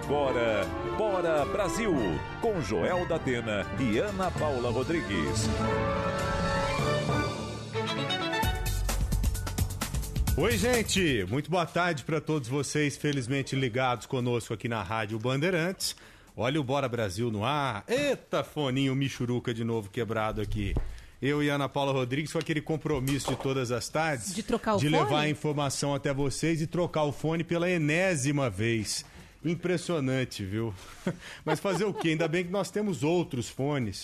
agora, Bora Brasil, com Joel Datena e Ana Paula Rodrigues. Oi, gente, muito boa tarde para todos vocês, felizmente ligados conosco aqui na Rádio Bandeirantes. Olha o Bora Brasil no ar. Eita, foninho michuruca de novo quebrado aqui. Eu e Ana Paula Rodrigues com aquele compromisso de todas as tardes. De trocar o fone? De levar a informação até vocês e trocar o fone pela enésima vez. Impressionante, viu? Mas fazer o quê? Ainda bem que nós temos outros fones.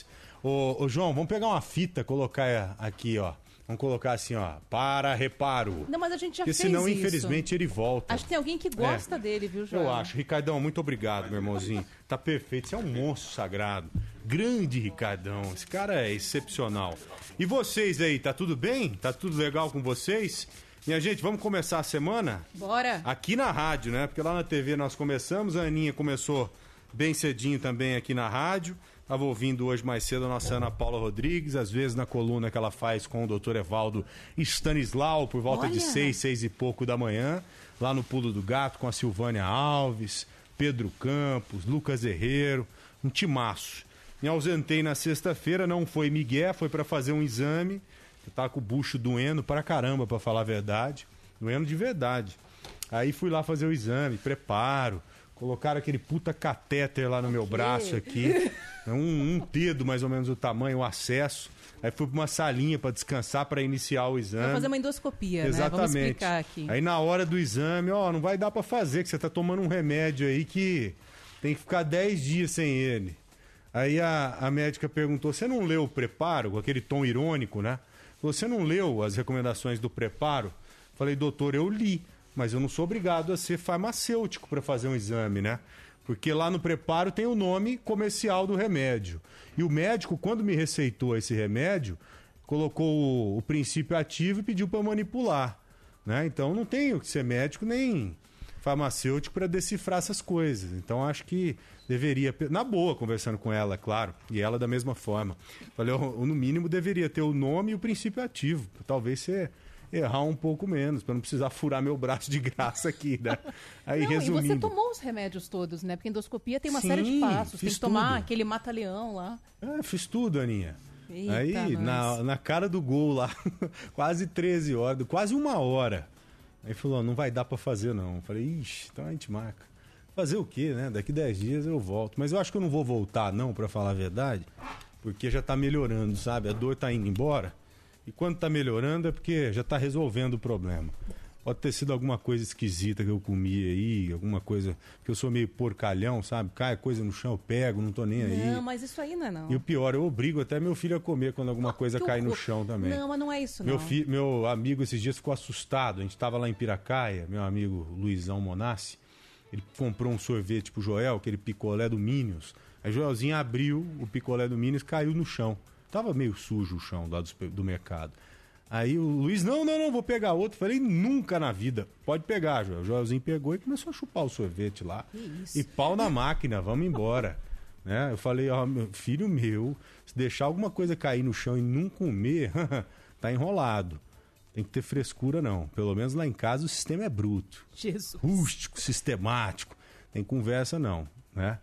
Ô João, vamos pegar uma fita, colocar aqui, ó. Vamos colocar assim, ó, para reparo. Não, mas a gente já porque fez senão, isso. Infelizmente, ele volta. Acho que tem alguém que gosta dele, viu, João? Eu acho. Ricardão, muito obrigado, meu irmãozinho. Tá perfeito. Você é um monstro sagrado. Grande Ricardão. Esse cara é excepcional. E vocês aí, tá tudo bem? Tá tudo legal com vocês? Minha gente, vamos começar a semana? Bora! Aqui na rádio, né? Porque lá na TV nós começamos, a Aninha começou bem cedinho também aqui na rádio. Estava ouvindo hoje mais cedo a nossa Ana Paula Rodrigues, às vezes na coluna que ela faz com o Dr. Evaldo Stanislau, por volta de 6 e pouco da manhã, lá no Pulo do Gato, com a Silvânia Alves, Pedro Campos, Lucas Herrero, um timaço. Me ausentei na sexta-feira, não foi migué, foi para fazer um exame. Eu tava com o bucho doendo pra caramba, pra falar a verdade. Doendo de verdade. Aí fui lá fazer o exame, preparo. Colocaram aquele puta catéter lá no meu braço aqui. Um dedo mais ou menos o tamanho, o acesso. Aí fui pra uma salinha pra descansar, pra iniciar o exame. Vai fazer uma endoscopia, exatamente, né? Vamos explicar aqui. Aí na hora do exame, não vai dar pra fazer, que você tá tomando um remédio aí que tem que ficar 10 dias sem ele. Aí a médica perguntou, você não leu o preparo? Com aquele tom irônico, né? Você não leu as recomendações do preparo? Falei, doutor, eu li, mas eu não sou obrigado a ser farmacêutico para fazer um exame, né? Porque lá no preparo tem o nome comercial do remédio. E o médico, quando me receitou esse remédio, colocou o princípio ativo e pediu para manipular, né? Então não tenho que ser médico nem farmacêutico para decifrar essas coisas. Então acho que deveria, na boa, conversando com ela, claro, e ela da mesma forma. Falei, no mínimo deveria ter o nome e o princípio ativo, pra talvez você errar um pouco menos, para não precisar furar meu braço de graça aqui, né? Aí, não, resumindo... E você tomou os remédios todos, né? Porque endoscopia tem uma série de passos, tem que tomar tudo. Aquele mata-leão lá. Fiz tudo, Aninha. Eita, aí, na cara do gol lá, quase 13 horas, quase 1 hora. Aí falou, não vai dar pra fazer não. Falei, ixi, então a gente marca. Fazer o quê, né? Daqui 10 dias eu volto. Mas eu acho que eu não vou voltar não, pra falar a verdade, porque já tá melhorando, sabe? A dor tá indo embora. E quando tá melhorando é porque já tá resolvendo o problema. Pode ter sido alguma coisa esquisita que eu comi aí, alguma coisa... que eu sou meio porcalhão, sabe? Cai coisa no chão, eu pego, não tô nem aí. Não, mas isso aí não é não. E o pior, eu obrigo até meu filho a comer quando alguma coisa cai no chão também. Não, mas não é isso não. Meu amigo esses dias ficou assustado. A gente tava lá em Piracaia, meu amigo Luizão Monassi. Ele comprou um sorvete pro Joel, aquele picolé do Minions. Aí Joelzinho abriu o picolé do Minions e caiu no chão. Tava meio sujo o chão lá do mercado. Aí o Luiz, não, vou pegar outro. Falei, nunca na vida. Pode pegar, Joel. O Joelzinho pegou e começou a chupar o sorvete lá. E pau na máquina, vamos embora. Né? Eu falei, filho meu, se deixar alguma coisa cair no chão e não comer, tá enrolado. Tem que ter frescura não. Pelo menos lá em casa o sistema é bruto. Jesus. Rústico, sistemático. Tem conversa não, né?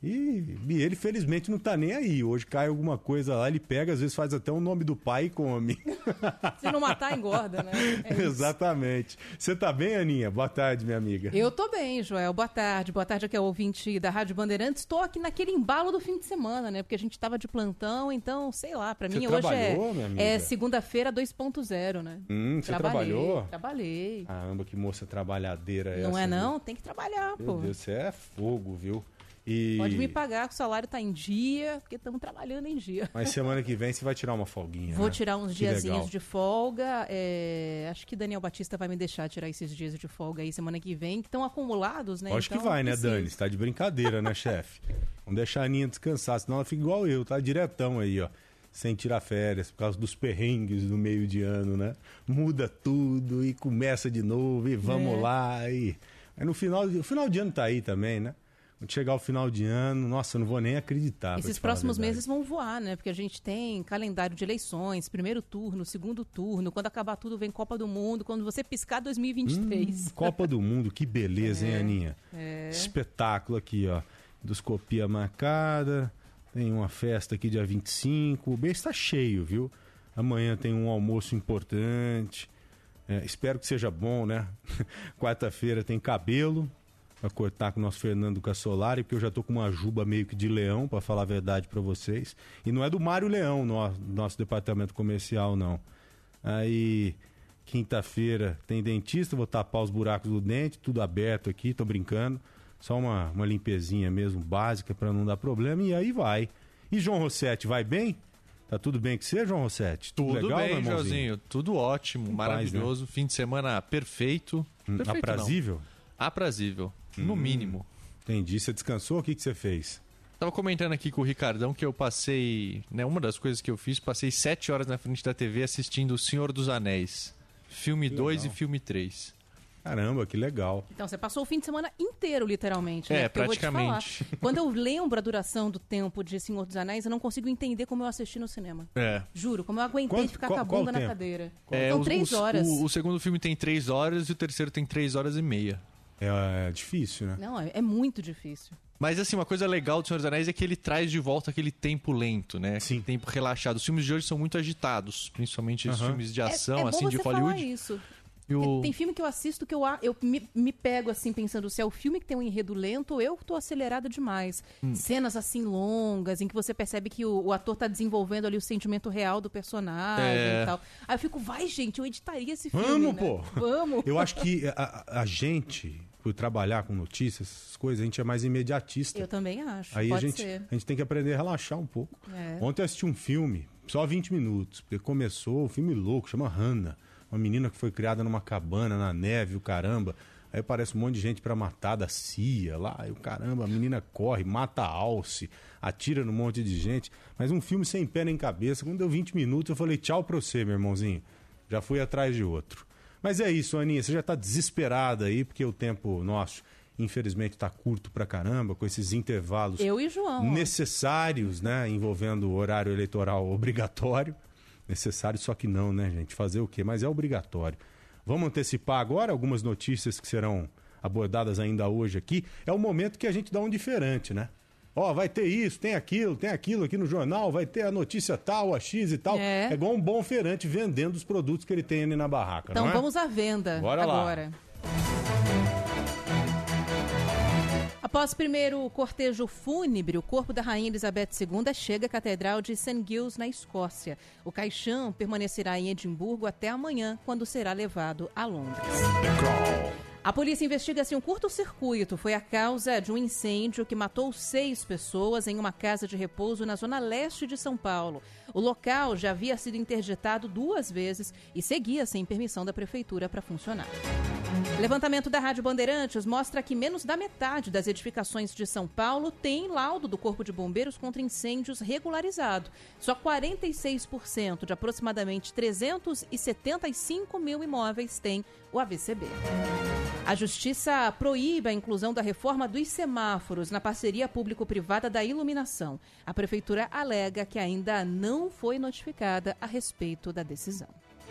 E ele, felizmente, não tá nem aí. Hoje cai alguma coisa lá, ele pega, às vezes faz até o nome do pai e come. Se não matar, engorda, né? Exatamente. Você tá bem, Aninha? Boa tarde, minha amiga. Eu tô bem, Joel. Boa tarde. Boa tarde aqui ao ouvinte da Rádio Bandeirantes. Estou aqui naquele embalo do fim de semana, né? Porque a gente tava de plantão, então, sei lá, pra mim hoje é segunda-feira 2.0, né? Você trabalhou? Trabalhei. Caramba, que moça trabalhadeira não essa. Não é não? Tem que trabalhar, Meu pô. Deus, você é fogo, viu? Pode me pagar, que o salário tá em dia, porque estamos trabalhando em dia. Mas semana que vem você vai tirar uma folguinha, Vou né? tirar uns diazinhos de folga. Acho que Daniel Batista vai me deixar tirar esses dias de folga aí semana que vem, que estão acumulados, né? Acho que vai, né, Dani? Você tá de brincadeira, né, chefe? Vamos deixar a Aninha descansar, senão ela fica igual eu, tá diretão aí, ó. Sem tirar férias, por causa dos perrengues do meio de ano, né? Muda tudo e começa de novo e vamos lá. Aí no final de ano tá aí também, né? Quando chegar o final de ano, nossa, eu não vou nem acreditar. Esses próximos meses vão voar, né? Porque a gente tem calendário de eleições, primeiro turno, segundo turno. Quando acabar tudo, vem Copa do Mundo. Quando você piscar, 2023. Copa do Mundo, que beleza, hein, Aninha? espetáculo aqui, ó. Endoscopia marcada, tem uma festa aqui dia 25, o mês está cheio, viu? Amanhã tem um almoço importante, espero que seja bom, né? Quarta-feira tem cabelo, pra cortar com o nosso Fernando Cassolari, porque eu já tô com uma juba meio que de leão, pra falar a verdade pra vocês. E não é do Mário Leão, nosso departamento comercial, não. Aí, quinta-feira tem dentista, vou tapar os buracos do dente, tudo aberto aqui, tô brincando. Só uma limpezinha mesmo, básica, pra não dar problema, e aí vai. E João Rossetti, vai bem? Tá tudo bem com você, João Rossetti? Tudo legal, bem, Joãozinho. Tudo ótimo, maravilhoso. Né? Fim de semana perfeito. Aprazível? Aprazível, no mínimo. Entendi. Você descansou? O que você fez? Tava comentando aqui com o Ricardão que eu passei... Né, uma das coisas que eu fiz, passei 7 horas na frente da TV assistindo O Senhor dos Anéis. Filme 2 e filme 3. Caramba, que legal. Então, você passou o fim de semana inteiro, literalmente, né? Porque praticamente. Eu vou te falar, quando eu lembro a duração do tempo de Senhor dos Anéis, eu não consigo entender como eu assisti no cinema. Juro, como eu aguentei ficar com a bunda na cadeira. São 3 horas. O segundo filme tem 3 horas e o terceiro tem 3 horas e meia. É difícil, né? Não, é muito difícil. Mas, assim, uma coisa legal do Senhor dos Anéis é que ele traz de volta aquele tempo lento, né? Sim. Aquele tempo relaxado. Os filmes de hoje são muito agitados, principalmente os filmes de ação, assim, de Hollywood. Falar isso. Tem filme que eu assisto que eu me pego assim pensando se é o filme que tem um enredo lento ou eu tô acelerada demais. Cenas assim longas em que você percebe que o ator tá desenvolvendo ali o sentimento real do personagem e tal. Aí eu fico, vai gente, eu editaria esse filme. Vamos, né? pô! Vamos! Eu acho que a gente, por trabalhar com notícias, essas coisas, a gente é mais imediatista. Eu também acho, aí pode a ser. gente tem que aprender a relaxar um pouco. Ontem eu assisti um filme, só 20 minutos, porque começou um filme louco, chama Hannah. Uma menina que foi criada numa cabana na neve, o caramba. Aí parece um monte de gente pra matar da CIA lá. E o caramba, a menina corre, mata a alce, atira num monte de gente. Mas um filme sem pé nem cabeça. Quando deu 20 minutos, eu falei tchau pra você, meu irmãozinho. Já fui atrás de outro. Mas é isso, Aninha. Você já tá desesperada aí, porque o tempo nosso, infelizmente, tá curto pra caramba, com esses intervalos eu e João, necessários, né? Envolvendo o horário eleitoral obrigatório. Necessário, só que não, né, gente? Fazer o quê? Mas é obrigatório. Vamos antecipar agora algumas notícias que serão abordadas ainda hoje aqui. É o momento que a gente dá um diferente, né? Ó, vai ter isso, tem aquilo aqui no jornal, vai ter a notícia tal, a X e tal. É igual um bom feirante vendendo os produtos que ele tem ali na barraca, então não é? Vamos à venda. Bora agora. Após o primeiro cortejo fúnebre, o corpo da Rainha Elizabeth II chega à Catedral de St. Giles, na Escócia. O caixão permanecerá em Edimburgo até amanhã, quando será levado a Londres. A polícia investiga se um curto-circuito foi a causa de um incêndio que matou 6 pessoas em uma casa de repouso na zona leste de São Paulo. O local já havia sido interditado 2 vezes e seguia sem permissão da prefeitura para funcionar. Levantamento da Rádio Bandeirantes mostra que menos da metade das edificações de São Paulo tem laudo do Corpo de Bombeiros contra incêndios regularizado. Só 46% de aproximadamente 375 mil imóveis têm o AVCB. A Justiça proíbe a inclusão da reforma dos semáforos na parceria público-privada da iluminação. A Prefeitura alega que ainda não foi notificada a respeito da decisão.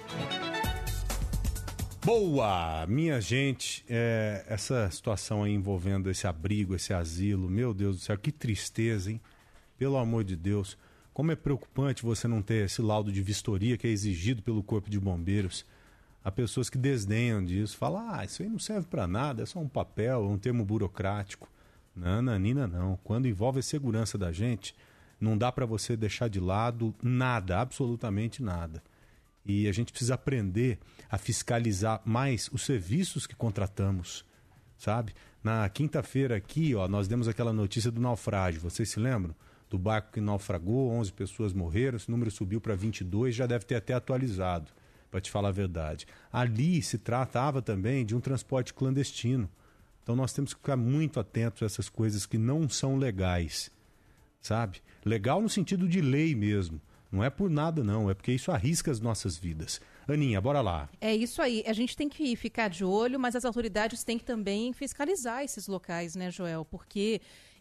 Boa! Minha gente, essa situação aí envolvendo esse abrigo, esse asilo, meu Deus do céu, que tristeza, hein? Pelo amor de Deus, como é preocupante você não ter esse laudo de vistoria que é exigido pelo Corpo de Bombeiros. Há pessoas que desdenham disso, falam, isso aí não serve para nada, é só um papel, é um termo burocrático. Não, Nanina, não. Quando envolve a segurança da gente, não dá para você deixar de lado nada, absolutamente nada. E a gente precisa aprender a fiscalizar mais os serviços que contratamos, sabe? Na quinta-feira aqui, nós demos aquela notícia do naufrágio, vocês se lembram? Do barco que naufragou, 11 pessoas morreram, esse número subiu para 22, já deve ter até atualizado, para te falar a verdade. Ali se tratava também de um transporte clandestino. Então nós temos que ficar muito atentos a essas coisas que não são legais, sabe? Legal no sentido de lei mesmo. Não é por nada, não. É porque isso arrisca as nossas vidas. Aninha, bora lá. É isso aí. A gente tem que ficar de olho, mas as autoridades têm que também fiscalizar esses locais, né, Joel? Porque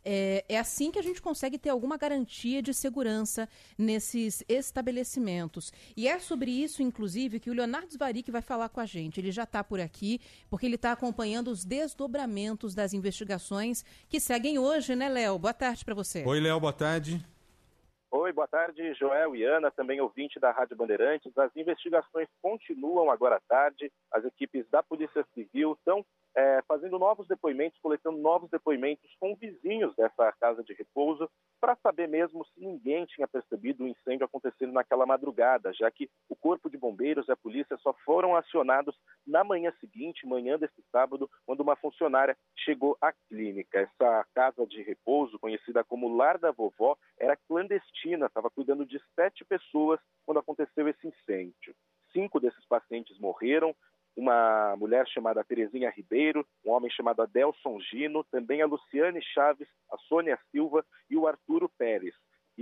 É assim que a gente consegue ter alguma garantia de segurança nesses estabelecimentos. E é sobre isso, inclusive, que o Leonardo Svarik vai falar com a gente. Ele já está por aqui, porque ele está acompanhando os desdobramentos das investigações que seguem hoje, né, Léo? Boa tarde para você. Oi, Léo, boa tarde. Oi, boa tarde, Joel e Ana, também ouvinte da Rádio Bandeirantes. As investigações continuam agora à tarde. As equipes da Polícia Civil estão fazendo novos depoimentos, coletando novos depoimentos com vizinhos dessa casa de repouso, para saber mesmo se ninguém tinha percebido o incêndio acontecendo naquela madrugada, já que o Corpo de Bombeiros e a polícia só foram acionados na manhã seguinte, manhã desse sábado, quando uma funcionária chegou à clínica. Essa casa de repouso, conhecida como Lar da Vovó, era clandestina, estava cuidando de 7 pessoas quando aconteceu esse incêndio. 5 desses pacientes morreram, uma mulher chamada Terezinha Ribeiro, um homem chamado Adelson Gino, também a Luciane Chaves, a Sônia Silva e o Arturo Pérez.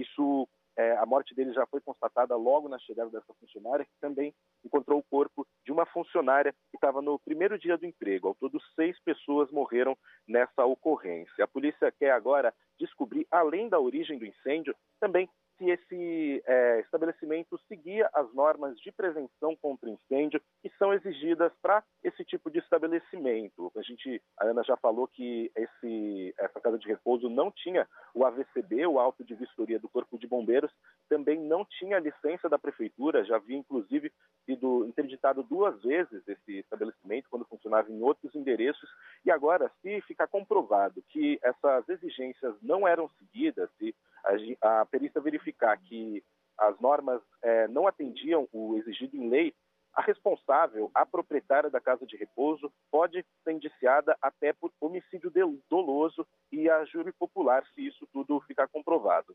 A morte dele já foi constatada logo na chegada dessa funcionária, que também encontrou o corpo de uma funcionária que estava no primeiro dia do emprego. Ao todo, 6 pessoas morreram nessa ocorrência. A polícia quer agora descobrir, além da origem do incêndio, também se esse estabelecimento seguia as normas de prevenção contra incêndio que são exigidas para esse tipo de estabelecimento. A Ana já falou que essa casa de repouso não tinha o AVCB, o auto de vistoria do Corpo de Bombeiros, também não tinha a licença da Prefeitura, já havia inclusive sido interditado 2 vezes esse estabelecimento quando funcionava em outros endereços, e agora, se ficar comprovado que essas exigências não eram seguidas, se a perícia verificar que as normas não atendiam o exigido em lei, a responsável, a proprietária da casa de repouso, pode ser indiciada até por homicídio doloso e a júri popular, se isso tudo ficar comprovado.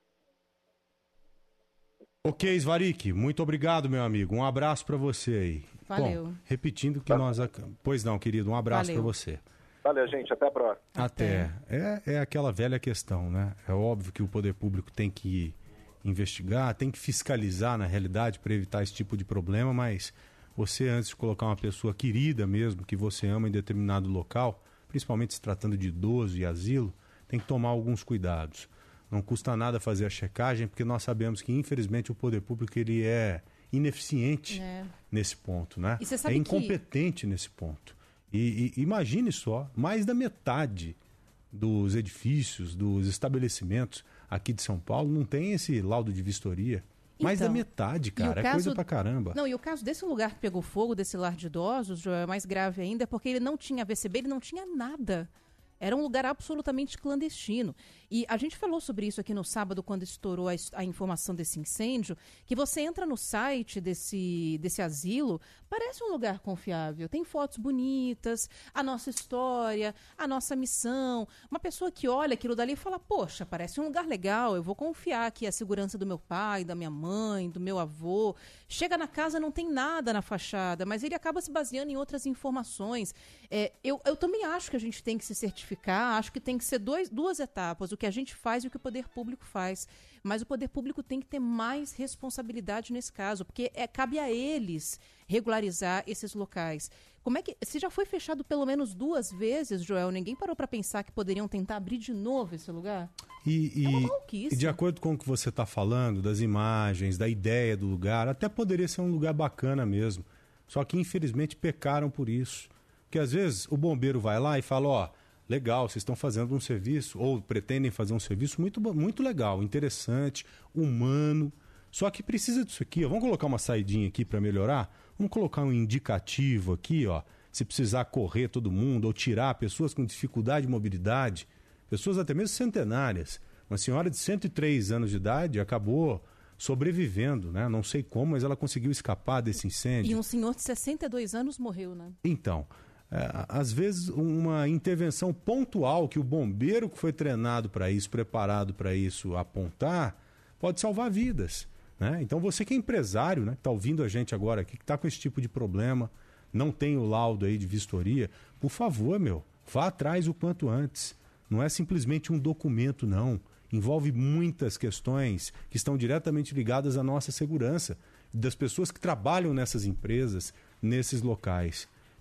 Ok, Svarik, muito obrigado, meu amigo. Um abraço para você aí. Valeu. Bom, repetindo que nós... Pois não, querido, um abraço para você. Valeu, gente. Até a próxima. Até. É aquela velha questão, né? É óbvio que o poder público tem que investigar, tem que fiscalizar, na realidade, para evitar esse tipo de problema, mas você, antes de colocar uma pessoa querida mesmo, que você ama em determinado local, principalmente se tratando de idoso e asilo, tem que tomar alguns cuidados. Não custa nada fazer a checagem, porque nós sabemos que, infelizmente, o poder público ele é ineficiente nesse ponto, né? E você sabe é incompetente nesse ponto. E imagine só, mais da metade dos edifícios, dos estabelecimentos aqui de São Paulo não tem esse laudo de vistoria. Mais da metade, cara, é coisa pra caramba. Não, e o caso desse lugar que pegou fogo, desse lar de idosos, Joel, é mais grave ainda, porque ele não tinha VCB, ele não tinha nada. Era um lugar absolutamente clandestino. E a gente falou sobre isso aqui no sábado, quando estourou a informação desse incêndio, que você entra no site desse asilo, parece um lugar confiável. Tem fotos bonitas, a nossa história, a nossa missão. Uma pessoa que olha aquilo dali e fala, poxa, parece um lugar legal, eu vou confiar aqui a segurança do meu pai, da minha mãe, do meu avô. Chega na casa, não tem nada na fachada, mas ele acaba se baseando em outras informações. Eu também acho que a gente tem que se certificar, acho que tem que ser duas etapas, o que a gente faz e o que o poder público faz. Mas o poder público tem que ter mais responsabilidade nesse caso, porque cabe a eles regularizar esses locais. Se já foi fechado pelo menos 2 vezes, Joel, ninguém parou para pensar que poderiam tentar abrir de novo esse lugar? É uma maluquice. E de acordo com o que você está falando, das imagens, da ideia do lugar, até poderia ser um lugar bacana mesmo. Só que, infelizmente, pecaram por isso. Porque, às vezes, o bombeiro vai lá e fala, legal, vocês estão fazendo um serviço, ou pretendem fazer um serviço muito, muito legal, interessante, humano. Só que precisa disso aqui, vamos colocar uma saidinha aqui para melhorar? Vamos colocar um indicativo aqui, se precisar correr todo mundo, ou tirar pessoas com dificuldade de mobilidade, pessoas até mesmo centenárias. Uma senhora de 103 anos de idade acabou sobrevivendo, né? Não sei como, mas ela conseguiu escapar desse incêndio. E um senhor de 62 anos morreu, né? Então, às vezes uma intervenção pontual que o bombeiro que foi treinado para isso, preparado para isso, apontar, pode salvar vidas, né? Então você que é empresário, né, que está ouvindo a gente agora aqui, que está com esse tipo de problema, não tem o laudo aí de vistoria, por favor, vá atrás o quanto antes. Não é simplesmente um documento, não. Envolve muitas questões que estão diretamente ligadas à nossa segurança, das pessoas que trabalham nessas empresas, nesses locais.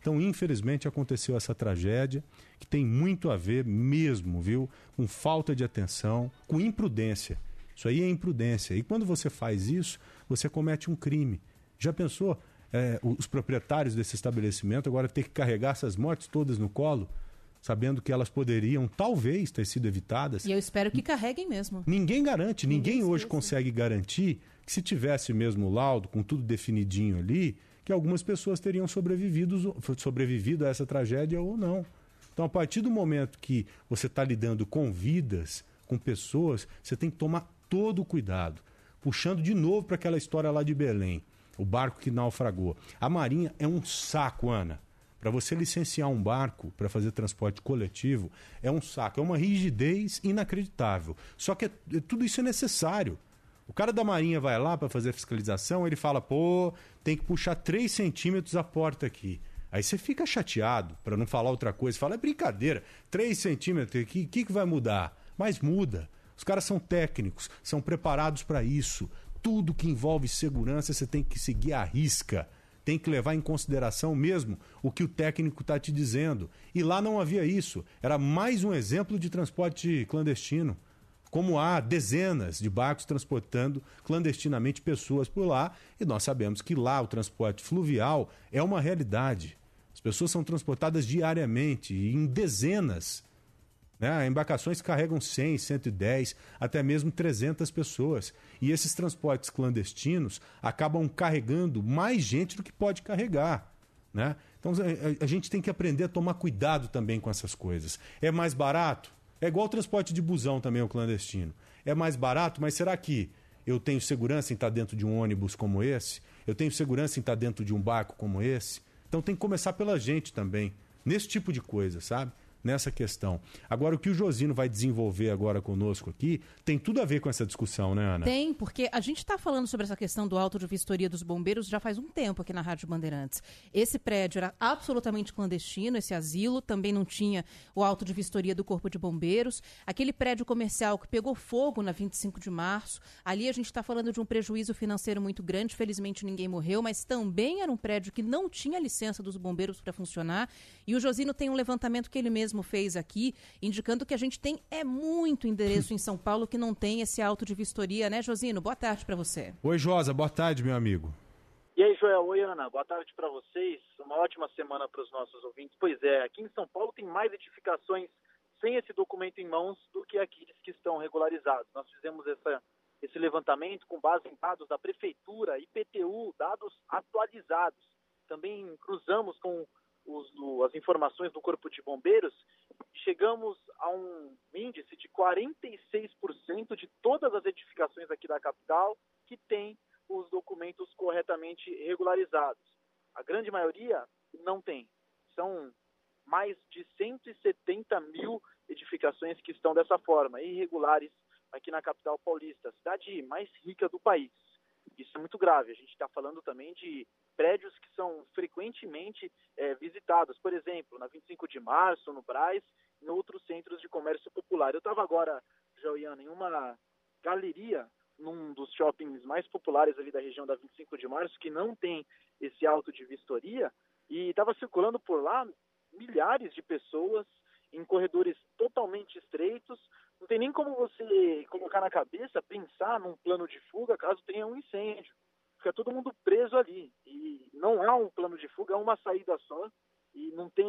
Então, infelizmente, aconteceu essa tragédia, que tem muito a ver mesmo, viu, com falta de atenção, com imprudência. Isso aí é imprudência. E quando você faz isso, você comete um crime. Já pensou os proprietários desse estabelecimento agora ter que carregar essas mortes todas no colo, sabendo que elas poderiam, talvez, ter sido evitadas? E eu espero que carreguem mesmo. Ninguém garante, ninguém hoje consegue garantir que se tivesse mesmo o laudo, com tudo definidinho ali, que algumas pessoas teriam sobrevivido a essa tragédia ou não. Então, a partir do momento que você está lidando com vidas, com pessoas, você tem que tomar todo o cuidado. Puxando de novo para aquela história lá de Belém, o barco que naufragou. A Marinha é um saco, Ana. Para você licenciar um barco para fazer transporte coletivo, é um saco, é uma rigidez inacreditável. Só que tudo isso é necessário. O cara da Marinha vai lá para fazer a fiscalização, ele fala, tem que puxar 3 centímetros a porta aqui. Aí você fica chateado, para não falar outra coisa. Fala, é brincadeira, 3 centímetros aqui, o que vai mudar? Mas muda. Os caras são técnicos, são preparados para isso. Tudo que envolve segurança você tem que seguir à risca. Tem que levar em consideração mesmo o que o técnico está te dizendo. E lá não havia isso. Era mais um exemplo de transporte clandestino. Como há dezenas de barcos transportando clandestinamente pessoas por lá, e nós sabemos que lá o transporte fluvial é uma realidade. As pessoas são transportadas diariamente, em dezenas. Né? Embarcações que carregam 100, 110, até mesmo 300 pessoas. E esses transportes clandestinos acabam carregando mais gente do que pode carregar. Né? Então a gente tem que aprender a tomar cuidado também com essas coisas. É mais barato? É igual o transporte de busão também, o clandestino. É mais barato, mas será que eu tenho segurança em estar dentro de um ônibus como esse? Eu tenho segurança em estar dentro de um barco como esse? Então tem que começar pela gente também, nesse tipo de coisa, sabe? Nessa questão. Agora, o que o Josino vai desenvolver agora conosco aqui tem tudo a ver com essa discussão, né, Ana? Tem, porque a gente está falando sobre essa questão do auto de vistoria dos bombeiros já faz um tempo aqui na Rádio Bandeirantes. Esse prédio era absolutamente clandestino, esse asilo também não tinha o auto de vistoria do Corpo de Bombeiros. Aquele prédio comercial que pegou fogo na 25 de março, ali a gente está falando de um prejuízo financeiro muito grande, felizmente ninguém morreu, mas também era um prédio que não tinha licença dos bombeiros para funcionar. E o Josino tem um levantamento que ele mesmo fez aqui, indicando que a gente tem muito endereço em São Paulo que não tem esse auto de vistoria, né, Josino? Boa tarde para você. Oi, Josa, boa tarde, meu amigo. E aí, Joel, oi, Ana, boa tarde para vocês, uma ótima semana para os nossos ouvintes. Pois é, aqui em São Paulo tem mais edificações sem esse documento em mãos do que aqueles que estão regularizados. Nós fizemos esse levantamento com base em dados da Prefeitura, IPTU, dados atualizados. Também cruzamos com as informações do Corpo de Bombeiros, chegamos a um índice de 46% de todas as edificações aqui da capital que tem os documentos corretamente regularizados. A grande maioria não tem. São mais de 170 mil edificações que estão dessa forma, irregulares aqui na capital paulista, a cidade mais rica do país. Isso é muito grave. A gente está falando também de prédios que são frequentemente visitados. Por exemplo, na 25 de março, no Brás, em outros centros de comércio popular. Eu estava agora, Joiana, em uma galeria, num dos shoppings mais populares ali da região da 25 de março, que não tem esse auto de vistoria, e estava circulando por lá milhares de pessoas em corredores totalmente estreitos. Não tem nem como você colocar na cabeça, pensar num plano de fuga caso tenha um incêndio. Fica todo mundo preso ali. E não há um plano de fuga, há uma saída só. E não tem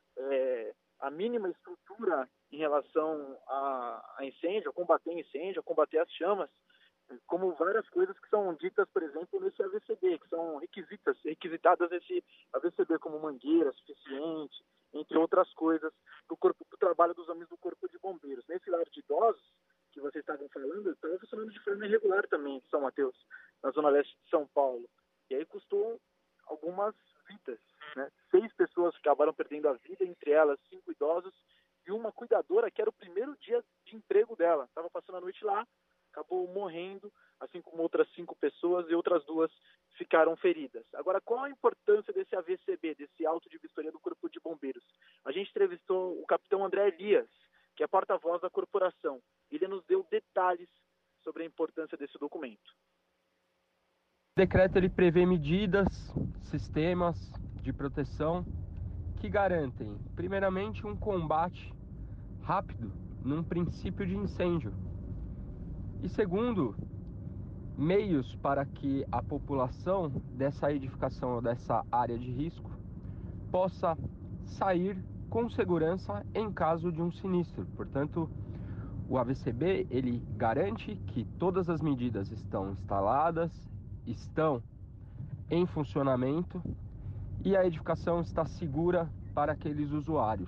a mínima estrutura em relação a incêndio, a combater as chamas, como várias coisas que são ditas, por exemplo, nesse AVCB, que são requisitadas nesse AVCB, como mangueira suficiente, entre outras coisas, do trabalho dos homens do Corpo de Bombeiros. Nesse lar de idosos, que vocês estavam falando, estava funcionando de forma irregular também em São Mateus, na zona leste de São Paulo. E aí custou algumas vidas, né? 6 pessoas acabaram perdendo a vida, entre elas 5 idosos e uma cuidadora que era o primeiro dia de emprego dela. Estava passando a noite lá, acabou morrendo, assim como outras 5 pessoas, e outras 2 ficaram feridas. Agora, qual a importância desse AVCB, desse auto de vistoria do Corpo de Bombeiros? A gente entrevistou o capitão André Elias, que é porta-voz da corporação. Ele nos deu detalhes sobre a importância desse documento. O decreto ele prevê medidas, sistemas de proteção que garantem, primeiramente, um combate rápido num princípio de incêndio. E segundo, meios para que a população dessa edificação ou dessa área de risco possa sair com segurança em caso de um sinistro. Portanto, o AVCB, ele garante que todas as medidas estão instaladas, estão em funcionamento e a edificação está segura para aqueles usuários.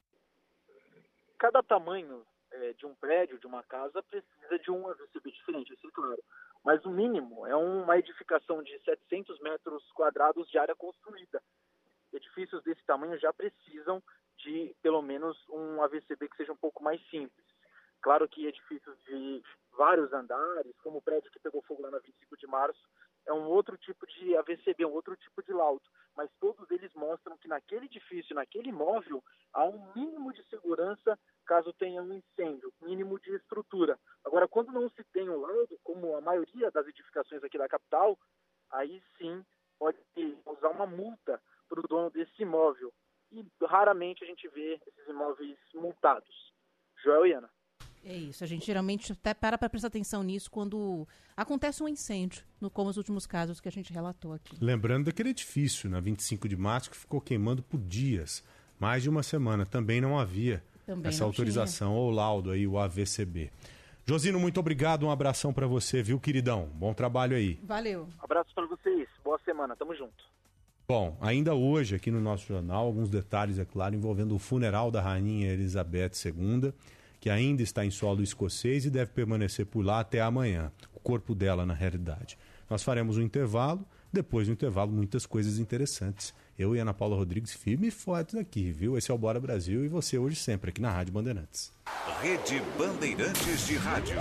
Cada tamanho de um prédio, de uma casa, precisa de um AVCB diferente, isso é claro. Mas o mínimo é uma edificação de 700 metros quadrados de área construída. Edifícios desse tamanho já precisam de, pelo menos, um AVCB que seja um pouco mais simples. Claro que edifícios de vários andares, como o prédio que pegou fogo lá na 25 de março, é um outro tipo de AVCB, um outro tipo de laudo. Mas todos eles mostram que naquele edifício, naquele imóvel, há um mínimo de segurança caso tenha um incêndio, mínimo de estrutura. Agora, quando não se tem um laudo, como a maioria das edificações aqui da capital, aí sim pode usar uma multa para o dono desse imóvel. E raramente a gente vê esses imóveis multados. Joel e Ana. É isso, a gente geralmente até para prestar atenção nisso quando acontece um incêndio, como os últimos casos que a gente relatou aqui. Lembrando daquele edifício na 25 de março que ficou queimando por dias, mais de uma semana. Também não havia essa autorização ou laudo aí, o AVCB. Josino, muito obrigado, um abração para você, viu, queridão? Bom trabalho aí. Valeu. Abraço para vocês, boa semana, tamo junto. Bom, ainda hoje aqui no nosso jornal, alguns detalhes, é claro, envolvendo o funeral da Rainha Elizabeth II, que ainda está em solo escocês e deve permanecer por lá até amanhã. O corpo dela, na realidade. Nós faremos um intervalo, depois do intervalo, muitas coisas interessantes. Eu e Ana Paula Rodrigues, firme e fortes aqui, viu? Esse é o Bora Brasil e você hoje sempre aqui na Rádio Bandeirantes. Rede Bandeirantes de Rádio.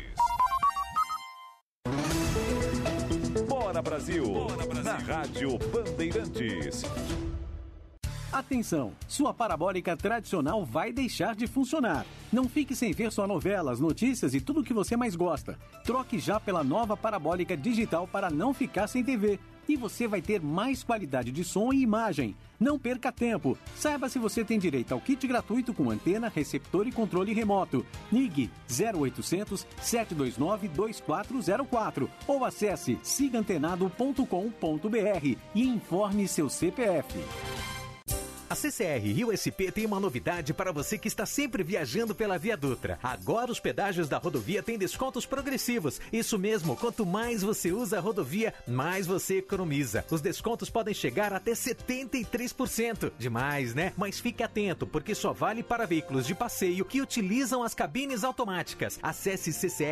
Bora Brasil, na Rádio Bandeirantes. Atenção, sua parabólica tradicional vai deixar de funcionar. Não fique sem ver sua novela, as notícias e tudo o que você mais gosta. Troque já pela nova parabólica digital para não ficar sem TV. E você vai ter mais qualidade de som e imagem. Não perca tempo. Saiba se você tem direito ao kit gratuito com antena, receptor e controle remoto. Ligue 0800 729 2404 ou acesse sigaantenado.com.br e informe seu CPF. A CCR Rio SP tem uma novidade para você que está sempre viajando pela Via Dutra. Agora os pedágios da rodovia têm descontos progressivos. Isso mesmo, quanto mais você usa a rodovia, mais você economiza. Os descontos podem chegar até 73%. Demais, né? Mas fique atento, porque só vale para veículos de passeio que utilizam as cabines automáticas. Acesse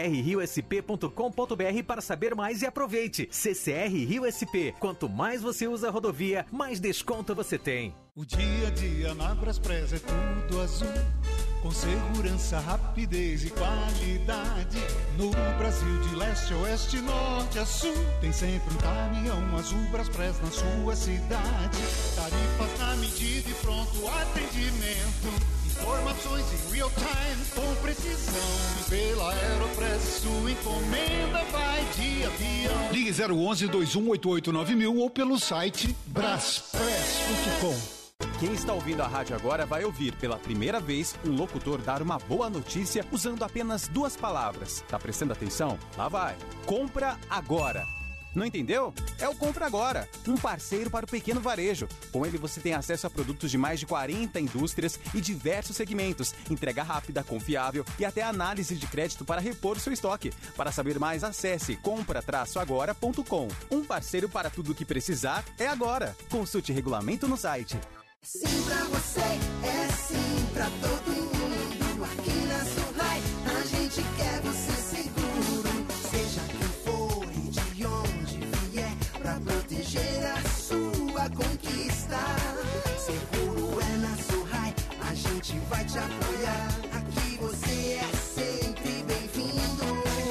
ccrriosp.com.br para saber mais e aproveite. CCR Rio SP. Quanto mais você usa a rodovia, mais desconto você tem. O dia a dia na Braspress é tudo azul, com segurança, rapidez e qualidade. No Brasil de leste a oeste, norte a sul, tem sempre um caminhão azul Braspress na sua cidade. Tarifas na medida e pronto atendimento. Informações em real time com precisão. E pela Aeropress sua encomenda vai de avião. Ligue 011-2188-9000 ou pelo site braspress.com. Quem está ouvindo a rádio agora vai ouvir pela primeira vez um locutor dar uma boa notícia usando apenas 2 palavras. Tá prestando atenção? Lá vai. Compra agora. Não entendeu? É o Compra Agora, um parceiro para o pequeno varejo. Com ele você tem acesso a produtos de mais de 40 indústrias e diversos segmentos, entrega rápida, confiável e até análise de crédito para repor o seu estoque. Para saber mais, acesse compra-agora.com. Um parceiro para tudo o que precisar é agora. Consulte regulamento no site. Sim pra você, é sim pra todo mundo. Aqui na Sunrai a gente quer você seguro. Seja quem for e de onde vier, pra proteger a sua conquista. Seguro é na Sunrai, a gente vai te apoiar. Aqui você é sempre bem-vindo.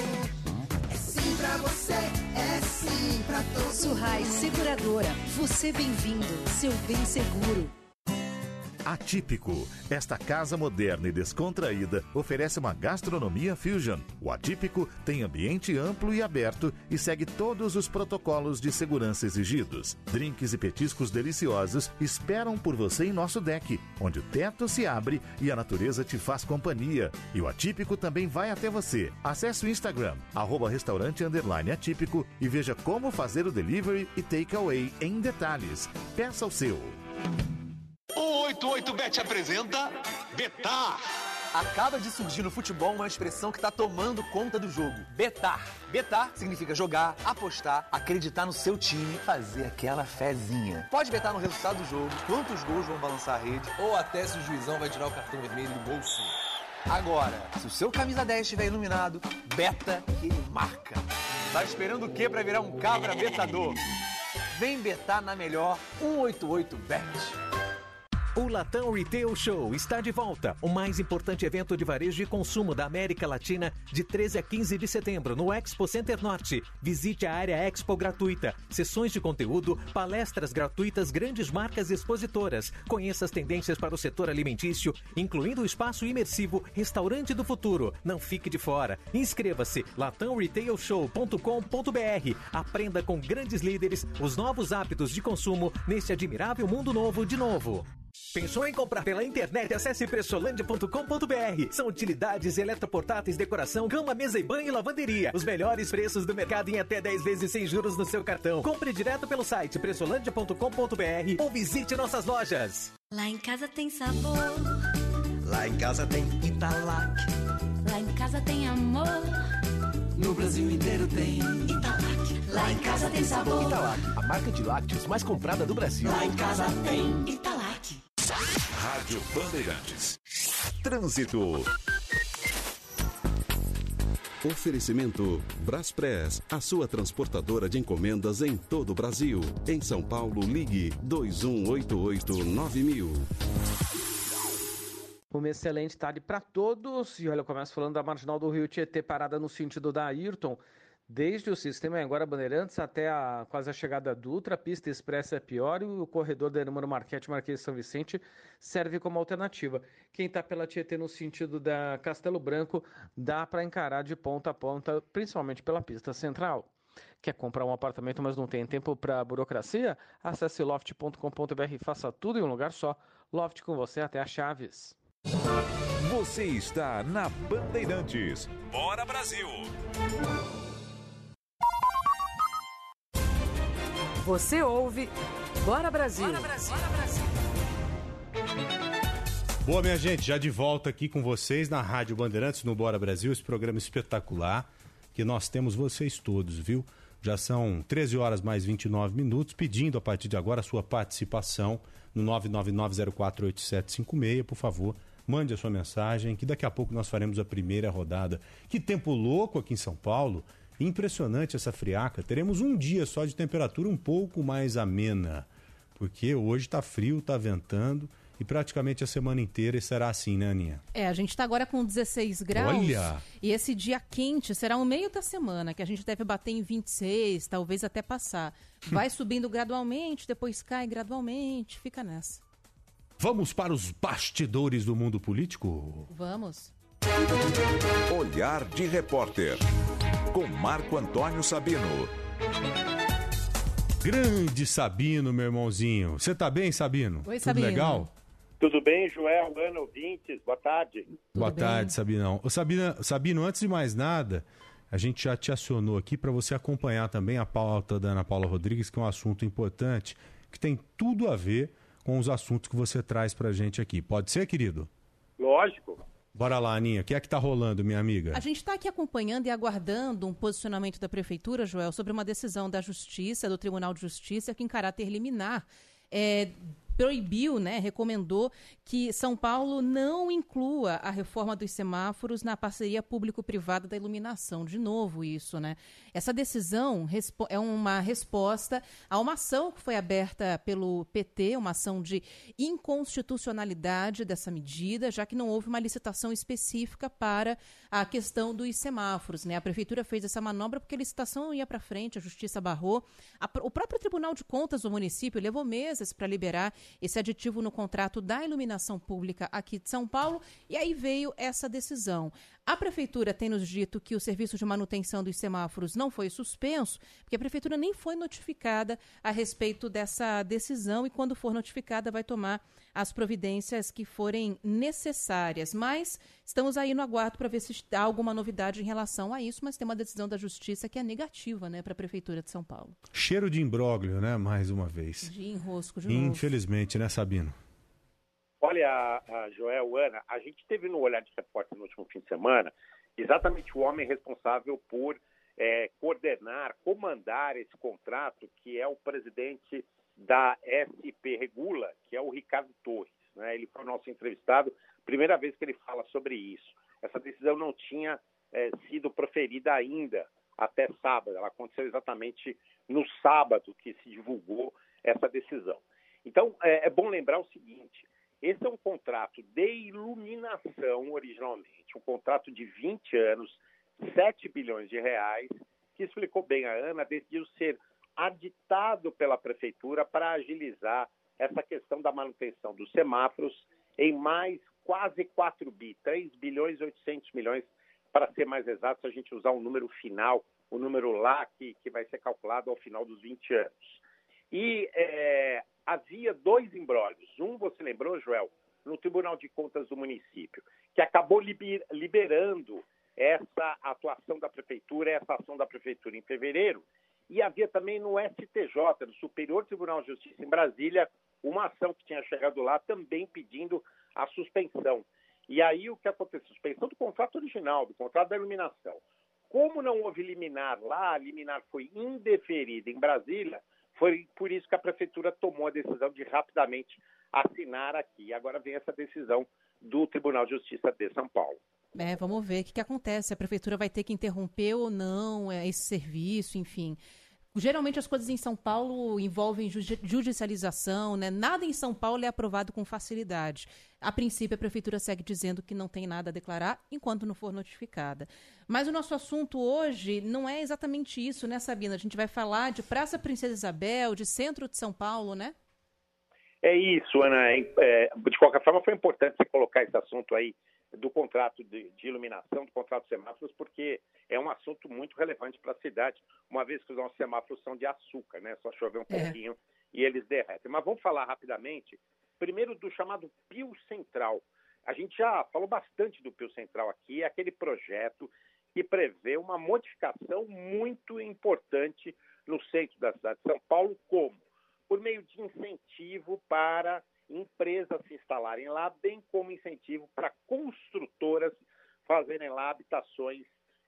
É sim pra você, é sim pra todo mundo. Sunrai Seguradora, você bem-vindo, seu bem seguro. Atípico. Esta casa moderna e descontraída oferece uma gastronomia fusion. O Atípico tem ambiente amplo e aberto e segue todos os protocolos de segurança exigidos. Drinks e petiscos deliciosos esperam por você em nosso deck, onde o teto se abre e a natureza te faz companhia. E o Atípico também vai até você. Acesse o Instagram, @restaurante_atípico e veja como fazer o delivery e takeaway em detalhes. Peça o seu. O 88bet apresenta Betar. Acaba de surgir no futebol uma expressão que está tomando conta do jogo: betar. Betar significa jogar, apostar, acreditar no seu time, fazer aquela fezinha. Pode betar no resultado do jogo, quantos gols vão balançar a rede, ou até se o juizão vai tirar o cartão vermelho do bolso. Agora, se o seu camisa 10 estiver iluminado, beta que ele marca. Tá esperando o quê para virar um cabra betador? Vem betar na melhor 188bet. O Latam Retail Show está de volta. O mais importante evento de varejo e consumo da América Latina, de 13 a 15 de setembro, no Expo Center Norte. Visite a área Expo gratuita, sessões de conteúdo, palestras gratuitas, grandes marcas expositoras. Conheça as tendências para o setor alimentício, incluindo o espaço imersivo Restaurante do Futuro. Não fique de fora. Inscreva-se, latamretailshow.com.br. Aprenda com grandes líderes os novos hábitos de consumo neste admirável mundo novo de novo. Pensou em comprar pela internet? Acesse pressolândia.com.br. São utilidades, eletroportáteis, decoração, cama, mesa e banho e lavanderia. Os melhores preços do mercado em até 10 vezes sem juros no seu cartão. Compre direto pelo site pressolândia.com.br ou visite nossas lojas. Lá em casa tem sabor. Lá em casa tem Italac. Lá em casa tem amor. No Brasil inteiro tem Italac. Lá em casa tem sabor. Italac, a marca de lácteos mais comprada do Brasil. Lá em casa tem Italac. Rádio Bandeirantes. Trânsito. Oferecimento Braspress, a sua transportadora de encomendas em todo o Brasil. Em São Paulo, ligue 2188-9000. Uma excelente tarde para todos. E olha, eu começo falando da Marginal do Rio Tietê, parada no sentido da Ayrton. Desde o sistema agora Bandeirantes até quase a chegada do Dutra, a pista expressa é pior e o corredor da Hermano Marquete, Marquês de São Vicente, serve como alternativa. Quem está pela Tietê no sentido da Castelo Branco, dá para encarar de ponta a ponta, principalmente pela pista central. Quer comprar um apartamento, mas não tem tempo para burocracia? Acesse loft.com.br e faça tudo em um lugar só. Loft com você até a Chaves. Você está na Bandeirantes. Bora Brasil! Você ouve Bora Brasil. Bora Brasil. Bora Brasil. Boa, minha gente, já de volta aqui com vocês na Rádio Bandeirantes, no Bora Brasil, esse programa espetacular que nós temos vocês todos, viu? Já são 13 horas mais 29 minutos, pedindo a partir de agora a sua participação no 999048756, por favor, mande a sua mensagem, que daqui a pouco nós faremos a primeira rodada. Que tempo louco aqui em São Paulo! Impressionante essa friaca. Teremos um dia só de temperatura um pouco mais amena, porque hoje está frio, está ventando e praticamente a semana inteira será assim, né, Aninha? A gente está agora com 16 graus. Olha! E esse dia quente será o meio da semana, que a gente deve bater em 26, talvez até passar. Vai subindo gradualmente, depois cai gradualmente, fica nessa. Vamos para os bastidores do mundo político? Vamos. Olhar de Repórter, com Marco Antônio Sabino. Grande Sabino, meu irmãozinho. Você tá bem, Sabino? Oi, Tudo Sabino. legal? Tudo bem, Joel, Ana, ouvintes? Boa tarde. Boa tarde, Sabinão. Ô, Sabino, antes de mais nada, a gente já te acionou aqui para você acompanhar também a pauta da Ana Paula Rodrigues, que é um assunto importante, que tem tudo a ver com os assuntos que você traz pra gente aqui. Pode ser, querido? Lógico. Bora lá, Aninha. O que é que tá rolando, minha amiga? A gente está aqui acompanhando e aguardando um posicionamento da Prefeitura, Joel, sobre uma decisão da Justiça, do Tribunal de Justiça, que em caráter liminar proibiu, recomendou que São Paulo não inclua a reforma dos semáforos na parceria público-privada da iluminação. De novo isso, né? Essa decisão é uma resposta a uma ação que foi aberta pelo PT, uma ação de inconstitucionalidade dessa medida, já que não houve uma licitação específica para a questão dos semáforos, né? A Prefeitura fez essa manobra porque a licitação ia para frente, a Justiça barrou. O próprio Tribunal de Contas do município levou meses para liberar esse aditivo no contrato da iluminação pública aqui de São Paulo, e aí veio essa decisão. A Prefeitura tem nos dito que o serviço de manutenção dos semáforos não foi suspenso, porque a Prefeitura nem foi notificada a respeito dessa decisão e, quando for notificada, vai tomar as providências que forem necessárias. Mas estamos aí no aguardo para ver se há alguma novidade em relação a isso, mas tem uma decisão da Justiça que é negativa, né, para a Prefeitura de São Paulo. Cheiro de imbróglio, né, mais uma vez. De enrosco de novo. Infelizmente, né, Sabino? Olha, Joel, Ana, a gente teve no Olhar de Repórter no último fim de semana exatamente o homem responsável por coordenar, comandar esse contrato, que é o presidente da SP Regula, que é o Ricardo Torres, né? Ele foi o nosso entrevistado, primeira vez que ele fala sobre isso. Essa decisão não tinha sido proferida ainda até sábado, ela aconteceu exatamente no sábado que se divulgou essa decisão. Então, é bom lembrar o seguinte: esse é um contrato de iluminação originalmente, um contrato de 20 anos, 7 bilhões de reais, que explicou bem a Ana, decidiu ser aditado pela Prefeitura para agilizar essa questão da manutenção dos semáforos em mais quase 4 bi, 3 bilhões e 800 milhões, para ser mais exato, se a gente usar o número final, o número lá que vai ser calculado ao final dos 20 anos. E havia 2 imbróglios. Um, você lembrou, Joel, no Tribunal de Contas do município, que acabou liberando essa atuação da Prefeitura, essa ação da Prefeitura em fevereiro. E havia também no STJ, no Superior Tribunal de Justiça em Brasília, uma ação que tinha chegado lá também pedindo a suspensão. E aí o que aconteceu? Suspensão do contrato original, do contrato da iluminação. Como não houve liminar lá, a liminar foi indeferida em Brasília, foi por isso que a Prefeitura tomou a decisão de rapidamente assinar aqui. Agora vem essa decisão do Tribunal de Justiça de São Paulo. Vamos ver o que acontece. A Prefeitura vai ter que interromper ou não esse serviço, enfim. Geralmente as coisas em São Paulo envolvem judicialização, né? Nada em São Paulo é aprovado com facilidade. A princípio, a Prefeitura segue dizendo que não tem nada a declarar enquanto não for notificada. Mas o nosso assunto hoje não é exatamente isso, né, Sabina? A gente vai falar de Praça Princesa Isabel, de centro de São Paulo, né? É isso, Ana. De qualquer forma, foi importante você colocar esse assunto aí do contrato de iluminação, do contrato de semáforos, porque é um assunto muito relevante para a cidade, uma vez que os nossos semáforos são de açúcar, né? Só chover um pouquinho e eles derretem. Mas vamos falar rapidamente, primeiro, do chamado Pio Central. A gente já falou bastante do Pio Central aqui, é aquele projeto que prevê uma modificação muito importante no centro da cidade de São Paulo, como? Por meio de incentivo para empresas se instalarem lá, bem como incentivo para construtoras fazerem lá habitações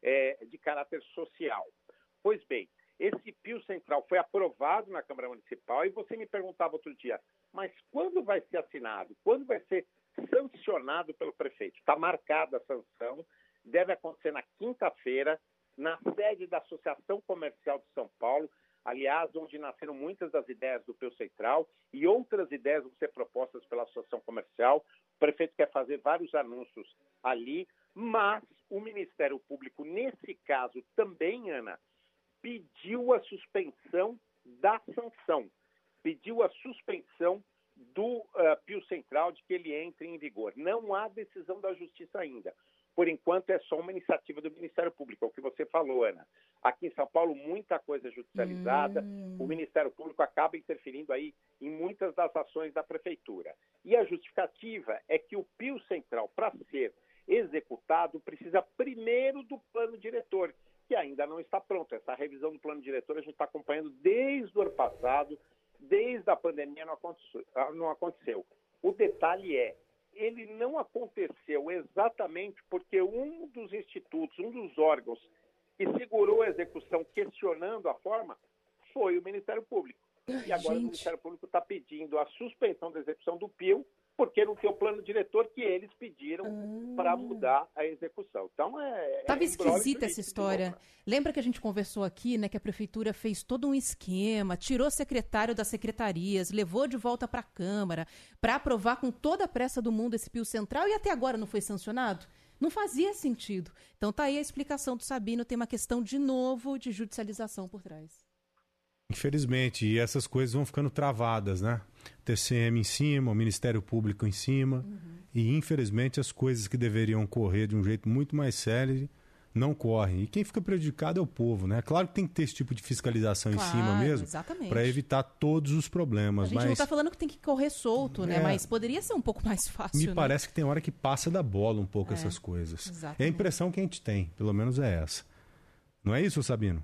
de caráter social. Pois bem, esse Pio Central foi aprovado na Câmara Municipal e você me perguntava outro dia, mas quando vai ser assinado? Quando vai ser sancionado pelo prefeito? Está marcada a sanção, deve acontecer na quinta-feira, na sede da Associação Comercial de São Paulo, aliás, onde nasceram muitas das ideias do Pio Central e outras ideias vão ser propostas pela Associação Comercial. O prefeito quer fazer vários anúncios ali, mas o Ministério Público, nesse caso também, Ana, pediu a suspensão da sanção, pediu a suspensão do Pio Central de que ele entre em vigor. Não há decisão da Justiça ainda. Por enquanto, é só uma iniciativa do Ministério Público, é o que você falou, Ana. Aqui em São Paulo, muita coisa é judicializada, o Ministério Público acaba interferindo aí em muitas das ações da Prefeitura. E a justificativa é que o Pio Central, para ser executado, precisa primeiro do plano diretor, que ainda não está pronto. Essa revisão do plano diretor a gente está acompanhando desde o ano passado, desde a pandemia não aconteceu. O detalhe é, ele não aconteceu exatamente porque um dos institutos, um dos órgãos que segurou a execução questionando a forma foi o Ministério Público. E agora o Ministério Público está pedindo a suspensão da execução do Pio porque não tem o plano diretor que eles pediram para mudar a execução. Então, Estava esquisita essa história. Lembra que a gente conversou aqui, né, que a Prefeitura fez todo um esquema, tirou o secretário das secretarias, levou de volta para a Câmara, para aprovar com toda a pressa do mundo esse Pio Central e até agora não foi sancionado? Não fazia sentido. Então tá aí a explicação do Sabino, tem uma questão de novo de judicialização por trás. Infelizmente, e essas coisas vão ficando travadas, né? TCM em cima, o Ministério Público em cima, e infelizmente as coisas que deveriam correr de um jeito muito mais sério não correm. E quem fica prejudicado é o povo, né? Claro que tem que ter esse tipo de fiscalização em cima mesmo, para evitar todos os problemas. A gente não está falando que tem que correr solto, né? Mas poderia ser um pouco mais fácil. Me parece que tem hora que passa da bola um pouco essas coisas. Exatamente. É a impressão que a gente tem, pelo menos é essa. Não é isso, Sabino?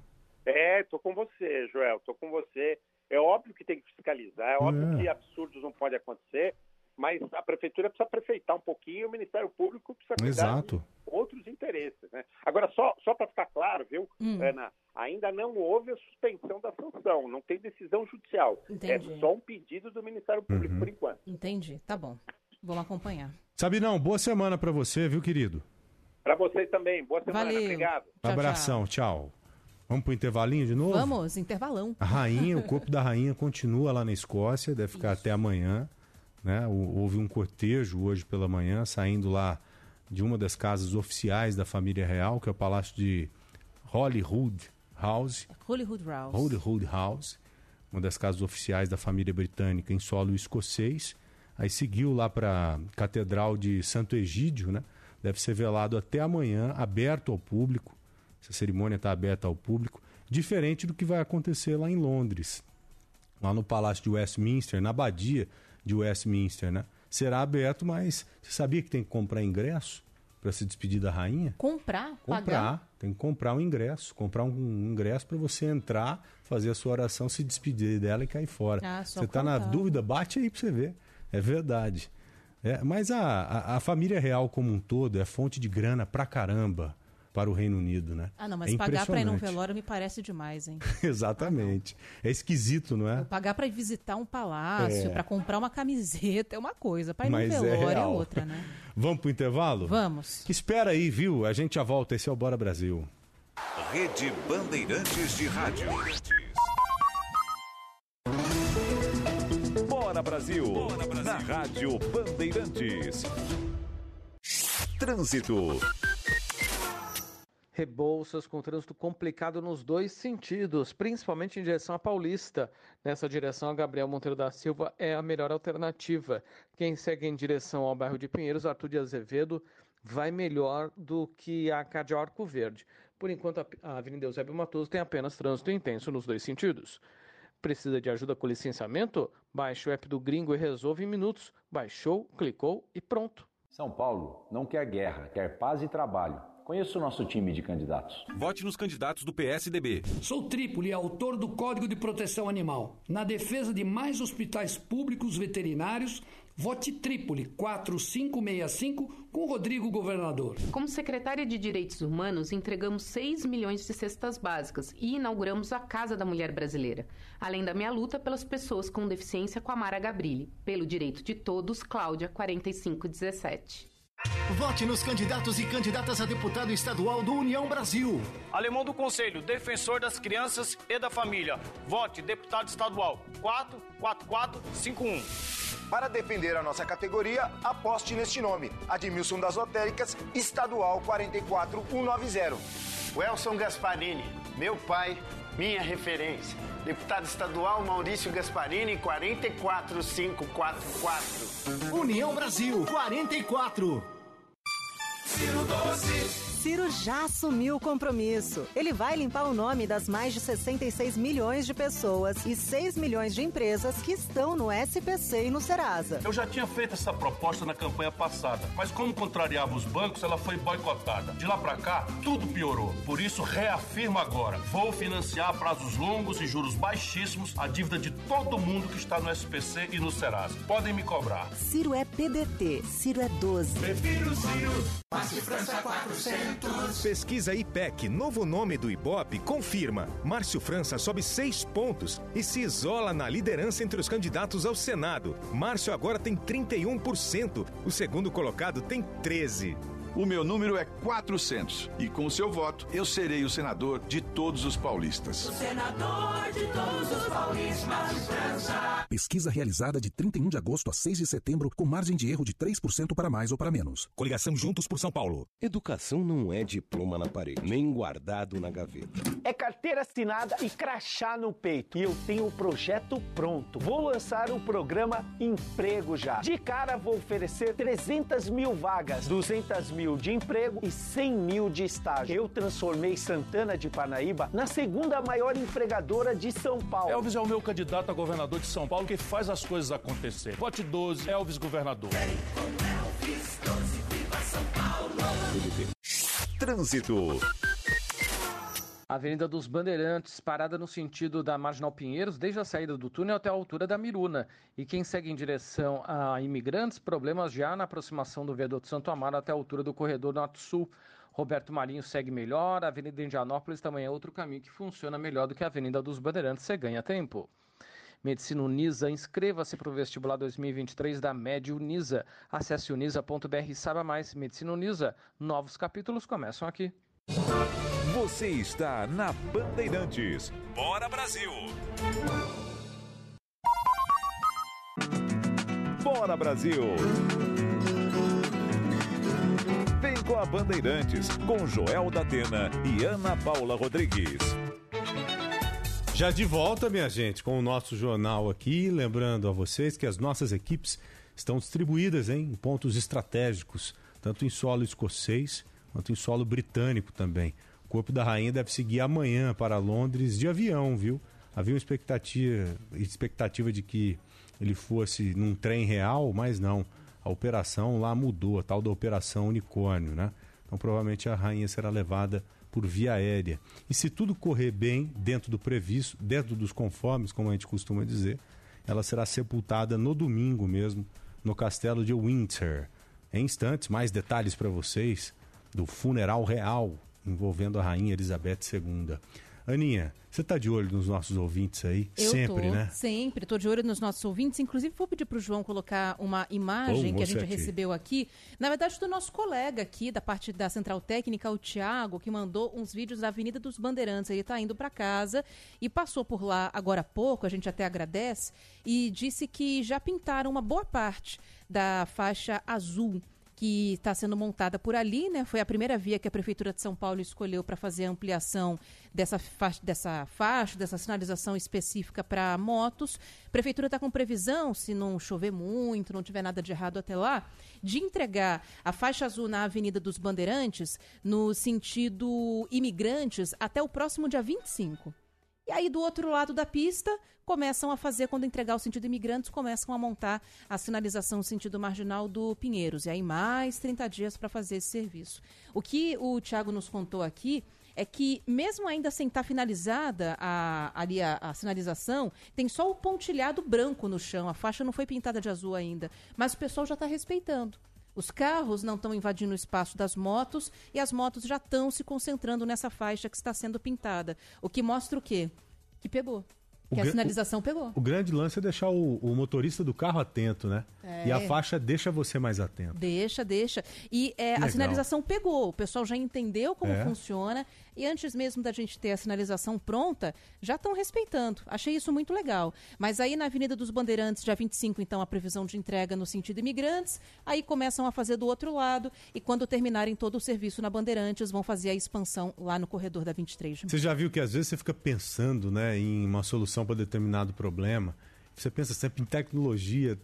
Tô com você, Joel, tô com você. É óbvio que tem que fiscalizar, é óbvio que absurdos não podem acontecer, mas a prefeitura precisa prefeitar um pouquinho e o Ministério Público precisa cuidar de outros interesses, né? Agora, só para ficar claro, viu, Ana, ainda não houve a suspensão da sanção, não tem decisão judicial. Entendi. É só um pedido do Ministério Público por enquanto. Entendi, tá bom. Vamos acompanhar. Sabinão, boa semana para você, viu, querido? Para você também, boa semana, Valeu. Obrigado. Abração, tchau. Vamos pro intervalinho de novo? Vamos, intervalão. A rainha, o corpo da rainha continua lá na Escócia, deve ficar até amanhã, né? Houve um cortejo hoje pela manhã, saindo lá de uma das casas oficiais da família real, que é o Palácio de Holyrood House. Holyrood House, uma das casas oficiais da família britânica em solo escocês. Aí seguiu lá para a Catedral de Santo Egídio, né? Deve ser velado até amanhã, aberto ao público. Essa cerimônia está aberta ao público, diferente do que vai acontecer lá em Londres, lá no Palácio de Westminster, na Abadia de Westminster, né? Será aberto, mas você sabia que tem que comprar ingresso para se despedir da rainha? Comprar? Pagar? Tem que comprar um ingresso, para você entrar, fazer a sua oração, se despedir dela e cair fora. Você está na dúvida? Bate aí para você ver. É verdade. Mas a família real como um todo é fonte de grana pra caramba para o Reino Unido, né? Não, mas pagar para ir num velório me parece demais, hein? Exatamente. É esquisito, não é? Pagar para visitar um palácio, para comprar uma camiseta é uma coisa, para ir num velório é outra, né? Vamos pro intervalo? Vamos. Espera aí, viu? A gente já volta. Esse é o Bora Brasil. Rede Bandeirantes de Rádio. Bora Brasil. Na Rádio Bandeirantes. Trânsito. Rebouças com trânsito complicado nos dois sentidos, principalmente em direção à Paulista. Nessa direção, a Gabriel Monteiro da Silva é a melhor alternativa. Quem segue em direção ao bairro de Pinheiros, Arthur de Azevedo, vai melhor do que a Cádia Arco Verde. Por enquanto, a Avenida Eusébio Matoso tem apenas trânsito intenso nos dois sentidos. Precisa de ajuda com licenciamento? Baixe o app do Gringo e resolve em minutos. Baixou, clicou e pronto. São Paulo não quer guerra, quer paz e trabalho. Conheça o nosso time de candidatos. Vote nos candidatos do PSDB. Sou Trípoli, autor do Código de Proteção Animal. Na defesa de mais hospitais públicos veterinários, vote Trípoli 4565 com Rodrigo Governador. Como secretária de Direitos Humanos, entregamos 6 milhões de cestas básicas e inauguramos a Casa da Mulher Brasileira. Além da minha luta pelas pessoas com deficiência com a Mara Gabrilli. Pelo direito de todos, Cláudia 4517. Vote nos candidatos e candidatas a deputado estadual do União Brasil. Alemão do Conselho, defensor das crianças e da família. Vote deputado estadual 44451. Para defender a nossa categoria, aposte neste nome. Admilson das Lotéricas, estadual 44190. Welson Gasparini, meu pai, minha referência. Deputado estadual Maurício Gasparini, 44544. União Brasil, 44. Ciro Doce. Ciro já assumiu o compromisso. Ele vai limpar o nome das mais de 66 milhões de pessoas e 6 milhões de empresas que estão no SPC e no Serasa. Eu já tinha feito essa proposta na campanha passada, mas como contrariava os bancos, ela foi boicotada. De lá pra cá, tudo piorou. Por isso, reafirmo agora. Vou financiar a prazos longos e juros baixíssimos a dívida de todo mundo que está no SPC e no Serasa. Podem me cobrar. Ciro é PDT. Ciro é 12. Prefiro Ciro. Márcio França 400. Pesquisa IPEC, novo nome do Ibope, confirma. Márcio França sobe 6 pontos e se isola na liderança entre os candidatos ao Senado. Márcio agora tem 31%. O segundo colocado tem 13%. O meu número é 400 e com o seu voto eu serei o senador de todos os paulistas. O senador de todos os paulistas. Márcio França. Pesquisa realizada de 31 de agosto a 6 de setembro com margem de erro de 3% para mais ou para menos. Coligação Juntos por São Paulo. Educação não é diploma na parede, nem guardado na gaveta. É carteira assinada e crachá no peito. E eu tenho o projeto pronto. Vou lançar o programa Emprego Já. De cara vou oferecer 300 mil vagas, 200 mil de emprego e 100 mil de estágio. Eu transformei Santana de Parnaíba na segunda maior empregadora de São Paulo. Elvis é o meu candidato a governador de São Paulo que faz as coisas acontecer. Vote 12, Elvis governador. Vem com Elvis 12, viva São Paulo. Trânsito. Avenida dos Bandeirantes, parada no sentido da Marginal Pinheiros, desde a saída do túnel até a altura da Miruna. E quem segue em direção a Imigrantes, problemas já na aproximação do viaduto Santo Amaro até a altura do corredor Norte-Sul. Roberto Marinho segue melhor, a Avenida Indianópolis também é outro caminho que funciona melhor do que a Avenida dos Bandeirantes, você ganha tempo. Medicina Unisa, inscreva-se para o vestibular 2023 da MED Unisa. Acesse unisa.br e saiba mais. Medicina Unisa, novos capítulos começam aqui. Você está na Bandeirantes. Bora Brasil! Bora Brasil! Vem com a Bandeirantes, com Joel da Atena e Ana Paula Rodrigues. Já de volta, minha gente, com o nosso jornal aqui, lembrando a vocês que as nossas equipes estão distribuídas em pontos estratégicos, tanto em solo escocês quanto em solo britânico também. O Corpo da Rainha deve seguir amanhã para Londres de avião, viu? Havia uma expectativa de que ele fosse num trem real, mas não. A operação lá mudou, a tal da Operação Unicórnio, né? Então provavelmente a rainha será levada por via aérea. E se tudo correr bem, dentro do previsto, dentro dos conformes, como a gente costuma dizer, ela será sepultada no domingo mesmo, no castelo de Windsor. Em instantes, mais detalhes para vocês do funeral real envolvendo a rainha Elizabeth II. Aninha, você está de olho nos nossos ouvintes aí? Sempre, né? Sempre, estou de olho nos nossos ouvintes. Inclusive, vou pedir para o João colocar uma imagem que a gente recebeu aqui. Na verdade, do nosso colega aqui, da parte da Central Técnica, o Thiago, que mandou uns vídeos da Avenida dos Bandeirantes. Ele está indo para casa e passou por lá agora há pouco, a gente até agradece, e disse que já pintaram uma boa parte da faixa azul que está sendo montada por ali, né? Foi a primeira via que a Prefeitura de São Paulo escolheu para fazer a ampliação dessa faixa, dessa sinalização específica para motos. A Prefeitura está com previsão, se não chover muito, não tiver nada de errado até lá, de entregar a faixa azul na Avenida dos Bandeirantes no sentido Imigrantes até o próximo dia 25. E aí, do outro lado da pista, começam a fazer, quando entregar o sentido Imigrantes, começam a montar a sinalização no sentido marginal do Pinheiros. E aí, mais 30 dias para fazer esse serviço. O que o Thiago nos contou aqui é que, mesmo ainda sem estar finalizada a sinalização, tem só o pontilhado branco no chão. A faixa não foi pintada de azul ainda. Mas o pessoal já está respeitando. Os carros não estão invadindo o espaço das motos e as motos já estão se concentrando nessa faixa que está sendo pintada. O que mostra o quê? Que pegou. Que a sinalização pegou. O grande lance é deixar o motorista do carro atento, né? É. E a faixa deixa você mais atento. Deixa. E a sinalização pegou. O pessoal já entendeu como funciona. E antes mesmo da gente ter a sinalização pronta, já estão respeitando. Achei isso muito legal. Mas aí na Avenida dos Bandeirantes, dia 25, então, a previsão de entrega no sentido Imigrantes. Aí começam a fazer do outro lado. E quando terminarem todo o serviço na Bandeirantes, vão fazer a expansão lá no corredor da 23 de maio. Você já viu que às vezes você fica pensando, né, em uma solução para determinado problema. Você pensa sempre em tecnologia,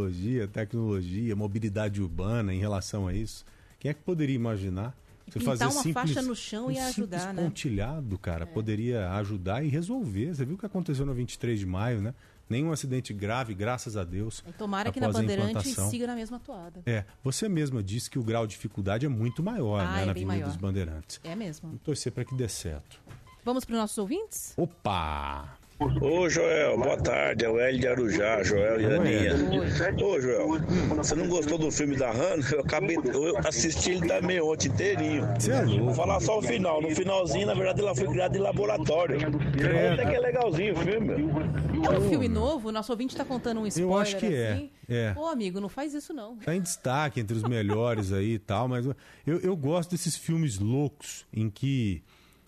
mobilidade urbana em relação a isso. Quem é que poderia imaginar? Você fazer uma faixa no chão e ajudar, né? Pontilhado, cara, poderia ajudar e resolver. Você viu o que aconteceu no 23 de maio, né? Nenhum acidente grave, graças a Deus. E tomara que na Bandeirante siga na mesma toada. Você mesma disse que o grau de dificuldade é muito maior, né, na Avenida dos Bandeirantes. É mesmo. Vamos torcer para que dê certo. Vamos para os nossos ouvintes? Opa! Ô Joel, boa tarde, é o Hélio de Arujá, Joel e Aninha. Ô Joel, você não gostou do filme da Hannah? Eu assisti ele também ontem inteirinho. Vou falar só o final. No finalzinho, na verdade, ela foi criada em laboratório. Até que é legalzinho o filme. É um filme novo? Nosso ouvinte tá contando um spoiler. Eu acho que assim. Pô, amigo, não faz isso não. Tá em destaque entre os melhores aí e tal, mas eu gosto desses filmes loucos em que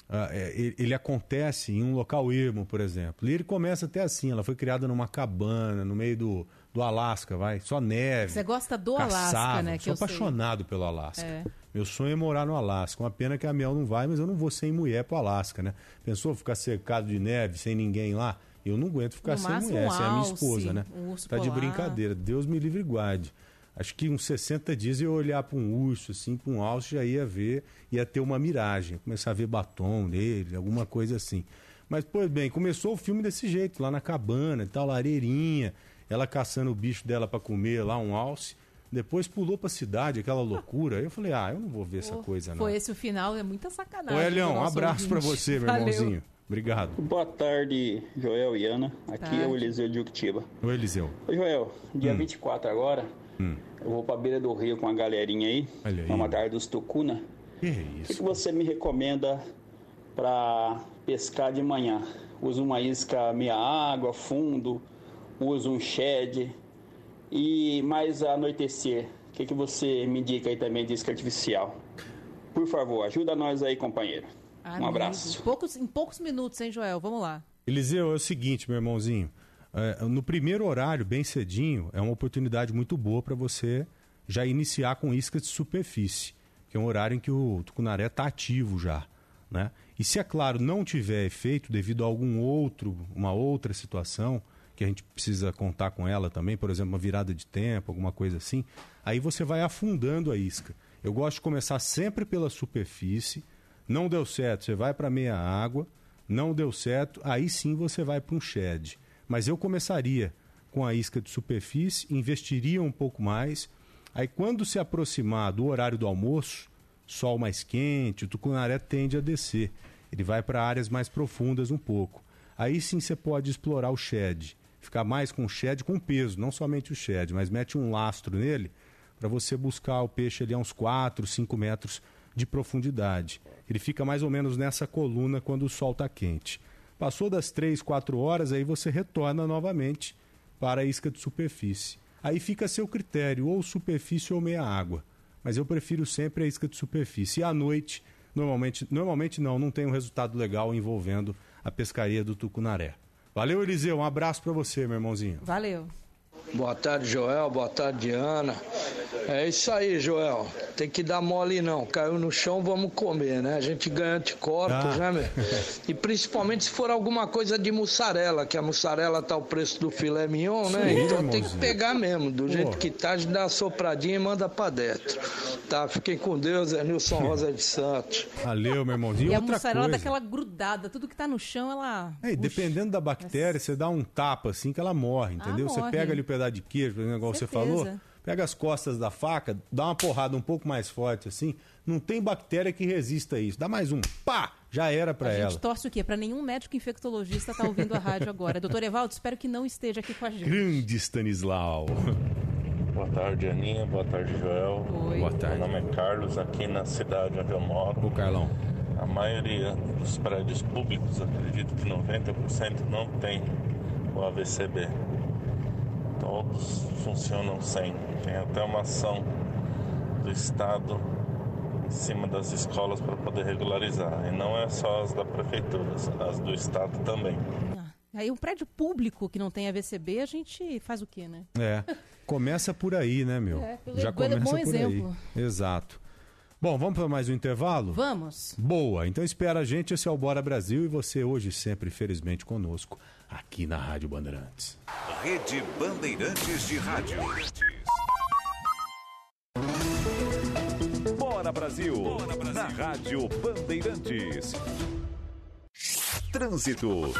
ele acontece em um local ermo, por exemplo. E ele começa até assim, ela foi criada numa cabana, no meio do Alasca, só neve. Você gosta do caçava. Alasca, né? Sou apaixonado pelo Alasca. Meu sonho é morar no Alasca. Uma pena que a Mel não vai, mas eu não vou sem mulher pro Alasca, né? Pensou ficar cercado de neve, sem ninguém lá? Eu não aguento ficar sem mulher, sem a minha esposa, né? Tá de brincadeira. Deus me livre e guarde. Acho que uns 60 dias eu olhar para um urso, assim, para um alce, já ia ver, ia ter uma miragem, começar a ver batom nele, alguma coisa assim. Mas, pois bem, começou o filme desse jeito, lá na cabana e tal, lareirinha, ela caçando o bicho dela para comer lá, um alce. Depois pulou pra cidade, aquela loucura. Aí eu falei, eu não vou ver essa coisa, não. Foi esse o final, é muita sacanagem. Ô, Elião, um abraço para você, meu irmãozinho. Obrigado. Boa tarde, Joel e Ana. Aqui é o Eliseu de Uctiba. Ô, Eliseu. Ô, Joel, dia 24 agora, eu vou pra beira do rio com a galerinha aí. Olha aí. Vamos atrás dos tucuna. Que é isso? O que você me recomenda pra pescar de manhã? Uso uma isca meia água, fundo, uso um shed e mais anoitecer. O que você me indica aí também de isca artificial? Por favor, ajuda nós aí, companheiro. Um abraço. Em poucos minutos, hein, Joel? Vamos lá. Eliseu, é o seguinte, meu irmãozinho. No primeiro horário, bem cedinho, é uma oportunidade muito boa para você já iniciar com iscas de superfície, que é um horário em que o tucunaré está ativo já, né? E se, é claro, não tiver efeito devido a uma outra situação, que a gente precisa contar com ela também, por exemplo, uma virada de tempo, alguma coisa assim, aí você vai afundando a isca. Eu gosto de começar sempre pela superfície. Não deu certo, você vai para meia água. Não deu certo, aí sim você vai para um shed. Mas eu começaria com a isca de superfície, investiria um pouco mais. Aí quando se aproximar do horário do almoço, sol mais quente, o tucunaré tende a descer. Ele vai para áreas mais profundas um pouco. Aí sim você pode explorar o shed. Ficar mais com o shed com peso, não somente o shed, mas mete um lastro nele para você buscar o peixe ali a uns 4, 5 metros de profundidade. Ele fica mais ou menos nessa coluna quando o sol está quente. Passou das 3, 4 horas, aí você retorna novamente para a isca de superfície. Aí fica a seu critério, ou superfície ou meia água. Mas eu prefiro sempre a isca de superfície. E à noite, normalmente não tem um resultado legal envolvendo a pescaria do tucunaré. Valeu, Eliseu. Um abraço para você, meu irmãozinho. Valeu. Boa tarde, Joel. Boa tarde, Ana. É isso aí, Joel. Tem que dar mole não. Caiu no chão, vamos comer, né? A gente ganha anticorpos, né, meu? E principalmente se for alguma coisa de mussarela, que a mussarela tá o preço do filé mignon, né? Sim, então tem que pegar mesmo. Do jeito que tá, a gente dá uma sopradinha e manda pra dentro. Tá? Fiquem com Deus, é Nilson Rosa de Santos. Valeu, meu irmãozinho. E a mussarela daquela grudada, tudo que tá no chão, ela... Dependendo da bactéria, você dá um tapa assim que ela morre, entendeu? Você pega ali o pedaço de queijo, por exemplo, igual você falou, pega as costas da faca, dá uma porrada um pouco mais forte assim, não tem bactéria que resista a isso. Dá mais um, pá, já era pra ela. A gente torce o quê? Pra nenhum médico infectologista tá ouvindo a rádio agora. Doutor Evaldo, espero que não esteja aqui com a gente. Grande Stanislau. Boa tarde, Aninha. Boa tarde, Joel. Oi. Boa tarde. Meu nome é Carlos, aqui na cidade onde eu moro. Ô, Carlão. A maioria dos prédios públicos, acredito que 90% não tem o AVCB. Todos funcionam sem. Tem até uma ação do Estado em cima das escolas para poder regularizar. E não é só as da prefeitura, as do Estado também. Aí um prédio público que não tem AVCB, a gente faz o quê, né? Começa por aí, né, meu? Já começa bom por exemplo. aí. Exato. Bom, vamos para mais um intervalo? Vamos. Boa, então espera a gente, esse é o Bora Brasil e você hoje sempre, felizmente, conosco aqui na Rádio Bandeirantes. Rede Bandeirantes de Rádio. Bora Brasil, na Rádio Bandeirantes. Trânsito.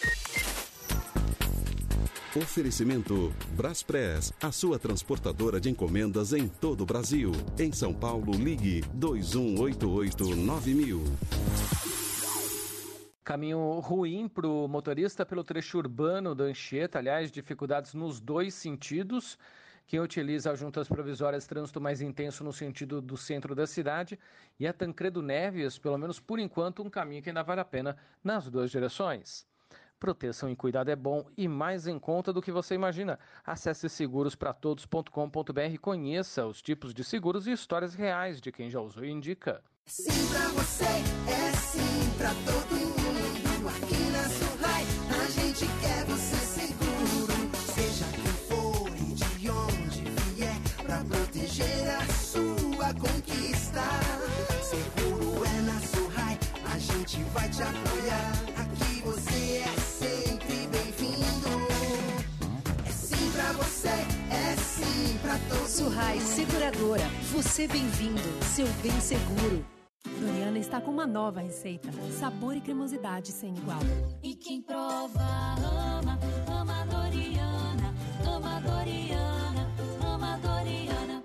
Oferecimento Braspress, a sua transportadora de encomendas em todo o Brasil. Em São Paulo, ligue 2188-9000. Caminho ruim para o motorista pelo trecho urbano da Anchieta, aliás, dificuldades nos dois sentidos. Quem utiliza as juntas provisórias, trânsito mais intenso no sentido do centro da cidade. E a Tancredo Neves, pelo menos por enquanto, um caminho que ainda vale a pena nas duas direções. Proteção e cuidado é bom e mais em conta do que você imagina. Acesse segurospratodos.com.br e conheça os tipos de seguros e histórias reais de quem já usou e indica. Sim pra você, é sim pra todo mundo. Aqui na Surrai, a gente quer você seguro. Seja quem for e de onde vier, pra proteger a sua conquista. Seguro é na Surrai, a gente vai te apoiar. Aqui você é sempre bem-vindo. É sim pra você, é sim pra todo mundo. Surrai Seguradora, você bem-vindo, seu bem seguro. Doriana está com uma nova receita, sabor e cremosidade sem igual. E quem prova ama, ama Doriana, ama Doriana, ama Doriana.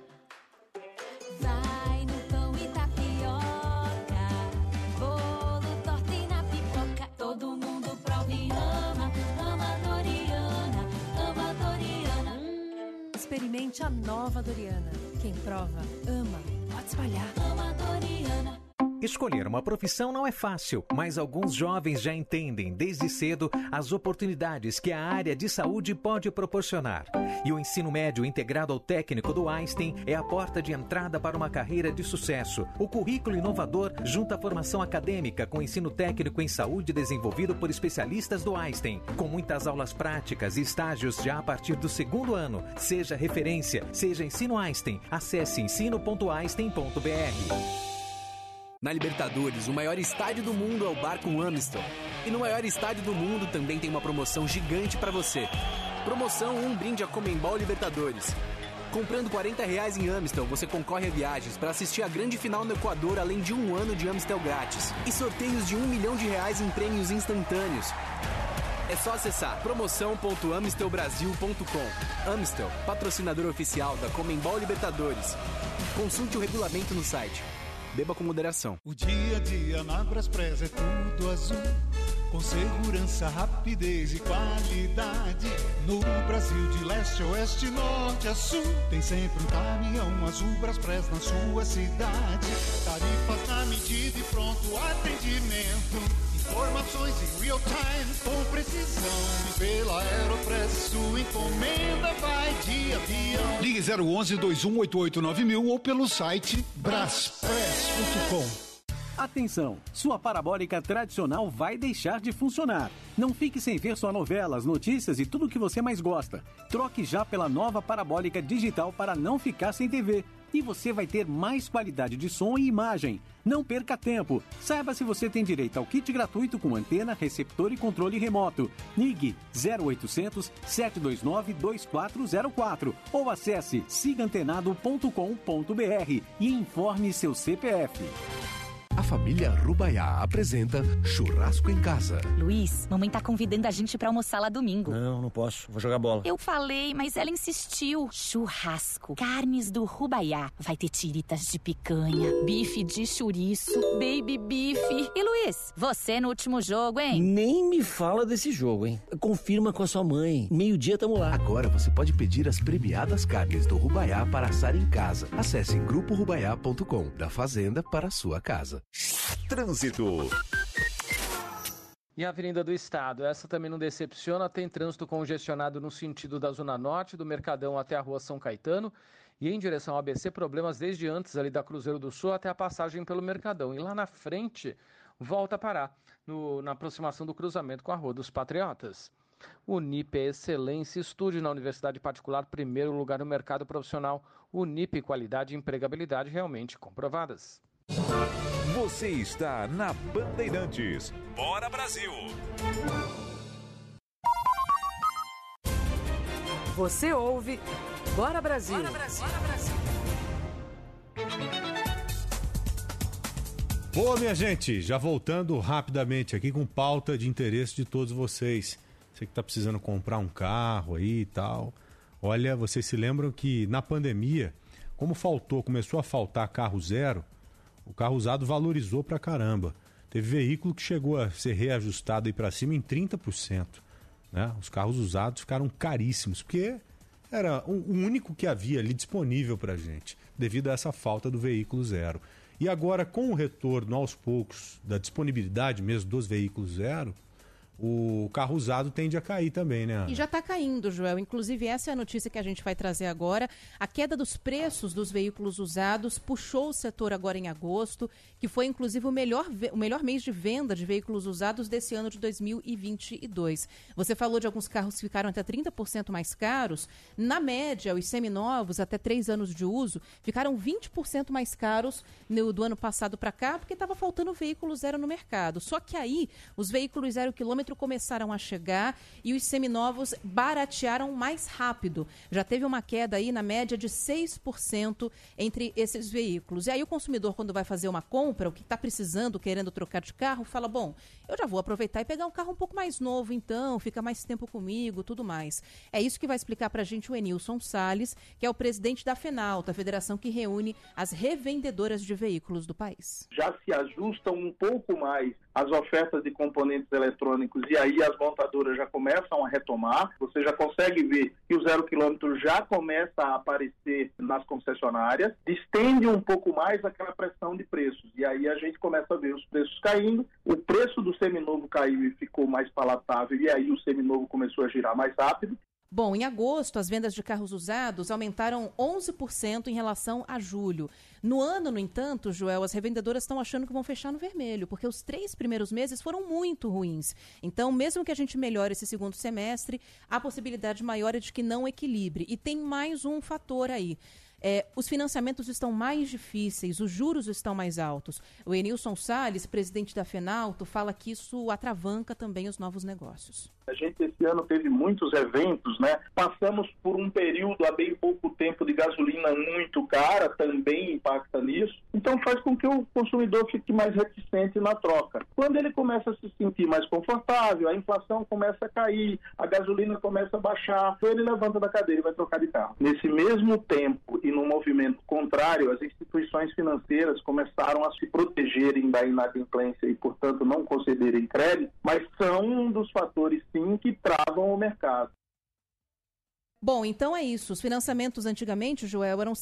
Vai no pão e tapioca, bolo, torta e na pipoca. Todo mundo prova e ama, ama Doriana, ama Doriana. Experimente a nova Doriana. Quem prova, ama. Pode espalhar. Ama Doriana. Escolher uma profissão não é fácil, mas alguns jovens já entendem desde cedo as oportunidades que a área de saúde pode proporcionar. E o ensino médio integrado ao técnico do Einstein é a porta de entrada para uma carreira de sucesso. O currículo inovador junta a formação acadêmica com ensino técnico em saúde desenvolvido por especialistas do Einstein, com muitas aulas práticas e estágios já a partir do segundo ano. Seja referência, seja ensino Einstein. Acesse ensino.einstein.br. Na Libertadores, o maior estádio do mundo é o Barco Amistel. E no maior estádio do mundo também tem uma promoção gigante para você. Promoção 1 brinde a Comembol Libertadores. Comprando R$40 em Amistel, você concorre a viagens para assistir a grande final no Equador, além de 1 ano de Amistel grátis. E sorteios de R$1 milhão em prêmios instantâneos. É só acessar promoção.amistelbrasil.com. Amistel, patrocinador oficial da Comembol Libertadores. Consulte o regulamento no site. Beba com moderação. O dia a dia na Braspress é tudo azul, com segurança, rapidez e qualidade. No Brasil de leste a oeste, norte a sul, tem sempre um caminhão azul Braspress na sua cidade. Tarifas na medida e pronto atendimento. Informações em real time, com precisão. E pela Aeropress, sua encomenda vai de avião. Ligue 011-2188-9000 ou pelo site braspress.com. Atenção, sua parabólica tradicional vai deixar de funcionar. Não fique sem ver sua novelas, notícias e tudo o que você mais gosta. Troque já pela nova parabólica digital para não ficar sem TV. E você vai ter mais qualidade de som e imagem. Não perca tempo. Saiba se você tem direito ao kit gratuito com antena, receptor e controle remoto. Ligue 0800 729 2404 ou acesse sigaantenado.com.br e informe seu CPF. A família Rubaiá apresenta Churrasco em Casa. Luiz, mamãe tá convidando a gente pra almoçar lá domingo. Não posso. Vou jogar bola. Eu falei, mas ela insistiu. Churrasco. Carnes do Rubaiá. Vai ter tiritas de picanha, bife de chouriço, baby beef. E Luiz, você no último jogo, hein? Nem me fala desse jogo, hein? Confirma com a sua mãe. 12:00 tamo lá. Agora você pode pedir as premiadas carnes do Rubaiá para assar em casa. Acesse gruporubaiá.com. Da fazenda para a sua casa. Trânsito. E a Avenida do Estado, essa também não decepciona, tem trânsito congestionado no sentido da Zona Norte, do Mercadão até a Rua São Caetano, e em direção ao ABC, problemas desde antes ali da Cruzeiro do Sul até a passagem pelo Mercadão. E lá na frente, volta a parar, na aproximação do cruzamento com a Rua dos Patriotas. Unip é excelência, estude na universidade particular, primeiro lugar no mercado profissional. Unip, qualidade e empregabilidade realmente comprovadas. Você está na Bandeirantes. Bora Brasil! Você ouve Bora Brasil! Bora Brasil! Bora Brasil! Boa, minha gente, já voltando rapidamente aqui com pauta de interesse de todos vocês. Você que está precisando comprar um carro aí e tal. Olha, vocês se lembram que na pandemia, como começou a faltar carro zero, o carro usado valorizou pra caramba. Teve veículo que chegou a ser reajustado aí para cima em 30%. Né? Os carros usados ficaram caríssimos, porque era o único que havia ali disponível para a gente, devido a essa falta do veículo zero. E agora, com o retorno aos poucos da disponibilidade mesmo dos veículos zero, o carro usado tende a cair também, né, Ana? E já está caindo, Joel. Inclusive, essa é a notícia que a gente vai trazer agora. A queda dos preços dos veículos usados puxou o setor agora em agosto, que foi, inclusive, o melhor mês de venda de veículos usados desse ano de 2022. Você falou de alguns carros que ficaram até 30% mais caros. Na média, os seminovos, até 3 anos de uso, ficaram 20% mais caros do ano passado para cá, porque estava faltando veículo zero no mercado. Só que aí, os veículos 0 km começaram a chegar e os seminovos baratearam mais rápido. Já teve uma queda aí na média de 6% entre esses veículos. E aí o consumidor, quando vai fazer uma compra, o que está precisando, querendo trocar de carro, fala, bom, eu já vou aproveitar e pegar um carro um pouco mais novo, então, fica mais tempo comigo, tudo mais. É isso que vai explicar para a gente o Enilson Salles, que é o presidente da FENALTA, a federação que reúne as revendedoras de veículos do país. Já se ajustam um pouco mais as ofertas de componentes eletrônicos e aí as montadoras já começam a retomar. Você já consegue ver que o 0 km já começa a aparecer nas concessionárias, estende um pouco mais aquela pressão de preços. E aí a gente começa a ver os preços caindo, o preço do seminovo caiu e ficou mais palatável, e aí o seminovo começou a girar mais rápido. Bom, em agosto, as vendas de carros usados aumentaram 11% em relação a julho. No ano, no entanto, Joel, as revendedoras estão achando que vão fechar no vermelho, porque os 3 primeiros meses foram muito ruins. Então, mesmo que a gente melhore esse segundo semestre, a possibilidade maior é de que não equilibre. E tem mais um fator aí. Os financiamentos estão mais difíceis, os juros estão mais altos. O Enilson Salles, presidente da FENALTA, fala que isso atravanca também os novos negócios. A gente esse ano teve muitos eventos, né? Passamos por um período há bem pouco tempo de gasolina muito cara, também impacta nisso. Então faz com que o consumidor fique mais reticente na troca. Quando ele começa a se sentir mais confortável, a inflação começa a cair, a gasolina começa a baixar, então ele levanta da cadeira e vai trocar de carro. Nesse mesmo tempo e no movimento contrário, as instituições financeiras começaram a se protegerem da inadimplência e, portanto, não concederem crédito, mas são um dos fatores, sim, que travam o mercado. Bom, então é isso. Os financiamentos antigamente, Joel, eram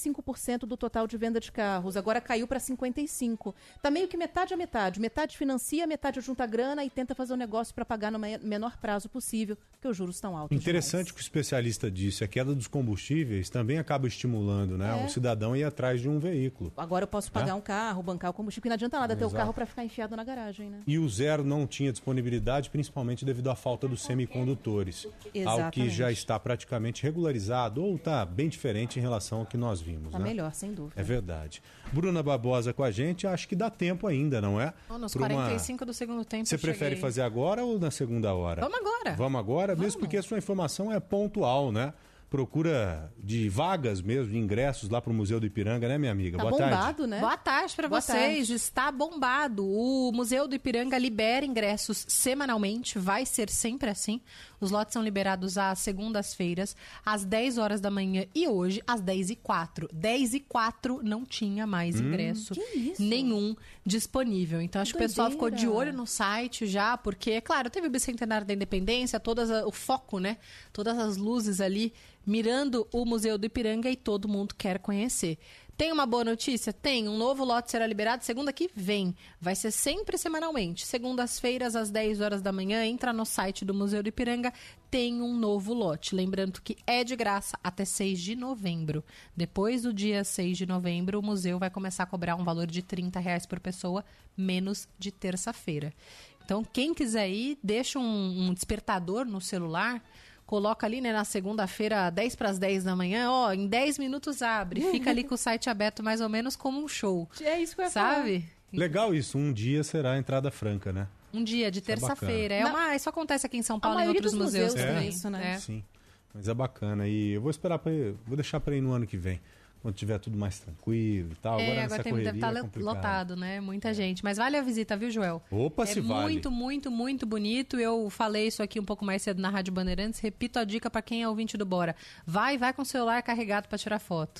65% do total de venda de carros. Agora caiu para 55%. Tá meio que metade a metade. Metade financia, metade junta grana e tenta fazer um negócio para pagar no menor prazo possível, porque os juros estão altos. Interessante demais. O que o especialista disse. A queda dos combustíveis também acaba estimulando, né, o cidadão a ir atrás de um veículo. Agora eu posso pagar um carro, bancar o combustível, porque não adianta nada ter o carro para ficar enfiado na garagem, né? E o zero não tinha disponibilidade, principalmente devido à falta dos semicondutores. Exatamente. Algo que já está praticamente regularizado ou está bem diferente em relação ao que nós vimos. Está melhor, sem dúvida. É verdade. Bruna Barbosa com a gente, acho que dá tempo ainda, não é? Nos 45 do segundo tempo. Você prefere fazer agora ou na segunda hora? Vamos agora. Vamos agora, mesmo porque a sua informação é pontual, né? Procura de vagas mesmo, de ingressos lá para o Museu do Ipiranga, né, minha amiga? Tá Boa bombado, tarde. Né? Boa tarde para vocês. Tarde. Está bombado. O Museu do Ipiranga libera ingressos semanalmente, vai ser sempre assim. Os lotes são liberados às segundas-feiras, às 10 horas da manhã e hoje, às 10h04. 10h04 não tinha mais ingresso nenhum disponível. Então, acho que o pessoal ficou de olho no site já, porque, claro, teve o Bicentenário da Independência, o foco, né? Todas as luzes ali mirando o Museu do Ipiranga e todo mundo quer conhecer. Tem uma boa notícia? Tem. Um novo lote será liberado segunda que vem. Vai ser sempre semanalmente. Segundas-feiras, às 10 horas da manhã, entra no site do Museu do Ipiranga, tem um novo lote. Lembrando que é de graça até 6 de novembro. Depois do dia 6 de novembro, o museu vai começar a cobrar um valor de R$30 por pessoa, menos de terça-feira. Então, quem quiser ir, deixa um despertador no celular. Coloca ali, né, na segunda-feira, 10 para as 10 da manhã, em 10 minutos abre. Fica ali com o site aberto mais ou menos como um show. É isso que eu ia sabe? falar. Legal isso, um dia será a entrada franca, né? Um dia, de terça-feira. Isso acontece aqui em São Paulo e em outros museus também. Isso, né? Sim, mas é bacana. E eu vou vou deixar para ir no ano que vem. Quando tiver tudo mais tranquilo e tal. Agora nessa correria deve estar lotado, né? Muita gente. Mas vale a visita, viu, Joel? Opa, se vale. É muito, muito, muito bonito. Eu falei isso aqui um pouco mais cedo na Rádio Bandeirantes. Repito a dica para quem é ouvinte do Bora. Vai com o celular carregado para tirar foto.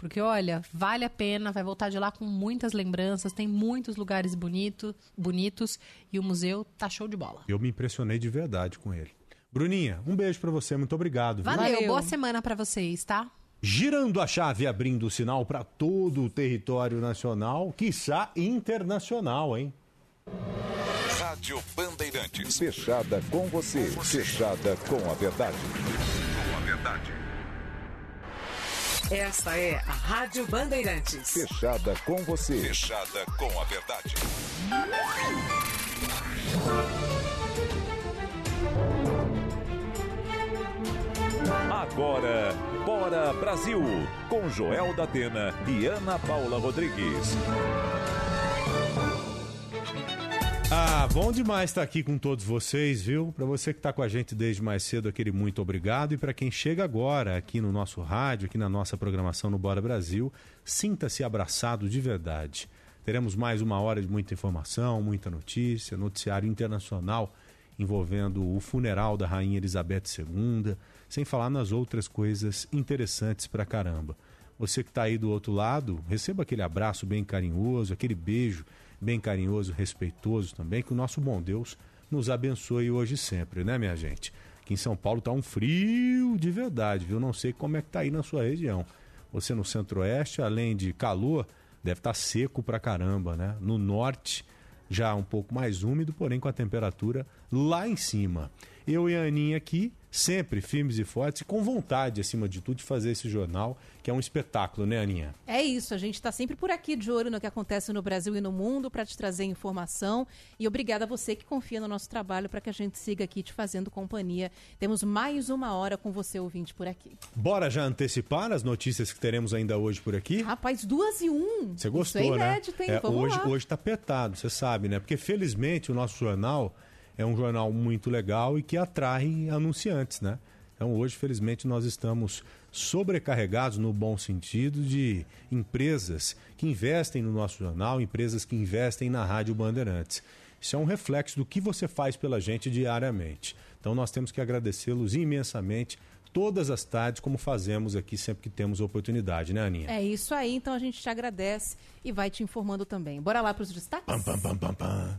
Porque, olha, vale a pena, vai voltar de lá com muitas lembranças, tem muitos lugares bonitos e o museu tá show de bola. Eu me impressionei de verdade com ele. Bruninha, um beijo pra você, muito obrigado. Valeu, boa semana pra vocês, tá? Girando a chave, abrindo o sinal para todo o território nacional, quiçá internacional, hein? Rádio Bandeirantes. Fechada com você. Fechada com a verdade. Com a verdade. Esta é a Rádio Bandeirantes. Fechada com você. Fechada com a verdade. Agora, Bora Brasil, com Joel da Atena e Ana Paula Rodrigues. Ah, bom demais estar aqui com todos vocês, viu? Para você que está com a gente desde mais cedo, aquele muito obrigado. E para quem chega agora aqui no nosso rádio, aqui na nossa programação no Bora Brasil, sinta-se abraçado de verdade. Teremos mais uma hora de muita informação, muita notícia, noticiário internacional envolvendo o funeral da Rainha Elizabeth II, sem falar nas outras coisas interessantes pra caramba. Você que está aí do outro lado, receba aquele abraço bem carinhoso, aquele beijo bem carinhoso, respeitoso também, que o nosso bom Deus nos abençoe hoje e sempre, né, minha gente? Aqui em São Paulo tá um frio de verdade, viu? Não sei como é que tá aí na sua região. Você no centro-oeste, além de calor, deve estar seco pra caramba, né? No norte, já um pouco mais úmido, porém com a temperatura lá em cima. Eu e a Aninha aqui, sempre firmes e fortes e com vontade, acima de tudo, de fazer esse jornal, que é um espetáculo, né, Aninha? É isso, a gente está sempre por aqui de olho no que acontece no Brasil e no mundo para te trazer informação. E obrigada a você que confia no nosso trabalho para que a gente siga aqui te fazendo companhia. Temos mais uma hora com você, ouvinte, por aqui. Bora já antecipar as notícias que teremos ainda hoje por aqui? Rapaz, 2:01. Você gostou, isso é inédito, né? Hein? Vamos lá. Hoje tá apertado, você sabe, né? Porque felizmente o nosso jornal é um jornal muito legal e que atrai anunciantes, né? Então hoje, felizmente, nós estamos sobrecarregados no bom sentido de empresas que investem no nosso jornal, empresas que investem na Rádio Bandeirantes. Isso é um reflexo do que você faz pela gente diariamente. Então nós temos que agradecê-los imensamente todas as tardes, como fazemos aqui sempre que temos oportunidade, né, Aninha? É isso aí, então a gente te agradece e vai te informando também. Bora lá para os destaques? Pam, pam, pam, pam, pam.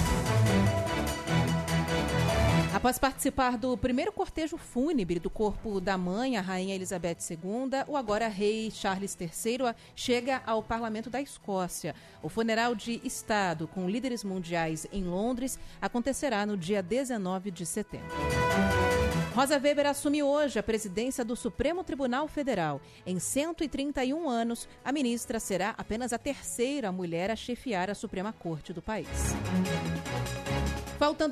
Após participar do primeiro cortejo fúnebre do corpo da mãe, a Rainha Elizabeth II, o agora rei Charles III chega ao Parlamento da Escócia. O funeral de Estado com líderes mundiais em Londres acontecerá no dia 19 de setembro. Rosa Weber assume hoje a presidência do Supremo Tribunal Federal. Em 131 anos, a ministra será apenas a terceira mulher a chefiar a Suprema Corte do país. Faltando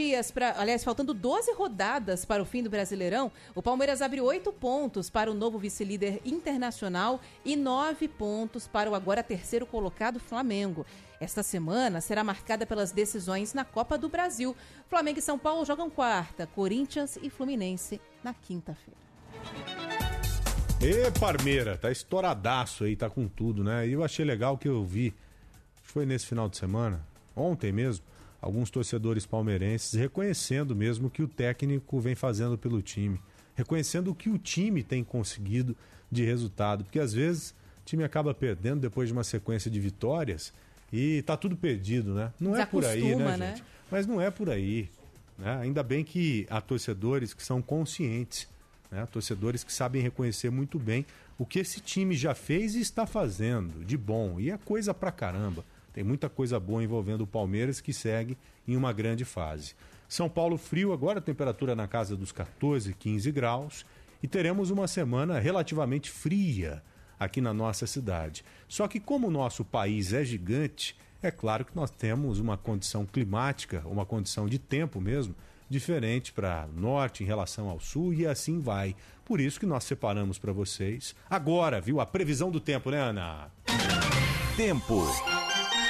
12 rodadas para o fim do Brasileirão, o Palmeiras abre 8 pontos para o novo vice-líder internacional e 9 pontos para o agora terceiro colocado Flamengo. Esta semana será marcada pelas decisões na Copa do Brasil. Flamengo e São Paulo jogam quarta, Corinthians e Fluminense na quinta-feira. Ê, Parmeira, tá estouradaço aí, tá com tudo, né? E eu achei legal que eu vi, foi nesse final de semana, ontem mesmo, alguns torcedores palmeirenses reconhecendo mesmo o que o técnico vem fazendo pelo time, reconhecendo o que o time tem conseguido de resultado, porque às vezes o time acaba perdendo depois de uma sequência de vitórias e tá tudo perdido, né? Não é por aí, né, gente? Mas não é por aí, né? Ainda bem que há torcedores que são conscientes, né? Torcedores que sabem reconhecer muito bem o que esse time já fez e está fazendo de bom, e é coisa pra caramba. Tem muita coisa boa envolvendo o Palmeiras, que segue em uma grande fase. São Paulo frio, agora a temperatura na casa dos 14, 15 graus. E teremos uma semana relativamente fria aqui na nossa cidade. Só que como o nosso país é gigante, é claro que nós temos uma condição climática, uma condição de tempo mesmo, diferente para norte em relação ao sul, e assim vai. Por isso que nós separamos para vocês agora, viu? A previsão do tempo, né, Ana? Tempo.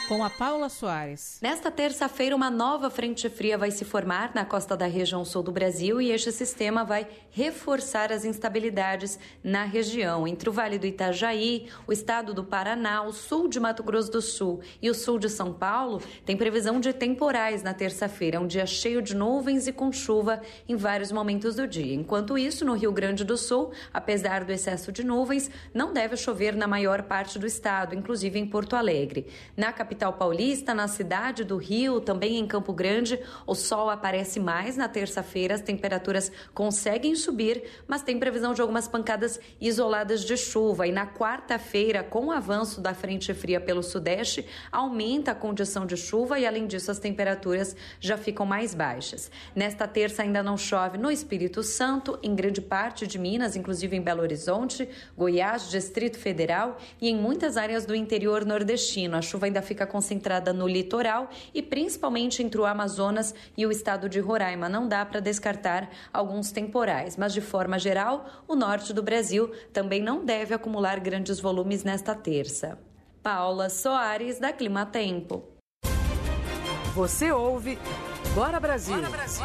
Com a Paula Soares. Nesta terça-feira, uma nova frente fria vai se formar na costa da região sul do Brasil e este sistema vai reforçar as instabilidades na região. Entre o Vale do Itajaí, o estado do Paraná, o sul de Mato Grosso do Sul e o sul de São Paulo, tem previsão de temporais na terça-feira, um dia cheio de nuvens e com chuva em vários momentos do dia. Enquanto isso, no Rio Grande do Sul, apesar do excesso de nuvens, não deve chover na maior parte do estado, inclusive em Porto Alegre. Na capital paulista, na cidade do Rio, também em Campo Grande, o sol aparece mais na terça-feira, as temperaturas conseguem subir, mas tem previsão de algumas pancadas isoladas de chuva. E na quarta-feira, com o avanço da frente fria pelo sudeste, aumenta a condição de chuva e, além disso, as temperaturas já ficam mais baixas. Nesta terça ainda não chove no Espírito Santo, em grande parte de Minas, inclusive em Belo Horizonte, Goiás, Distrito Federal e em muitas áreas do interior nordestino. A chuva ainda fica concentrada no litoral e principalmente entre o Amazonas e o estado de Roraima. Não dá para descartar alguns temporais, mas de forma geral, o norte do Brasil também não deve acumular grandes volumes nesta terça. Paula Soares, da Climatempo. Você ouve Bora Brasil. Bora Brasil.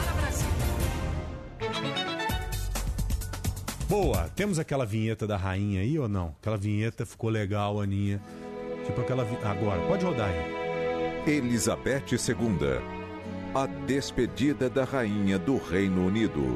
Boa, temos aquela vinheta da rainha aí ou não? Aquela vinheta ficou legal, Aninha. Tipo aquela... Agora, pode rodar aí. Elizabeth II. A despedida da rainha do Reino Unido.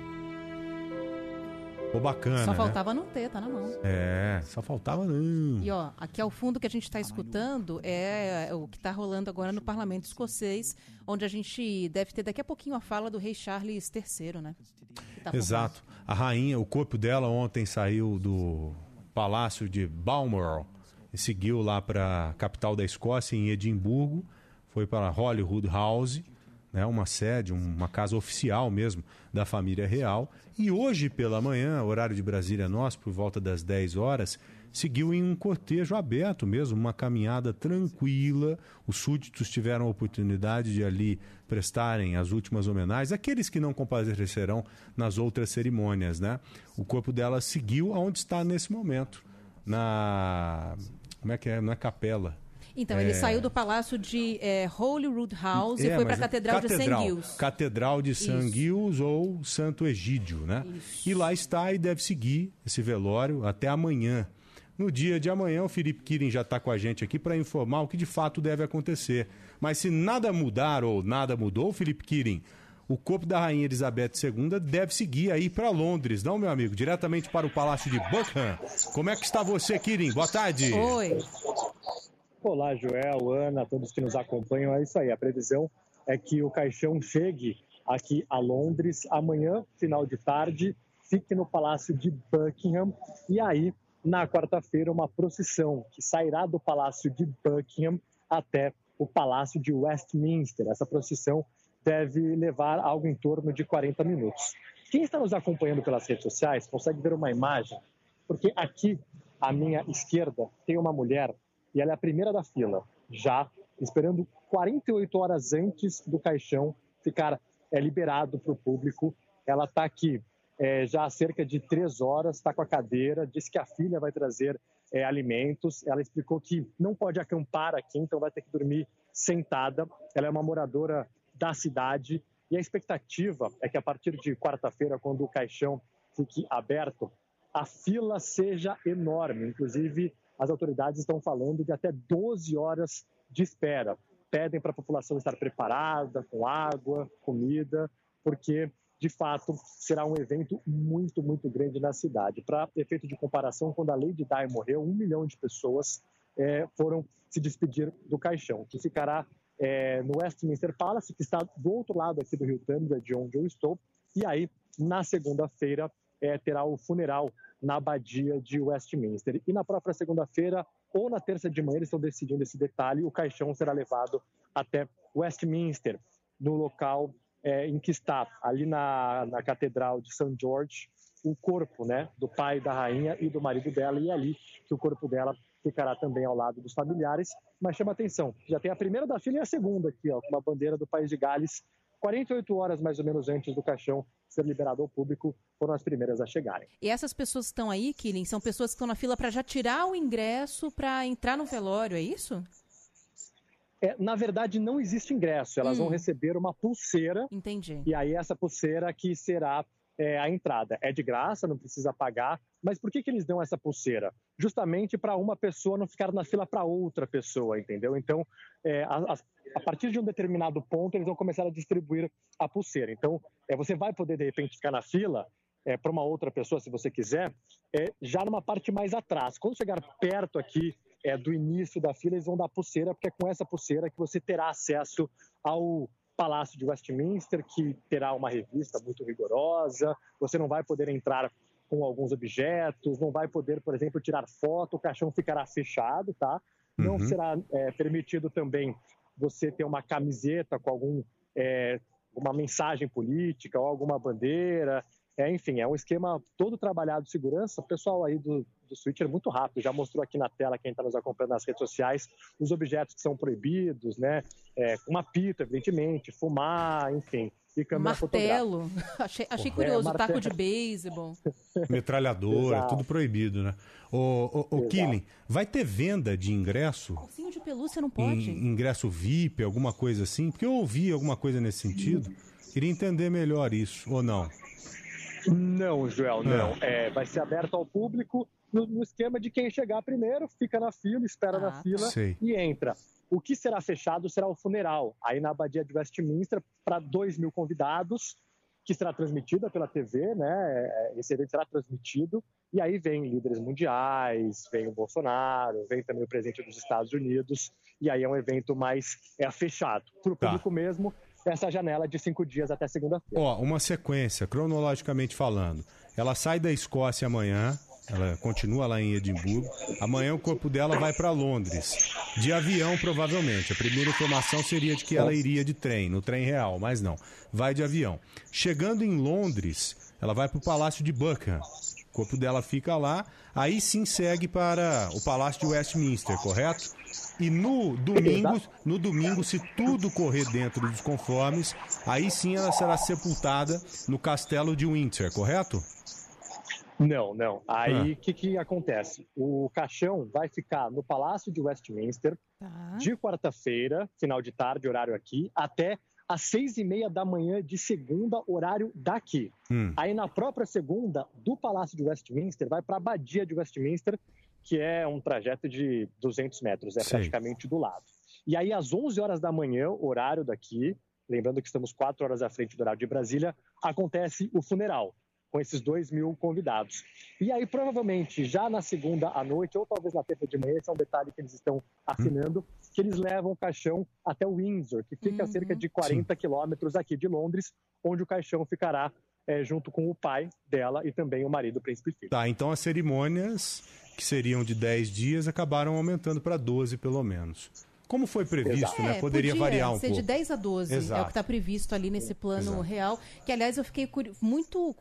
Pô, bacana, Só né? faltava não ter, tá na mão. Só faltava não. E ó, aqui ao fundo que a gente está escutando é o que está rolando agora no Parlamento Escocês, onde a gente deve ter daqui a pouquinho a fala do rei Charles III, né? Tá. Exato. A rainha, o corpo dela ontem saiu do Palácio de Balmoral e seguiu lá para a capital da Escócia, em Edimburgo, foi para Holyrood House, né, uma sede, uma casa oficial mesmo da família real. E hoje pela manhã, horário de Brasília nosso, por volta das 10 horas, seguiu em um cortejo aberto mesmo, uma caminhada tranquila. Os súditos tiveram a oportunidade de ali prestarem as últimas homenagens, aqueles que não comparecerão nas outras cerimônias, né? O corpo dela seguiu aonde está nesse momento, como é que é? Não é capela. Então, ele saiu do palácio de Holyrood House e foi para a Catedral de St. Giles. Catedral de St. Giles ou Santo Egídio, né? Isso. E lá está e deve seguir esse velório até amanhã. No dia de amanhã, o Felipe Quirin já está com a gente aqui para informar o que de fato deve acontecer. Mas se nada mudar ou nada mudou, Felipe Quirin, o corpo da Rainha Elizabeth II deve seguir aí para Londres, não, meu amigo? Diretamente para o Palácio de Buckingham. Como é que está você, Quirin? Boa tarde. Oi. Olá, Joel, Ana, todos que nos acompanham. É isso aí, a previsão é que o caixão chegue aqui a Londres amanhã, final de tarde, fique no Palácio de Buckingham e aí, na quarta-feira, uma procissão que sairá do Palácio de Buckingham até o Palácio de Westminster. Essa procissão deve levar algo em torno de 40 minutos. Quem está nos acompanhando pelas redes sociais consegue ver uma imagem, porque aqui, à minha esquerda, tem uma mulher e ela é a primeira da fila, já esperando 48 horas antes do caixão ficar liberado para o público. Ela está aqui já há cerca de 3 horas, está com a cadeira, disse que a filha vai trazer alimentos. Ela explicou que não pode acampar aqui, então vai ter que dormir sentada. Ela é uma moradora da cidade e a expectativa é que a partir de quarta-feira, quando o caixão fique aberto, a fila seja enorme. Inclusive, as autoridades estão falando de até 12 horas de espera. Pedem para a população estar preparada, com água, comida, porque, de fato, será um evento muito, muito grande na cidade. Para efeito de comparação, quando a Lady Di morreu, 1 milhão de pessoas foram se despedir do caixão, que ficará no Westminster Palace, que está do outro lado aqui do Rio Tâmega, de onde eu estou. E aí, na segunda-feira, terá o funeral na abadia de Westminster. E na própria segunda-feira ou na terça de manhã, eles estão decidindo esse detalhe, o caixão será levado até Westminster, no local em que está, ali na Catedral de St. George, o corpo, né, do pai da rainha e do marido dela, e é ali que o corpo dela ficará também ao lado dos familiares. Mas chama atenção, já tem a primeira da fila e a segunda aqui, ó, com uma bandeira do País de Gales. 48 horas mais ou menos antes do caixão ser liberado ao público, foram as primeiras a chegarem. E essas pessoas que estão aí, Quirin, são pessoas que estão na fila para já tirar o ingresso para entrar no velório, é isso? Na verdade, não existe ingresso. Elas vão receber uma pulseira. Entendi. E aí essa pulseira que será a entrada. É de graça, não precisa pagar. Mas por que eles dão essa pulseira? Justamente para uma pessoa não ficar na fila para outra pessoa, entendeu? Então, a partir de um determinado ponto, eles vão começar a distribuir a pulseira. Então, você vai poder, de repente, ficar na fila para uma outra pessoa, se você quiser, já numa parte mais atrás. Quando chegar perto aqui do início da fila, eles vão dar pulseira, porque é com essa pulseira que você terá acesso ao Palácio de Westminster, que terá uma revista muito rigorosa. Você não vai poder entrar com alguns objetos, não vai poder, por exemplo, tirar foto, o caixão ficará fechado, tá? Não será permitido também você ter uma camiseta com uma mensagem política ou alguma bandeira. Enfim, é um esquema todo trabalhado de segurança. O pessoal aí do Switcher é muito rápido, já mostrou aqui na tela, quem está nos acompanhando nas redes sociais, os objetos que são proibidos, né? Uma pita, evidentemente, fumar, enfim, e câmera martelo. Achei curioso, martelo. taco de beisebol. Metralhadora, tudo proibido, né? Ô Killing, vai ter venda de ingresso? Ursinho de pelúcia não pode. Ingresso VIP, alguma coisa assim? Porque eu ouvi alguma coisa nesse sentido. Queria entender melhor isso, ou não? Não, Joel, não. Vai ser aberto ao público no esquema de quem chegar primeiro, fica na fila, espera na fila e entra. O que será fechado será o funeral, aí na Abadia de Westminster, para 2.000 convidados, que será transmitida pela TV, né? Esse evento será transmitido, e aí vem líderes mundiais, vem o Bolsonaro, vem também o presidente dos Estados Unidos, e aí é um evento mais fechado. Para o público mesmo, essa janela de 5 dias até segunda-feira. Uma sequência, cronologicamente falando. Ela sai da Escócia amanhã, ela continua lá em Edimburgo. Amanhã o corpo dela vai para Londres, de avião provavelmente. A primeira informação seria de que ela iria de trem, no trem real, mas não. Vai de avião. Chegando em Londres, ela vai para o Palácio de Buckingham. O corpo dela fica lá, aí sim segue para o Palácio de Westminster, correto? E no domingo, se tudo correr dentro dos conformes, aí sim ela será sepultada no Castelo de Windsor, correto? Não. Aí o que acontece? O caixão vai ficar no Palácio de Westminster de quarta-feira, final de tarde, horário aqui, até às 6h30 da manhã de segunda, horário daqui. Aí na própria segunda, do Palácio de Westminster, vai para a Abadia de Westminster, que é um trajeto de 200 metros, praticamente do lado. E aí às 11 horas da manhã, horário daqui, lembrando que estamos 4 horas à frente do horário de Brasília, acontece o funeral, com esses 2.000 convidados. E aí, provavelmente, já na segunda à noite, ou talvez na terça de manhã, esse é um detalhe que eles estão afinando, que eles levam o caixão até Windsor, que fica a cerca de 40 quilômetros aqui de Londres, onde o caixão ficará junto com o pai dela e também o marido, o príncipe filho. Tá, então as cerimônias, que seriam de 10 dias, acabaram aumentando para 12, pelo menos. Como foi previsto, né? Poderia variar um pouco. Ser de 10 a 12, Exato. É o que está previsto ali nesse plano real, que aliás eu fiquei muito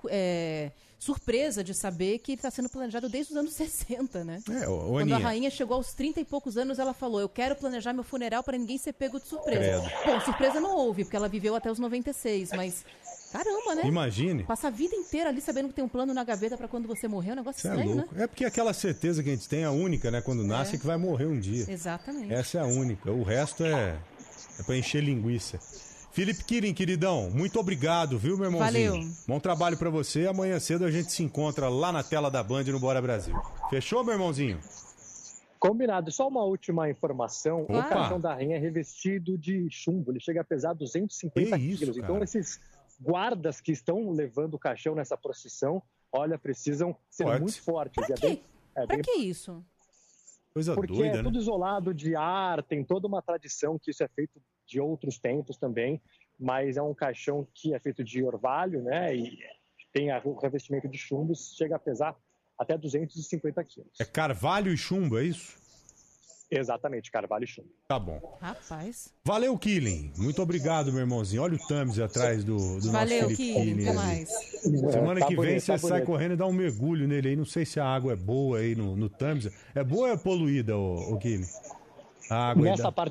surpresa de saber que está sendo planejado desde os anos 60, né? Quando a rainha chegou aos 30 e poucos anos, ela falou, eu quero planejar meu funeral para ninguém ser pego de surpresa. Bom, surpresa não houve, porque ela viveu até os 96, mas... Caramba, né? Imagine. Passa a vida inteira ali sabendo que tem um plano na gaveta pra quando você morrer, é um negócio estranho, né? É porque aquela certeza que a gente tem, a única, né? Quando nasce, é que vai morrer um dia. Exatamente. Essa é a única. O resto é pra encher linguiça. Felipe Killing, queridão, muito obrigado, viu, meu irmãozinho? Valeu. Bom trabalho pra você. Amanhã cedo a gente se encontra lá na tela da Band no Bora Brasil. Fechou, meu irmãozinho? Combinado. Só uma última informação. O caixão da rainha é revestido de chumbo. Ele chega a pesar 250 quilos. Então, esses guardas que estão levando o caixão nessa procissão, olha, precisam ser muito fortes. Pra que isso? Coisa porque doida, é tudo isolado de ar, tem toda uma tradição que isso é feito de outros tempos também, mas é um caixão que é feito de orvalho, né, e tem o revestimento de chumbo, chega a pesar até 250 quilos. É carvalho e chumbo, é isso? Exatamente, carvalho e chumbo. Tá bom. Rapaz. Valeu, Killing. Muito obrigado, meu irmãozinho. Olha o Thumbs atrás do Valeu, nosso Killing. Até mais. Semana que vem você sai correndo e dá um mergulho nele aí. Não sei se a água é boa aí no Thumbs. É boa ou é poluída, o Killing? A água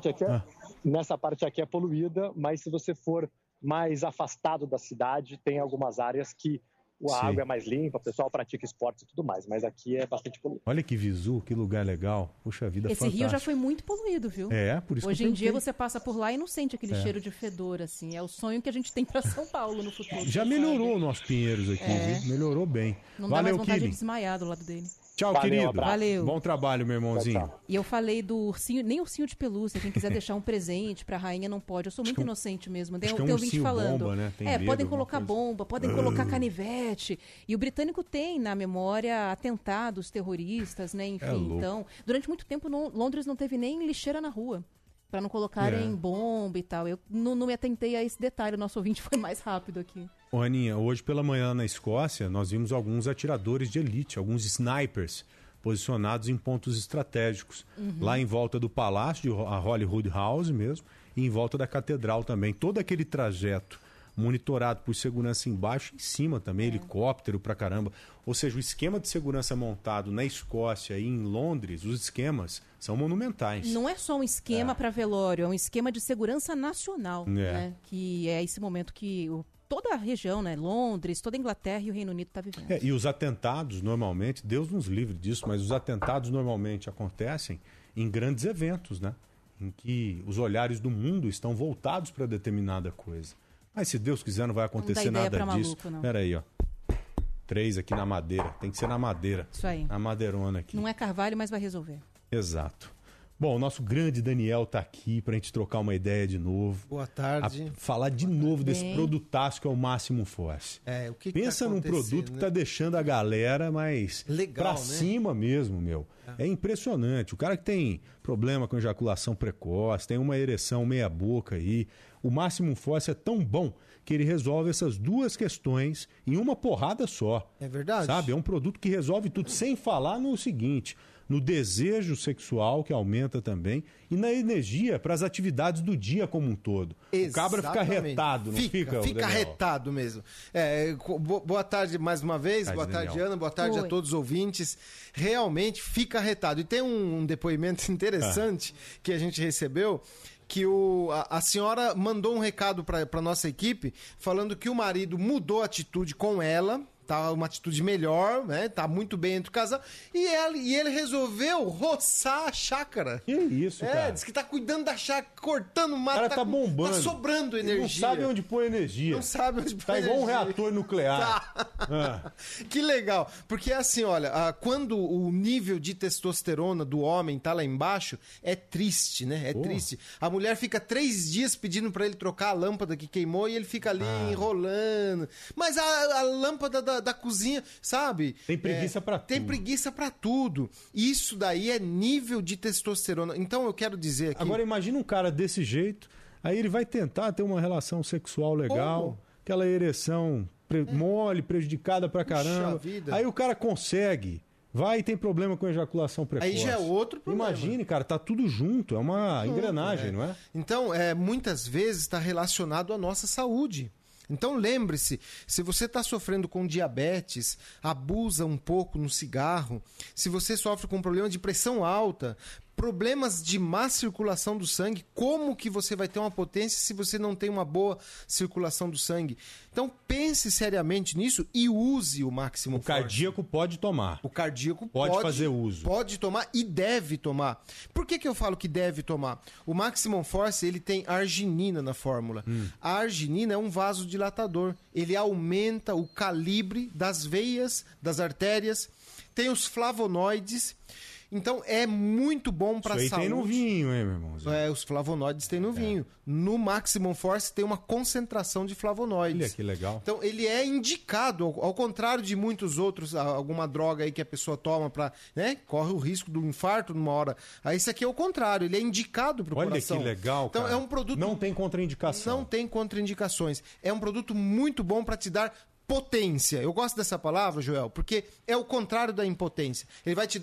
nessa parte aqui é poluída, mas se você for mais afastado da cidade, tem algumas áreas que a água é mais limpa, o pessoal pratica esportes e tudo mais, mas aqui é bastante poluído. Olha que visu, que lugar legal. Puxa vida, Esse fantástico. rio já foi muito poluído, viu? Por isso Hoje que em dia você passa por lá e não sente aquele cheiro de fedor, assim. É o sonho que a gente tem para São Paulo no futuro. Já melhorou o nosso Pinheiros aqui, viu? Melhorou bem. Não dá Valeu, mais vontade Kili. de desmaiar do lado dele. Tchau, Valeu, querido. abraço. Valeu. Bom trabalho, meu irmãozinho. Tchau, tchau. E eu falei do ursinho, nem ursinho de pelúcia, quem quiser deixar um presente pra rainha não pode. Eu sou muito inocente mesmo. Tem um ouvinte ursinho falando. bomba, né? Tem dedo, podem alguma colocar coisa. bomba, podem colocar canivete. E o britânico tem na memória atentados terroristas, né? Enfim, louco. então, durante muito tempo Londres não teve nem lixeira na rua. Pra não colocarem bomba e tal. Eu não me atentei a esse detalhe, o nosso ouvinte foi mais rápido aqui. Ô, Aninha, hoje pela manhã na Escócia, nós vimos alguns atiradores de elite, alguns snipers posicionados em pontos estratégicos. Lá em volta do palácio, a Holyrood House mesmo, e em volta da catedral também. Todo aquele trajeto monitorado por segurança embaixo e em cima também, helicóptero pra caramba. Ou seja, o esquema de segurança montado na Escócia e em Londres, os esquemas são monumentais. Não é só um esquema para velório, é um esquema de segurança nacional, né? Que é esse momento que toda a região, né? Londres, toda a Inglaterra e o Reino Unido está vivendo. E os atentados, normalmente, Deus nos livre disso, mas os atentados normalmente acontecem em grandes eventos, né? Em que os olhares do mundo estão voltados para determinada coisa. Mas se Deus quiser, não vai acontecer nada disso. Maluco, não. Pera aí, ó. 3 aqui na madeira. Tem que ser na madeira. Isso aí. Na madeirona aqui. Não é carvalho, mas vai resolver. Exato. Bom, o nosso grande Daniel tá aqui pra gente trocar uma ideia de novo. Boa tarde. Falar de novo desse produtaço que é o Máximo Force. O que Pensa tá num produto que tá deixando a galera mais legal, pra cima mesmo, meu. É impressionante. O cara que tem problema com ejaculação precoce, tem uma ereção meia boca aí, o Máximo Force é tão bom que ele resolve essas duas questões em uma porrada só. É verdade. Sabe? É um produto que resolve tudo, sem falar no seguinte, no desejo sexual, que aumenta também, e na energia para as atividades do dia como um todo. Exatamente. O cabra fica retado, não fica? Fica retado mesmo. Boa tarde mais uma vez, boa tarde, Ana, boa tarde a todos os ouvintes. Realmente fica retado. E tem um depoimento interessante que a gente recebeu, que a senhora mandou um recado para nossa equipe falando que o marido mudou a atitude com ela, tá uma atitude melhor, né? Tá muito bem entre o casal. E ele resolveu roçar a chácara. Que isso, cara? Diz que tá cuidando da chácara, cortando mato. O cara tá bombando. Tá sobrando energia. Não sabe onde pôr energia. Não sabe onde pôr energia. Tá igual um reator nuclear. Tá. Que legal. Porque assim, olha, quando o nível de testosterona do homem tá lá embaixo, é triste, né? É triste. A mulher fica 3 dias pedindo pra ele trocar a lâmpada que queimou e ele fica ali enrolando. Mas a lâmpada da cozinha, sabe? Tem preguiça pra tudo. Tem preguiça pra tudo. Isso daí é nível de testosterona. Então eu quero dizer aqui... Agora imagina um cara desse jeito, aí ele vai tentar ter uma relação sexual legal, aquela ereção mole, prejudicada pra caramba. Vida. Aí o cara consegue, vai e tem problema com ejaculação precoce. Aí já é outro problema. Imagine, cara, tá tudo junto, é uma engrenagem, não é? Então, muitas vezes está relacionado à nossa saúde. Então lembre-se, se você está sofrendo com diabetes, abusa um pouco no cigarro, se você sofre com problema de pressão alta, problemas de má circulação do sangue, como que você vai ter uma potência se você não tem uma boa circulação do sangue? Então pense seriamente nisso e use o Máximo Force. O cardíaco pode tomar. O cardíaco pode fazer uso. Pode tomar e deve tomar. Por que eu falo que deve tomar? O Maximum Force, ele tem arginina na fórmula. A arginina é um vasodilatador. Ele aumenta o calibre das veias, das artérias. Tem os flavonoides. Então é muito bom para a saúde. Isso aí tem no vinho, hein, meu irmãozinho? Os flavonoides tem no vinho. No Maximum Force tem uma concentração de flavonoides. Olha que legal. Então ele é indicado, ao contrário de muitos outros, alguma droga aí que a pessoa toma para, né, corre o risco do infarto numa hora. Aí esse aqui é o contrário, ele é indicado para o coração. Olha que legal, então cara. É um produto... Não tem contraindicação. Não tem contraindicações. É um produto muito bom para te dar potência. Eu gosto dessa palavra, Joel, porque é o contrário da impotência. Ele vai te dar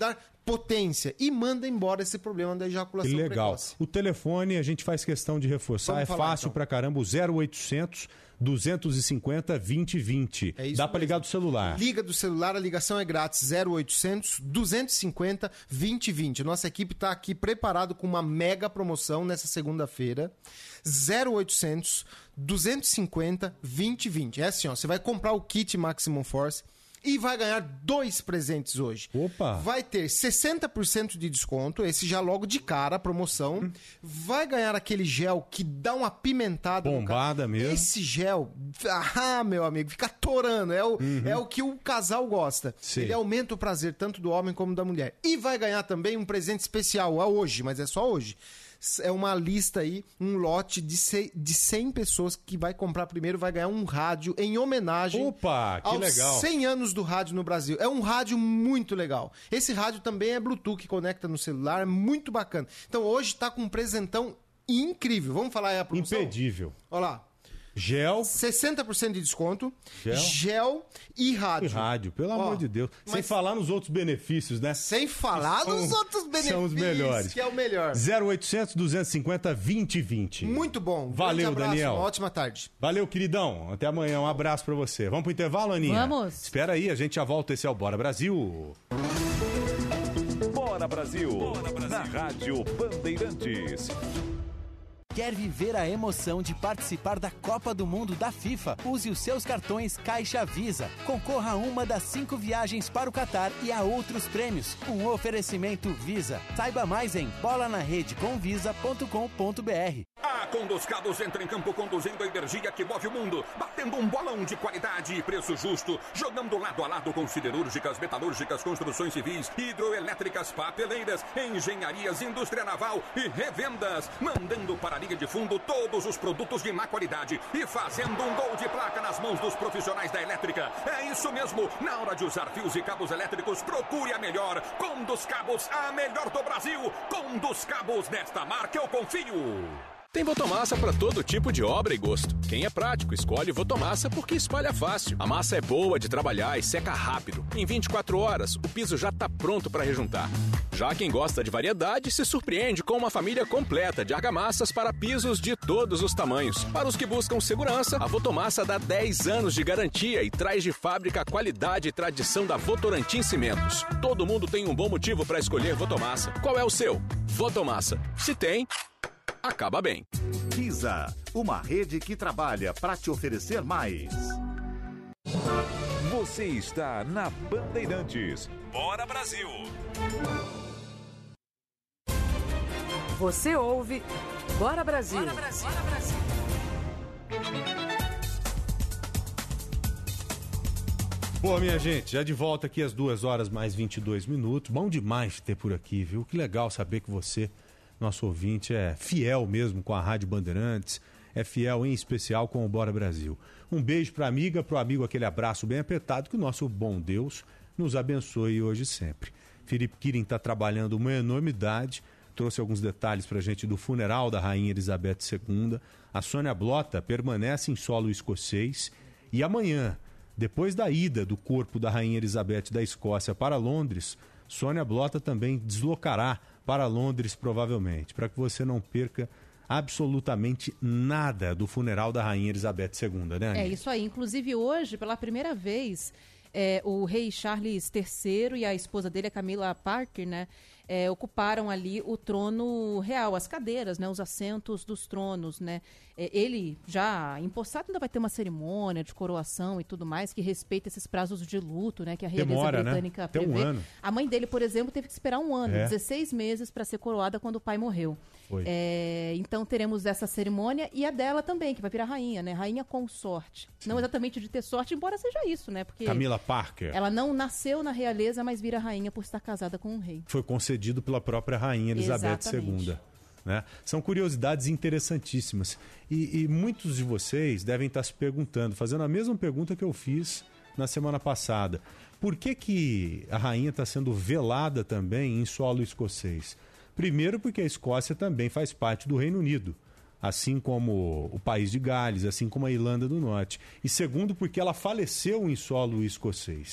potência e manda embora esse problema da ejaculação legal. precoce. O telefone a gente faz questão de reforçar. Vamos falar, fácil então. pra caramba, o 0800 250 2020. É isso Dá pra mesmo. ligar do celular. Liga do celular, a ligação é grátis, 0800 250 2020. Nossa equipe está aqui preparado com uma mega promoção nessa segunda-feira. 0800 250 2020. É assim, ó, você vai comprar o kit Maximum Force e vai ganhar 2 presentes hoje. Opa! Vai ter 60% de desconto, esse já logo de cara, a promoção. Vai ganhar aquele gel que dá uma apimentada. Bombada mesmo. Esse gel, meu amigo, fica torando. É o que o casal gosta. Sim. Ele aumenta o prazer tanto do homem como da mulher. E vai ganhar também um presente especial hoje, mas é só hoje. É uma lista aí, um lote de 100 pessoas que vai comprar primeiro, vai ganhar um rádio em homenagem Opa, que aos legal. 100 anos do rádio no Brasil. É um rádio muito legal. Esse rádio também é Bluetooth, que conecta no celular, é muito bacana. Então hoje tá com um presentão incrível. Vamos falar aí a promoção? Impedível. Olha lá. Gel. 60% de desconto. Gel e rádio. E rádio, pelo amor de Deus. Sem falar nos outros benefícios, né? Sem falar nos outros benefícios. São os melhores. Que é o melhor. 0800 250 2020. Muito bom. Valeu, abraço, Daniel. Uma ótima tarde. Valeu, queridão. Até amanhã. Um abraço pra você. Vamos pro intervalo, Aninha? Vamos. Espera aí, a gente já volta. Esse é o Bora Brasil. Bora Brasil. Bora Brasil. Na Rádio Bandeirantes. Quer viver a emoção de participar da Copa do Mundo da FIFA? Use os seus cartões Caixa Visa. Concorra a uma das 5 viagens para o Catar e a outros prêmios. Um oferecimento Visa. Saiba mais em bolanaredecomvisa.com.br. A Condoscabos entra em campo conduzindo a energia que move o mundo, batendo um bolão de qualidade e preço justo, jogando lado a lado com siderúrgicas, metalúrgicas, construções civis, hidroelétricas, papeleiras, engenharias, indústria naval e revendas, mandando para a linha de fundo todos os produtos de má qualidade e fazendo um gol de placa nas mãos dos profissionais da elétrica. É isso mesmo, na hora de usar fios e cabos elétricos, procure a melhor. Condoscabos, a melhor do Brasil. Condoscabos, nesta marca eu confio. Tem Votomassa para todo tipo de obra e gosto. Quem é prático, escolhe Votomassa porque espalha fácil. A massa é boa de trabalhar e seca rápido. Em 24 horas, o piso já está pronto para rejuntar. Já quem gosta de variedade se surpreende com uma família completa de argamassas para pisos de todos os tamanhos. Para os que buscam segurança, a Votomassa dá 10 anos de garantia e traz de fábrica a qualidade e tradição da Votorantim Cimentos. Todo mundo tem um bom motivo para escolher Votomassa. Qual é o seu? Votomassa. Se tem, acaba bem. Visa, uma rede que trabalha para te oferecer mais. Você está na Bandeirantes. Bora Brasil! Você ouve Bora Brasil. Bora Brasil. Bora Brasil. Boa, minha gente, já de volta aqui às 2 horas mais 22 minutos. Bom demais ter por aqui, viu? Que legal saber que você, nosso ouvinte, é fiel mesmo com a Rádio Bandeirantes, é fiel em especial com o Bora Brasil. Um beijo pra amiga, pro amigo, aquele abraço bem apertado, que o nosso bom Deus nos abençoe hoje e sempre. Felipe Quirin está trabalhando uma enormidade, trouxe alguns detalhes pra gente do funeral da Rainha Elizabeth II. A Sônia Blota permanece em solo escocês e amanhã, depois da ida do corpo da Rainha Elizabeth da Escócia para Londres, Sônia Blota também deslocará para Londres, provavelmente, para que você não perca absolutamente nada do funeral da Rainha Elizabeth II, né, Aninha? É isso aí. Inclusive, hoje, pela primeira vez, o rei Charles III e a esposa dele, a Camilla Parker, né, ocuparam ali o trono real, as cadeiras, né, os assentos dos tronos, né. Ele já empossado ainda vai ter uma cerimônia de coroação e tudo mais que respeita esses prazos de luto, né, que a realeza britânica prevê. Até um ano. A mãe dele, por exemplo, teve que esperar um ano, 16 meses para ser coroada quando o pai morreu. Foi. Então teremos essa cerimônia e a dela também, que vai virar rainha, né? Rainha consorte. Sim. Não exatamente de ter sorte, embora seja isso, né? Porque Camilla Parker. Ela não nasceu na realeza, mas vira rainha por estar casada com um rei. Foi concedido pela própria Rainha Elizabeth II. Né? São curiosidades interessantíssimas. E muitos de vocês devem estar se perguntando, fazendo a mesma pergunta que eu fiz na semana passada. Por que a rainha está sendo velada também em solo escocês? Primeiro porque a Escócia também faz parte do Reino Unido, assim como o País de Gales, assim como a Irlanda do Norte. E segundo porque ela faleceu em solo escocês.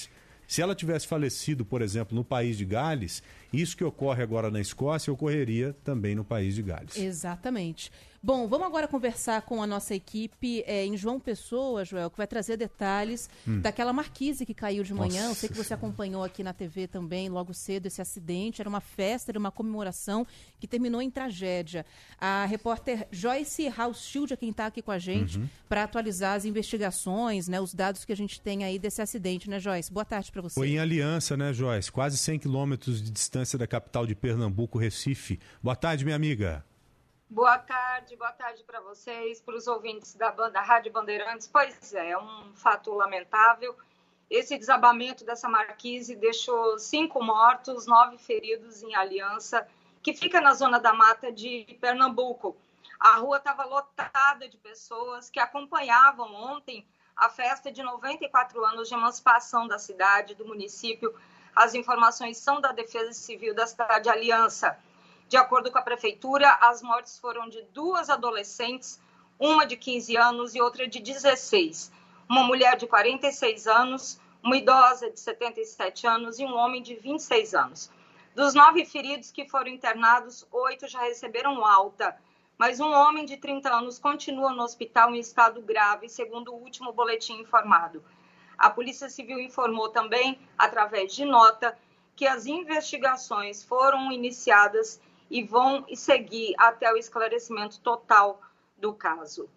Se ela tivesse falecido, por exemplo, no País de Gales, isso que ocorre agora na Escócia ocorreria também no País de Gales. Exatamente. Bom, vamos agora conversar com a nossa equipe em João Pessoa, Joel, que vai trazer detalhes daquela marquise que caiu de manhã. Eu sei que você acompanhou aqui na TV também, logo cedo, esse acidente. Era uma festa, era uma comemoração que terminou em tragédia. A repórter Joyce Hauschild é quem está aqui com a gente para atualizar as investigações, né, os dados que a gente tem aí desse acidente, né, Joyce? Boa tarde para você. Foi em Aliança, né, Joyce? Quase 100 quilômetros de distância da capital de Pernambuco, Recife. Boa tarde, minha amiga. Boa tarde para vocês, para os ouvintes da Rádio Bandeirantes. Pois é um fato lamentável. Esse desabamento dessa marquise deixou 5 mortos, 9 feridos em Aliança, que fica na zona da mata de Pernambuco. A rua estava lotada de pessoas que acompanhavam ontem a festa de 94 anos de emancipação da cidade, do município. As informações são da Defesa Civil da cidade de Aliança. De acordo com a prefeitura, as mortes foram de 2 adolescentes, uma de 15 anos e outra de 16. Uma mulher de 46 anos, uma idosa de 77 anos e um homem de 26 anos. Dos 9 feridos que foram internados, 8 já receberam alta, mas um homem de 30 anos continua no hospital em estado grave, segundo o último boletim informado. A Polícia Civil informou também, através de nota, que as investigações foram iniciadas e vão seguir até o esclarecimento total do caso.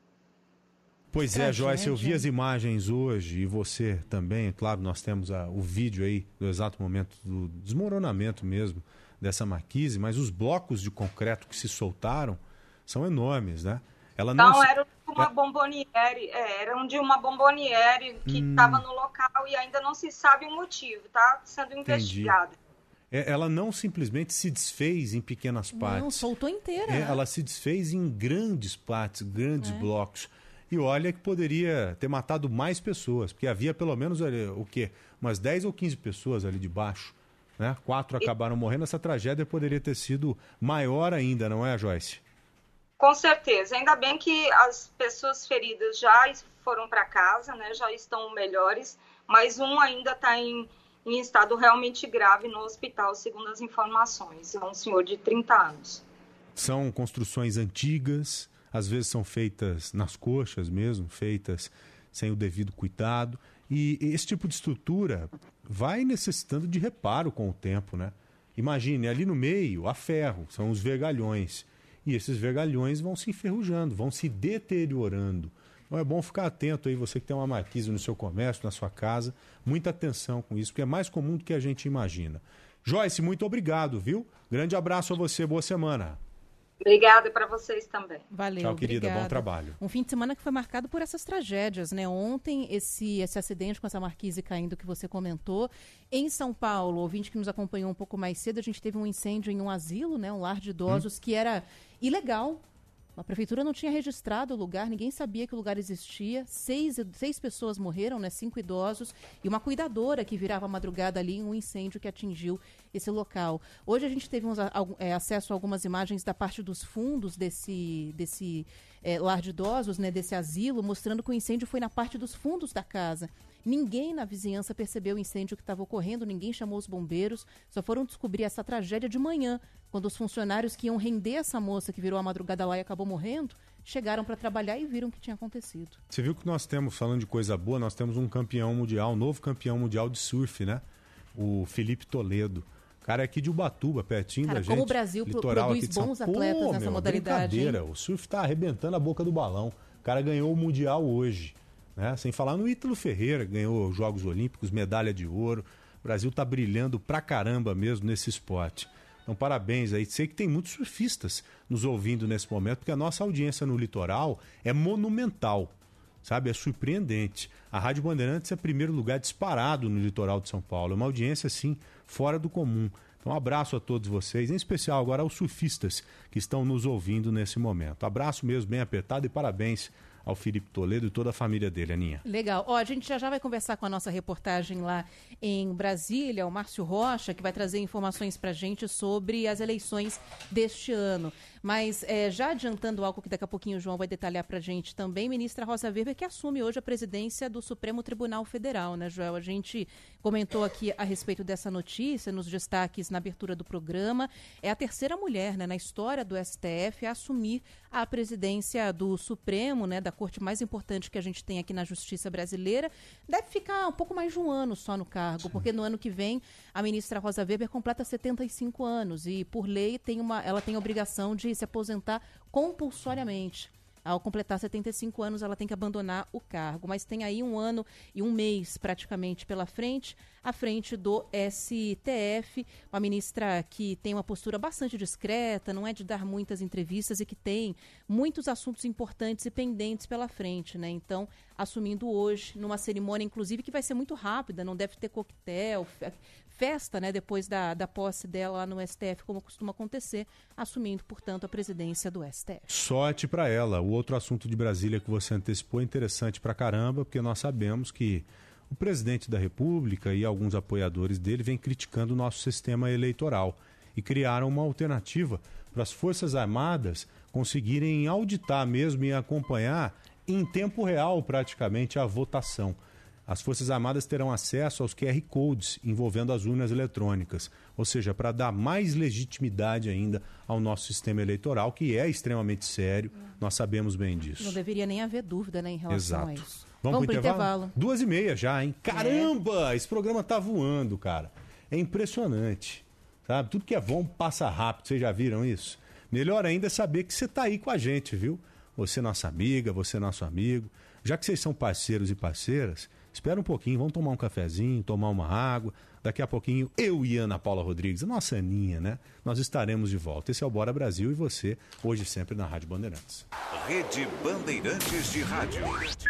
Pois é, Joyce, eu vi as imagens hoje e você também, claro, nós temos o vídeo aí do exato momento do desmoronamento mesmo dessa marquise, mas os blocos de concreto que se soltaram são enormes, né? Ela não eram de uma bomboniere, eram de uma bomboniere que estava no local e ainda não se sabe o motivo, está sendo investigado. Ela não simplesmente se desfez em pequenas partes. Não, soltou inteira. Ela se desfez em grandes partes, grandes blocos. E olha que poderia ter matado mais pessoas, porque havia pelo menos umas 10 ou 15 pessoas ali debaixo. Né? 4 acabaram morrendo. Essa tragédia poderia ter sido maior ainda, não é, Joyce? Com certeza. Ainda bem que as pessoas feridas já foram para casa, né? Já estão melhores, mas um ainda está em estado realmente grave no hospital, segundo as informações. É um senhor de 30 anos. São construções antigas, às vezes são feitas nas coxas mesmo, feitas sem o devido cuidado. E esse tipo de estrutura vai necessitando de reparo com o tempo, né? Imagine, ali no meio, a ferro, são os vergalhões. E esses vergalhões vão se enferrujando, vão se deteriorando. Então é bom ficar atento aí, você que tem uma marquise no seu comércio, na sua casa, muita atenção com isso, porque é mais comum do que a gente imagina. Joyce, muito obrigado, viu? Grande abraço a você, boa semana. Obrigada para vocês também. Valeu, tchau, querida, obrigada. Bom trabalho. Um fim de semana que foi marcado por essas tragédias, né? Ontem, esse acidente com essa marquise caindo que você comentou. Em São Paulo, ouvinte que nos acompanhou um pouco mais cedo, a gente teve um incêndio em um asilo, né? Um lar de idosos que era ilegal. A prefeitura não tinha registrado o lugar, ninguém sabia que o lugar existia. 6 pessoas morreram, né? 5 idosos e uma cuidadora que virava a madrugada ali em um incêndio que atingiu esse local. Hoje a gente teve acesso a algumas imagens da parte dos fundos desse lar de idosos, né? Desse asilo, mostrando que o incêndio foi na parte dos fundos da casa. Ninguém na vizinhança percebeu o incêndio que estava ocorrendo, ninguém chamou os bombeiros, só foram descobrir essa tragédia de manhã, quando os funcionários que iam render essa moça que virou a madrugada lá e acabou morrendo, chegaram para trabalhar e viram o que tinha acontecido. Você viu que nós temos, falando de coisa boa, nós temos um campeão mundial, novo campeão mundial de surf, né? O Felipe Toledo. Cara, é aqui de Ubatuba, pertinho da gente. Como o Brasil produz bons atletas nessa modalidade. Brincadeira, o surf tá arrebentando a boca do balão. O cara ganhou o Mundial hoje. Né? Sem falar no Ítalo Ferreira, ganhou os Jogos Olímpicos, medalha de ouro. O Brasil tá brilhando pra caramba mesmo nesse esporte. Então, parabéns aí. Sei que tem muitos surfistas nos ouvindo nesse momento, porque a nossa audiência no litoral é monumental, sabe? É surpreendente. A Rádio Bandeirantes é primeiro lugar disparado no litoral de São Paulo. É uma audiência, assim, fora do comum. Então, um abraço a todos vocês, em especial agora aos surfistas que estão nos ouvindo nesse momento. Abraço mesmo, bem apertado, e parabéns ao Felipe Toledo e toda a família dele, Aninha. Legal. Ó, a gente já vai conversar com a nossa reportagem lá em Brasília, o Márcio Rocha, que vai trazer informações pra gente sobre as eleições deste ano. Mas já adiantando algo que daqui a pouquinho o João vai detalhar pra gente também, ministra Rosa Weber, que assume hoje a presidência do Supremo Tribunal Federal, né, Joel? A gente comentou aqui a respeito dessa notícia nos destaques na abertura do programa. É a terceira mulher, né, na história do STF a assumir a presidência do Supremo, né, da corte mais importante que a gente tem aqui na justiça brasileira. Deve ficar um pouco mais de um ano só no cargo, porque no ano que vem a ministra Rosa Weber completa 75 anos e, por lei, ela tem a obrigação de se aposentar compulsoriamente. Ao completar 75 anos, ela tem que abandonar o cargo. Mas tem aí 1 ano e 1 mês, praticamente, pela frente, à frente do STF. Uma ministra que tem uma postura bastante discreta, não é de dar muitas entrevistas e que tem muitos assuntos importantes e pendentes pela frente, né? Então, assumindo hoje, numa cerimônia, inclusive, que vai ser muito rápida, não deve ter coquetel, festa, né, depois da posse dela lá no STF, como costuma acontecer, assumindo, portanto, a presidência do STF. Sorte para ela. O outro assunto de Brasília que você antecipou é interessante pra caramba, porque nós sabemos que o presidente da República e alguns apoiadores dele vêm criticando o nosso sistema eleitoral e criaram uma alternativa para as Forças Armadas conseguirem auditar mesmo e acompanhar em tempo real, praticamente, a votação. As Forças Armadas terão acesso aos QR Codes envolvendo as urnas eletrônicas, ou seja, para dar mais legitimidade ainda ao nosso sistema eleitoral, que é extremamente sério, nós sabemos bem disso. Não deveria nem haver dúvida, né, em relação a isso. Vamos pro intervalo? 2h30 já, hein? Caramba! Esse programa tá voando, cara. É impressionante, sabe? Tudo que é bom passa rápido, vocês já viram isso? Melhor ainda é saber que você tá aí com a gente, viu? Você nossa amiga, você nosso amigo. Já que vocês são parceiros e parceiras, espera um pouquinho, vamos tomar um cafezinho, tomar uma água. Daqui a pouquinho, eu e Ana Paula Rodrigues, a nossa Aninha, né? Nós estaremos de volta. Esse é o Bora Brasil e você, hoje sempre na Rádio Bandeirantes. Rede Bandeirantes de Rádio.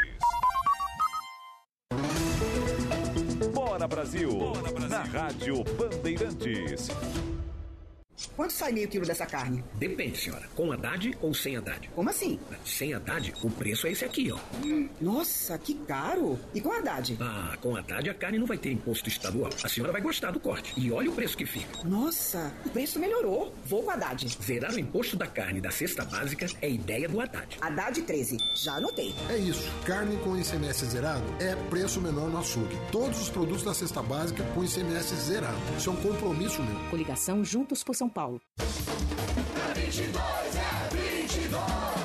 Bora Brasil, na Rádio Bandeirantes. Quanto sai meio quilo dessa carne? Depende, senhora. Com Haddad ou sem Haddad? Como assim? Sem Haddad, o preço é esse aqui, ó. Nossa, que caro! E com Haddad? Ah, com Haddad a carne não vai ter imposto estadual. A senhora vai gostar do corte. E olha o preço que fica. Nossa, o preço melhorou. Vou com Haddad. Zerar o imposto da carne da cesta básica é ideia do Haddad. Haddad 13, já anotei. É isso. Carne com ICMS zerado é preço menor no açougue. Todos os produtos da cesta básica com ICMS zerado. Isso é um compromisso meu. Coligação Juntos por São Paulo. É 22, é 22.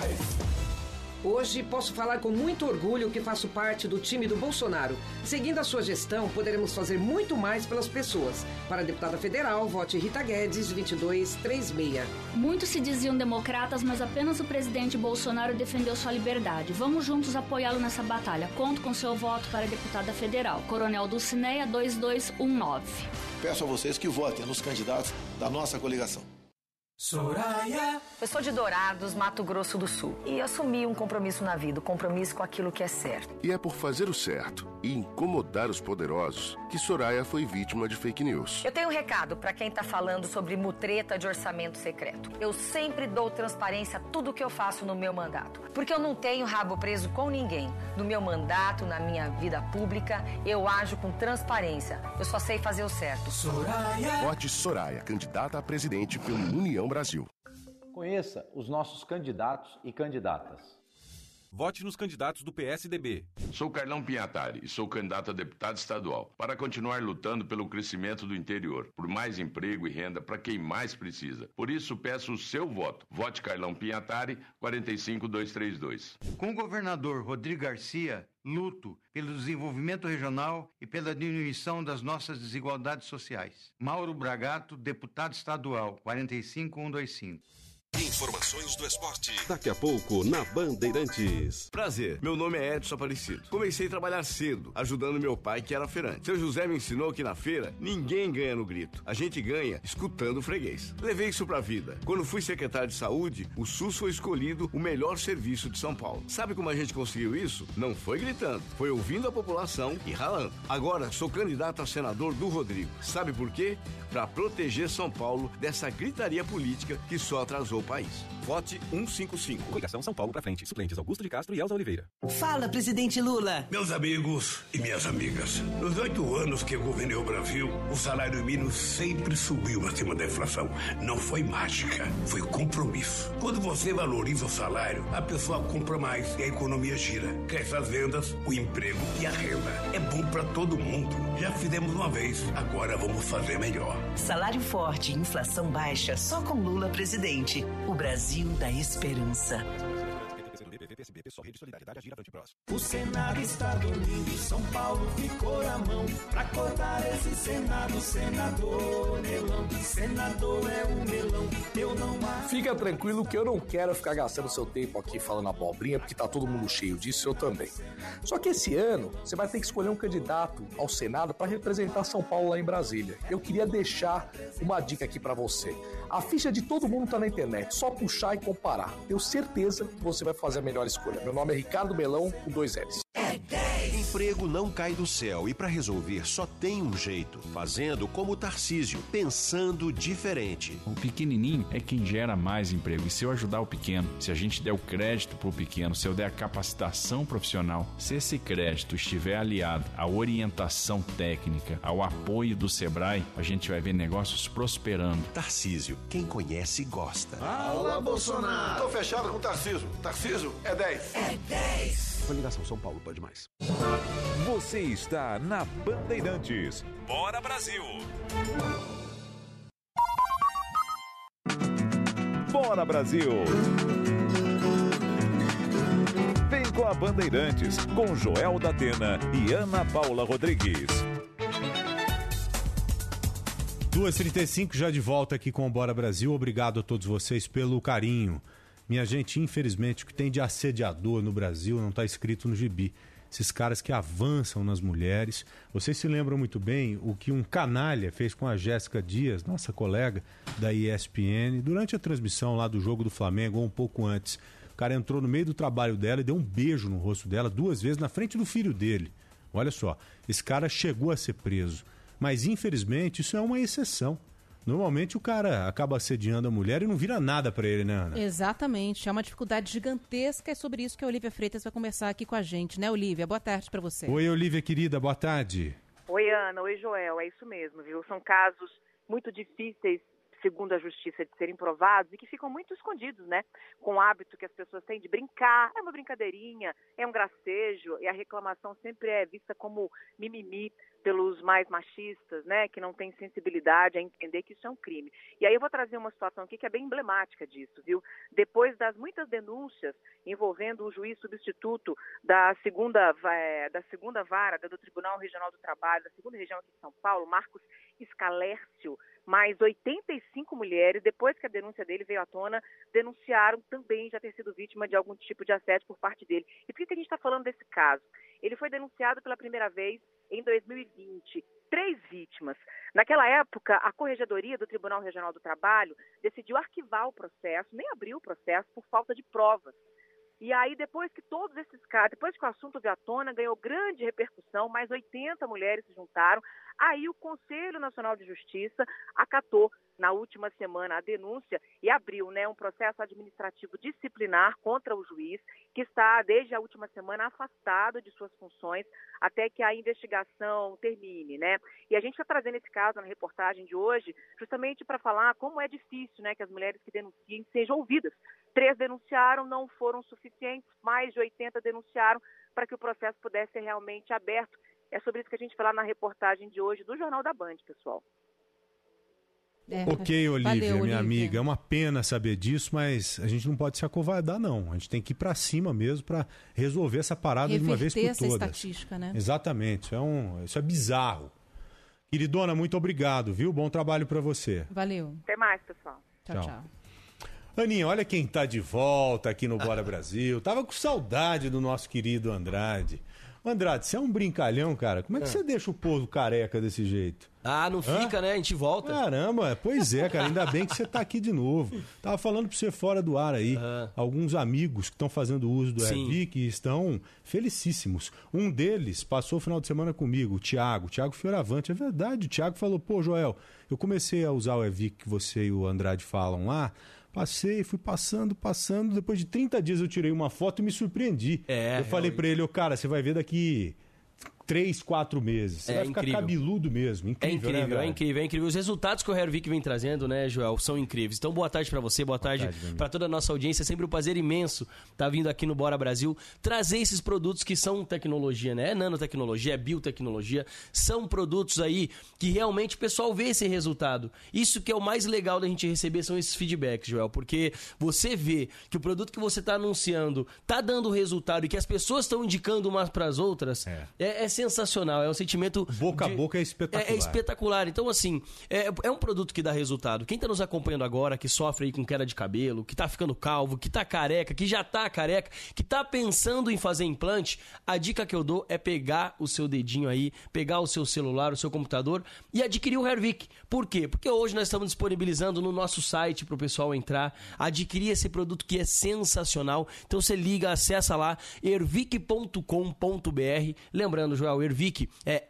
Hoje posso falar com muito orgulho que faço parte do time do Bolsonaro. Seguindo a sua gestão, poderemos fazer muito mais pelas pessoas. Para deputada federal, vote Rita Guedes, 2236. Muitos se diziam democratas, mas apenas o presidente Bolsonaro defendeu sua liberdade. Vamos juntos apoiá-lo nessa batalha. Conto com seu voto para deputada federal. Coronel Dulcineia, 2219. Peço a vocês que votem nos candidatos da nossa coligação. Soraya. Eu sou de Dourados, Mato Grosso do Sul. E assumi um compromisso na vida, um compromisso com aquilo que é certo. E é por fazer o certo e incomodar os poderosos que Soraya foi vítima de fake news. Eu tenho um recado para quem tá falando sobre mutreta de orçamento secreto. Eu sempre dou transparência a tudo que eu faço no meu mandato. Porque eu não tenho rabo preso com ninguém. No meu mandato, na minha vida pública, eu ajo com transparência. Eu só sei fazer o certo. Soraya. Vote Soraya, candidata a presidente pelo União Brasil. Conheça os nossos candidatos e candidatas. Vote nos candidatos do PSDB. Sou Carlão Pinhatari e sou candidato a deputado estadual para continuar lutando pelo crescimento do interior, por mais emprego e renda para quem mais precisa. Por isso, peço o seu voto. Vote Carlão Pinhatari, 45232. Com o governador Rodrigo Garcia, luto pelo desenvolvimento regional e pela diminuição das nossas desigualdades sociais. Mauro Bragato, deputado estadual, 45125. Informações do esporte. Daqui a pouco, na Bandeirantes. Prazer, meu nome é Edson Aparecido. Comecei a trabalhar cedo, ajudando meu pai, que era feirante. Seu José me ensinou que na feira, ninguém ganha no grito. A gente ganha escutando o freguês. Levei isso pra vida. Quando fui secretário de saúde, o SUS foi escolhido o melhor serviço de São Paulo. Sabe como a gente conseguiu isso? Não foi gritando, foi ouvindo a população e ralando. Agora, sou candidato a senador do Rodrigo. Sabe por quê? Pra proteger São Paulo dessa gritaria política que só atrasou o país. Vote 155. Coligação São Paulo pra frente. Suplentes Augusto de Castro e Elza Oliveira. Fala, presidente Lula. Meus amigos e minhas amigas, nos 8 anos que eu governei o Brasil, o salário mínimo sempre subiu acima da inflação. Não foi mágica, foi compromisso. Quando você valoriza o salário, a pessoa compra mais e a economia gira. Cresce as vendas, o emprego e a renda. É bom pra todo mundo. Já fizemos uma vez, agora vamos fazer melhor. Salário forte e inflação baixa só com Lula presidente. O Brasil da esperança. O Senado está dormindo e São Paulo ficou na mão pra acordar esse Senado, senador melão. Senador é um melão, eu não acho. Fica tranquilo que eu não quero ficar gastando seu tempo aqui falando abobrinha, porque tá todo mundo cheio disso, eu também. Só que esse ano você vai ter que escolher um candidato ao Senado para representar São Paulo lá em Brasília. Eu queria deixar uma dica aqui para você. A ficha de todo mundo tá na internet, só puxar e comparar. Tenho certeza que você vai fazer a melhor escolha. Meu nome é Ricardo Melão, com 2 L's. Emprego não cai do céu e para resolver só tem um jeito, fazendo como o Tarcísio, pensando diferente. O pequenininho é quem gera mais emprego e se eu ajudar o pequeno, se a gente der o crédito pro pequeno, se eu der a capacitação profissional, se esse crédito estiver aliado à orientação técnica, ao apoio do Sebrae, a gente vai ver negócios prosperando. Tarcísio, quem conhece gosta. Fala, Bolsonaro! Tô fechado com o Tarcísio. Tarcísio é 10. É 10. Coligação São Paulo pode mais. Você está na Bandeirantes. Bora, Brasil! Bora, Brasil! Vem com a Bandeirantes, com Joel da Atena e Ana Paula Rodrigues. 2h35, já de volta aqui com o Bora Brasil. Obrigado a todos vocês pelo carinho. Minha gente, infelizmente, o que tem de assediador no Brasil não está escrito no gibi. Esses caras que avançam nas mulheres. Vocês se lembram muito bem o que um canalha fez com a Jéssica Dias, nossa colega da ESPN, durante a transmissão lá do jogo do Flamengo, ou um pouco antes. O cara entrou no meio do trabalho dela e deu um beijo no rosto dela 2 vezes na frente do filho dele. Olha só, esse cara chegou a ser preso. Mas, infelizmente, isso é uma exceção. Normalmente o cara acaba assediando a mulher e não vira nada pra ele, né, Ana? Exatamente. É uma dificuldade gigantesca. É sobre isso que a Olívia Freitas vai conversar aqui com a gente, né, Olívia? Boa tarde pra você. Oi, Olívia, querida. Boa tarde. Oi, Ana. Oi, Joel. É isso mesmo, viu? São casos muito difíceis, segundo a justiça, de serem provados e que ficam muito escondidos, né? Com o hábito que as pessoas têm de brincar. É uma brincadeirinha, é um gracejo e a reclamação sempre é vista como mimimi pelos mais machistas, né, que não têm sensibilidade a entender que isso é um crime. E aí eu vou trazer uma situação aqui que é bem emblemática disso, viu? Depois das muitas denúncias envolvendo o juiz substituto da segunda vara do Tribunal Regional do Trabalho, da segunda região aqui de São Paulo, Marcos Scalércio, mais 85 mulheres, depois que a denúncia dele veio à tona, denunciaram também já ter sido vítima de algum tipo de assédio por parte dele. E por que a gente está falando desse caso? Ele foi denunciado pela primeira vez em 2020. 3 vítimas. Naquela época, a Corregedoria do Tribunal Regional do Trabalho decidiu arquivar o processo, nem abriu o processo por falta de provas. E aí, depois que todos esses casos, depois que o assunto veio à tona, ganhou grande repercussão, mais 80 mulheres se juntaram. Aí o Conselho Nacional de Justiça acatou na última semana a denúncia e abriu, né, um processo administrativo disciplinar contra o juiz, que está desde a última semana afastado de suas funções até que a investigação termine, né? E a gente está trazendo esse caso na reportagem de hoje justamente para falar como é difícil, né, que as mulheres que denunciem sejam ouvidas. 3 denunciaram, não foram suficientes, mais de 80 denunciaram para que o processo pudesse ser realmente aberto. É sobre isso que a gente vai falar na reportagem de hoje do Jornal da Band, pessoal. Ok, Olívia, minha amiga, é uma pena saber disso, mas a gente não pode se acovardar, não. A gente tem que ir pra cima mesmo pra resolver essa parada de uma vez por todas. Reverter essa estatística, né? Exatamente, isso é bizarro. Queridona, muito obrigado, viu? Bom trabalho pra você. Valeu. Até mais, pessoal. Tchau. Aninha, olha quem tá de volta aqui no Bora Brasil. Tava com saudade do nosso querido Andrade. Andrade, você é um brincalhão, cara. Como é que você deixa o povo careca desse jeito? Ah, não fica, né? A gente volta. Caramba, pois é, cara. Ainda bem que você tá aqui de novo. Tava falando pra você fora do ar aí. Alguns amigos que estão fazendo uso do Evic estão felicíssimos. Um deles passou o final de semana comigo, o Thiago Fioravante. É verdade, o Thiago falou, pô, Joel, eu comecei a usar o Evic que você e o Andrade falam lá, Fui passando. Depois de 30 dias eu tirei uma foto e me surpreendi. Eu falei pra ele, cara, você vai ver daqui 3, 4 meses. Você vai ficar cabeludo mesmo. Incrível, né, é incrível. Os resultados que o Hervik vem trazendo, né, Joel, são incríveis. Então, boa tarde pra você, boa tarde pra toda a nossa audiência. É sempre um prazer imenso estar vindo aqui no Bora Brasil, trazer esses produtos que são tecnologia, né? É nanotecnologia, é biotecnologia. São produtos aí que realmente o pessoal vê esse resultado. Isso que é o mais legal da gente receber são esses feedbacks, Joel, porque você vê que o produto que você tá anunciando tá dando resultado e que as pessoas estão indicando umas pras outras, é sensacional, é um sentimento... Boca a boca é espetacular. É espetacular. Então, assim, é um produto que dá resultado. Quem tá nos acompanhando agora, que sofre aí com queda de cabelo, que tá ficando calvo, que tá careca, que já tá careca, que tá pensando em fazer implante, a dica que eu dou é pegar o seu dedinho aí, pegar o seu celular, o seu computador e adquirir o Hervik. Por quê? Porque hoje nós estamos disponibilizando no nosso site pro pessoal entrar, adquirir esse produto que é sensacional. Então você liga, acessa lá, hervik.com.br. Lembrando, Joel, Hervik é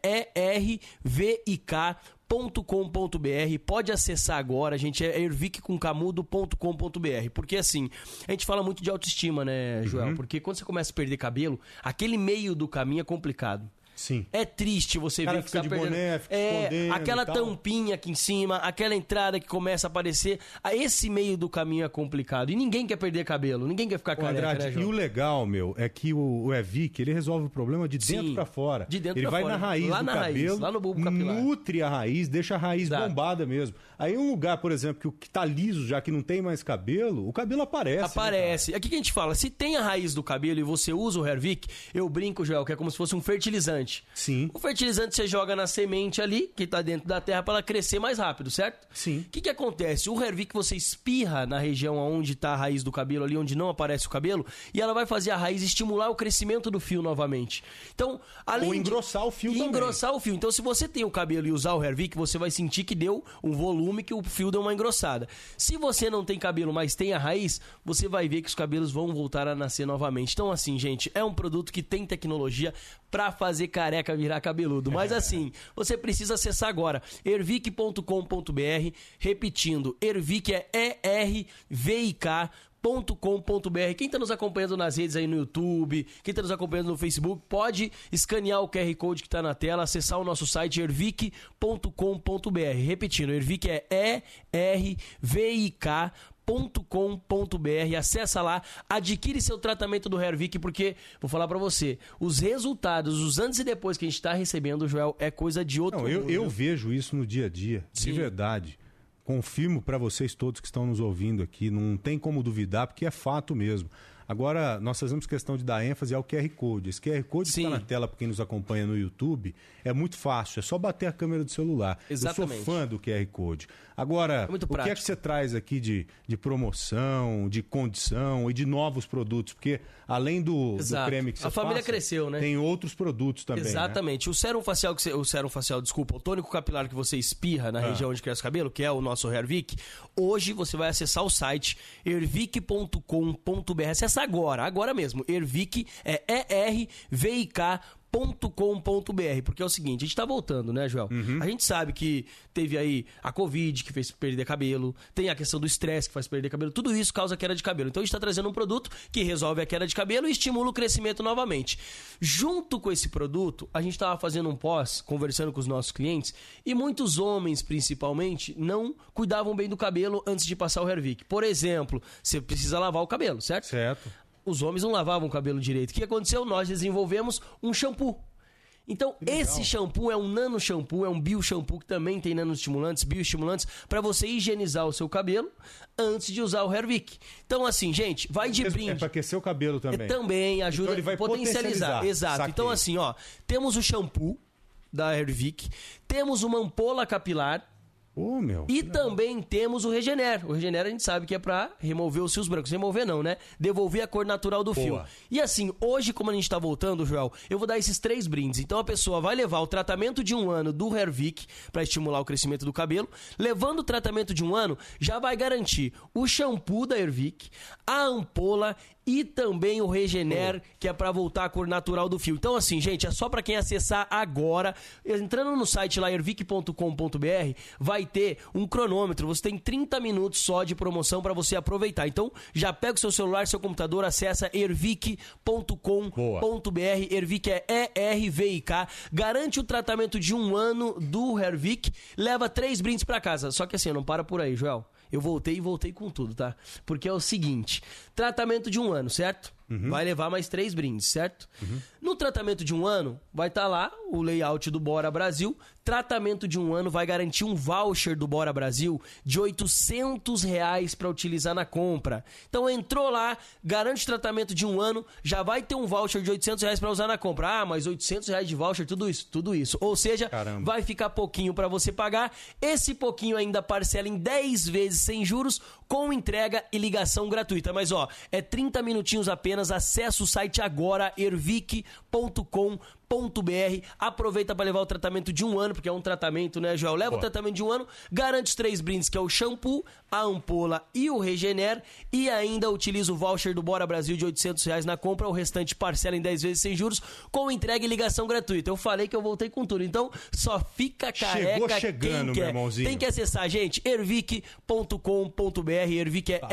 ERVIK.com.br. Pode acessar agora, gente, é hervikcomcamudo.com.br. Porque assim, a gente fala muito de autoestima, né, Joel? Porque quando você começa a perder cabelo, aquele meio do caminho é complicado. Sim. É triste você ver que fica tá de perdendo. Boné, fica escondendo aquela tampinha aqui em cima, aquela entrada que começa a aparecer. Esse meio do caminho é complicado. E ninguém quer perder cabelo, ninguém quer ficar careca, Andrade, né, João? E o legal, é que o Hervik, ele resolve o problema de dentro pra fora. De dentro ele pra vai fora. na raiz lá do na cabelo, raiz, lá no bulbo capilar. Nutre a raiz, deixa a raiz bombada mesmo. Aí um lugar, por exemplo, que tá liso, já que não tem mais cabelo, o cabelo aparece. Aparece. Né, aqui que a gente fala, se tem a raiz do cabelo e você usa o Hervik, eu brinco, Joel, que é como se fosse um fertilizante. Sim. O fertilizante você joga na semente ali, que tá dentro da terra, para ela crescer mais rápido, certo? Sim. O que acontece? O Hervik você espirra na região onde tá a raiz do cabelo, ali onde não aparece o cabelo, e ela vai fazer a raiz estimular o crescimento do fio novamente. Então, além ou engrossar o fio também. Engrossar o fio. Então, se você tem o cabelo e usar o Hervik, você vai sentir que deu um volume, que o fio deu uma engrossada. Se você não tem cabelo, mas tem a raiz, você vai ver que os cabelos vão voltar a nascer novamente. Então, assim, gente, é um produto que tem tecnologia pra fazer careca virar cabeludo. Mas assim, você precisa acessar agora hervik.com.br, repetindo, Hervik é ERVIK.com.br. Quem está nos acompanhando nas redes aí no YouTube, quem está nos acompanhando no Facebook, pode escanear o QR Code que está na tela, acessar o nosso site hervik.com.br. Repetindo, Hervik é ERVIK.com.br, acessa lá, adquire seu tratamento do Hervik, porque, vou falar pra você, os resultados, os antes e depois que a gente tá recebendo, Joel, é coisa de outro mundo. Eu vejo isso no dia a dia, de verdade. Confirmo pra vocês todos que estão nos ouvindo aqui, não tem como duvidar, porque é fato mesmo. Agora, nós fazemos questão de dar ênfase ao QR Code. Esse QR Code que está na tela para quem nos acompanha no YouTube é muito fácil, é só bater a câmera do celular. Exatamente. Eu sou fã do QR Code. Agora, o que é que você traz aqui de promoção, de condição e de novos produtos? Porque além do creme que você faz, a família cresceu, né? Tem outros produtos também. Exatamente. Né? O sérum facial, o tônico capilar que você espirra na região onde cresce o cabelo, que é o nosso Hervik, hoje você vai acessar o site hervik.com.br. Acessa agora mesmo. Hervik é ERVIK.com.br, porque é o seguinte, a gente tá voltando, né, Joel? A gente sabe que teve aí a Covid, que fez perder cabelo, tem a questão do estresse, que faz perder cabelo, tudo isso causa queda de cabelo. Então a gente tá trazendo um produto que resolve a queda de cabelo e estimula o crescimento novamente. Junto com esse produto, a gente tava fazendo um pós, conversando com os nossos clientes, e muitos homens, principalmente, não cuidavam bem do cabelo antes de passar o Hervik. Por exemplo, você precisa lavar o cabelo, certo? Certo. Os homens não lavavam o cabelo direito. O que aconteceu? Nós desenvolvemos um shampoo. Então, esse shampoo é um nano shampoo, é um bio shampoo que também tem nanoestimulantes, bioestimulantes, para você higienizar o seu cabelo antes de usar o Hervik. Então, assim, gente, vai de brinde. É para aquecer o cabelo também. Também ajuda então, ele vai a potencializar. Exato. Saquei. Então, assim, ó, temos o shampoo da Hervik, temos uma ampola capilar. E também temos o Regener. O Regener a gente sabe que é pra remover os fios brancos. Remover não, né? Devolver a cor natural do fio. E assim, hoje, como a gente tá voltando, Joel, eu vou dar esses 3 brindes. Então a pessoa vai levar o tratamento de 1 ano do Hervik pra estimular o crescimento do cabelo. Levando o tratamento de 1 ano, já vai garantir o shampoo da Hervik, a ampola e também o Regener, que é para voltar a cor natural do fio. Então assim, gente, é só para quem acessar agora. Entrando no site lá, ervic.com.br, vai ter um cronômetro. Você tem 30 minutos só de promoção para você aproveitar. Então, já pega o seu celular, seu computador, acessa ervic.com.br. Hervik é E-R-V-I-K. Garante o tratamento de 1 ano do Hervik. Leva 3 brindes para casa. Só que assim, não para por aí, Joel. Eu voltei com tudo, tá? Porque é o seguinte, tratamento de 1 ano, certo? Vai levar mais 3 brindes, certo? No tratamento de 1 ano, vai estar lá o layout do Bora Brasil. Tratamento de 1 ano vai garantir um voucher do Bora Brasil de R$800 para utilizar na compra. Então entrou lá, garante tratamento de 1 ano, já vai ter um voucher de R$800 para usar na compra. Ah, mas R$800 de voucher, tudo isso. Ou seja, caramba, vai ficar pouquinho para você pagar. Esse pouquinho ainda parcela em 10 vezes sem juros, com entrega e ligação gratuita. Mas ó, é 30 minutinhos apenas. Acesse o site agora, ervic.com.br. Aproveita para levar o tratamento de 1 ano, porque é um tratamento, né, Joel? Leva o tratamento de 1 ano, garante os 3 brindes, que é o shampoo, a ampola e o Regener, e ainda utiliza o voucher do Bora Brasil de R$800 na compra. O restante parcela em 10 vezes sem juros, com entrega e ligação gratuita. Eu falei que eu voltei com tudo, então só fica careca. Chegou chegando, quem quer. Meu irmãozinho. Tem que acessar, gente, ervic.com.br. Ervic é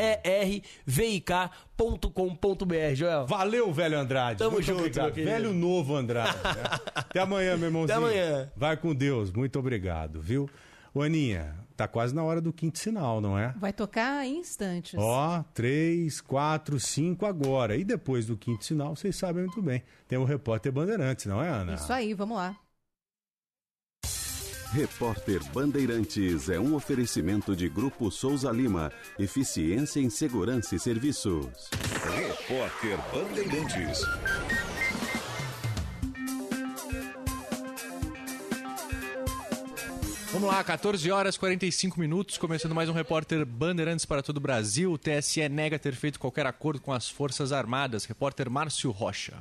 ERVIK.com.br, Joel. Valeu, velho Andrade. Tamo muito junto, obrigado. Velho novo Andrade. Né? Até amanhã, meu irmãozinho. Até amanhã. Vai com Deus. Muito obrigado, viu? Ô, Aninha, tá quase na hora do quinto sinal, não é? Vai tocar em instantes. Ó, 3, 4, 5 agora. E depois do quinto sinal, vocês sabem muito bem. Tem o Repórter Bandeirantes, não é, Ana? Isso aí, vamos lá. Repórter Bandeirantes é um oferecimento de Grupo Souza Lima. Eficiência em Segurança e Serviços. Repórter Bandeirantes. Vamos lá, 14 horas 45 minutos, começando mais um Repórter Bandeirantes para todo o Brasil. O TSE nega ter feito qualquer acordo com as Forças Armadas. Repórter Márcio Rocha.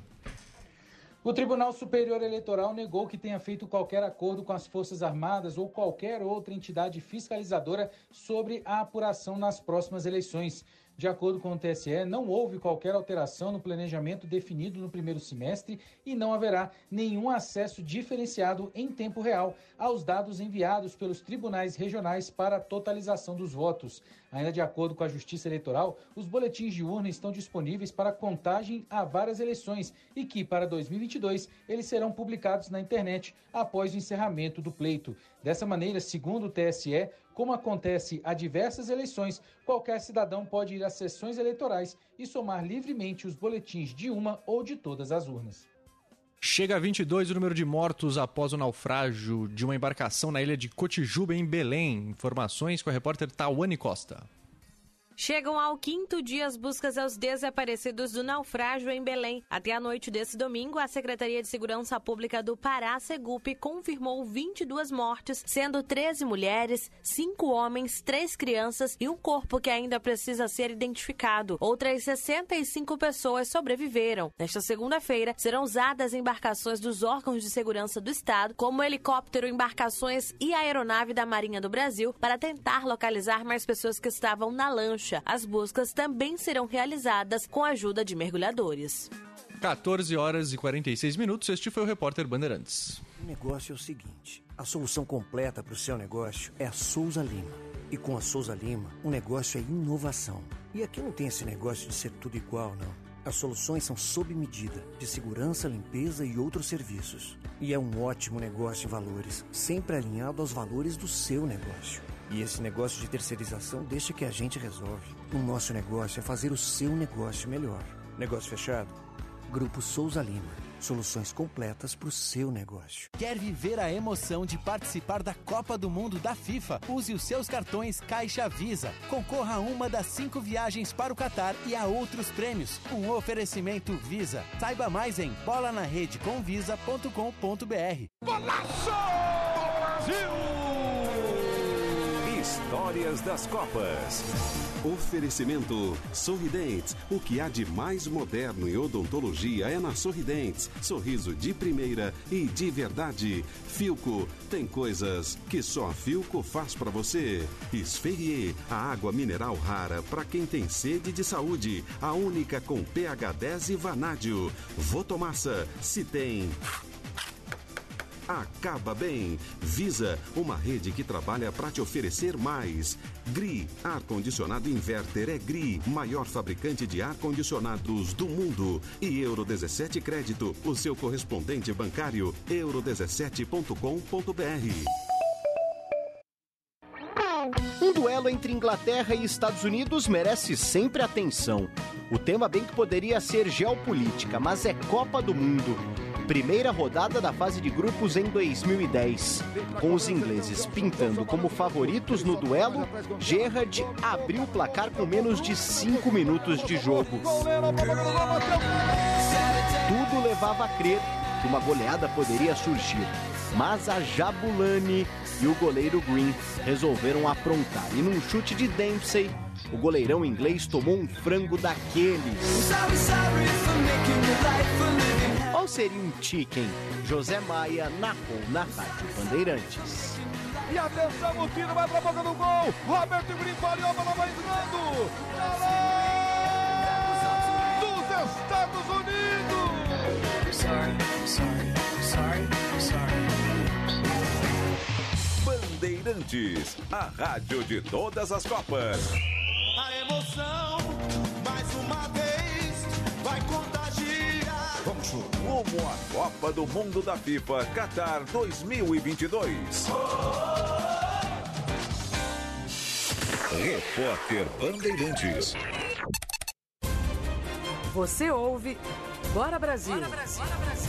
O Tribunal Superior Eleitoral negou que tenha feito qualquer acordo com as Forças Armadas ou qualquer outra entidade fiscalizadora sobre a apuração nas próximas eleições. De acordo com o TSE, não houve qualquer alteração no planejamento definido no primeiro semestre e não haverá nenhum acesso diferenciado em tempo real aos dados enviados pelos tribunais regionais para a totalização dos votos. Ainda de acordo com a Justiça Eleitoral, os boletins de urna estão disponíveis para contagem a várias eleições e que, para 2022, eles serão publicados na internet após o encerramento do pleito. Dessa maneira, segundo o TSE, como acontece a diversas eleições, qualquer cidadão pode ir às sessões eleitorais e somar livremente os boletins de uma ou de todas as urnas. Chega a 22 o número de mortos após o naufrágio de uma embarcação na ilha de Cotijuba, em Belém. Informações com a repórter Tawane Costa. Chegam ao 5º dia as buscas aos desaparecidos do naufrágio em Belém. Até a noite desse domingo, a Secretaria de Segurança Pública do Pará, Segup, confirmou 22 mortes, sendo 13 mulheres, 5 homens, 3 crianças e um corpo que ainda precisa ser identificado. Outras 65 pessoas sobreviveram. Nesta segunda-feira, serão usadas embarcações dos órgãos de segurança do Estado, como helicóptero, embarcações e aeronave da Marinha do Brasil, para tentar localizar mais pessoas que estavam na lancha. As buscas também serão realizadas com a ajuda de mergulhadores. 14 horas e 46 minutos, este foi o Repórter Bandeirantes. O negócio é o seguinte, a solução completa para o seu negócio é a Souza Lima. E com a Souza Lima, o negócio é inovação. E aqui não tem esse negócio de ser tudo igual, não. As soluções são sob medida, de segurança, limpeza e outros serviços. E é um ótimo negócio em valores, sempre alinhado aos valores do seu negócio. E esse negócio de terceirização deixa que a gente resolve. O nosso negócio é fazer o seu negócio melhor. Negócio fechado? Grupo Souza Lima. Soluções completas para o seu negócio. Quer viver a emoção de participar da Copa do Mundo da FIFA? Use os seus cartões Caixa Visa. Concorra a uma das 5 viagens para o Catar e a outros prêmios. Um oferecimento Visa. Saiba mais em bolanaredecomvisa.com.br. Golaço! Brasil! Histórias das Copas. Oferecimento Sorridentes. O que há de mais moderno em odontologia é na Sorridentes. Sorriso de primeira e de verdade. Philco. Tem coisas que só a Philco faz pra você. Esferrier. A água mineral rara pra quem tem sede de saúde. A única com pH 10 e vanádio. Votomassa. Se tem... acaba bem. Visa, uma rede que trabalha para te oferecer mais. GRI, ar-condicionado inverter é GRI, maior fabricante de ar-condicionados do mundo. E Euro 17 Crédito, o seu correspondente bancário, euro17.com.br. Um duelo entre Inglaterra e Estados Unidos merece sempre atenção. O tema bem que poderia ser geopolítica, mas é Copa do Mundo. Primeira rodada da fase de grupos em 2010. Com os ingleses pintando como favoritos no duelo, Gerrard abriu o placar com menos de 5 minutos de jogo. Tudo levava a crer que uma goleada poderia surgir, mas a Jabulani e o goleiro Green resolveram aprontar. E num chute de Dempsey, o goleirão inglês tomou um frango daqueles. Ou seria um chicken? José Maia narrou na Rádio Bandeirantes. E atenção, o tiro vai pra boca do gol. Roberto Green falhou, a bola vai entrando. Dos Estados Unidos. Bandeirantes, a rádio de todas as Copas. A emoção, mais uma vez, vai contagiar. Vamos rumo à Copa do Mundo da FIFA Qatar 2022. Repórter Bandeirantes. Você ouve Bora Brasil. Bora Brasil.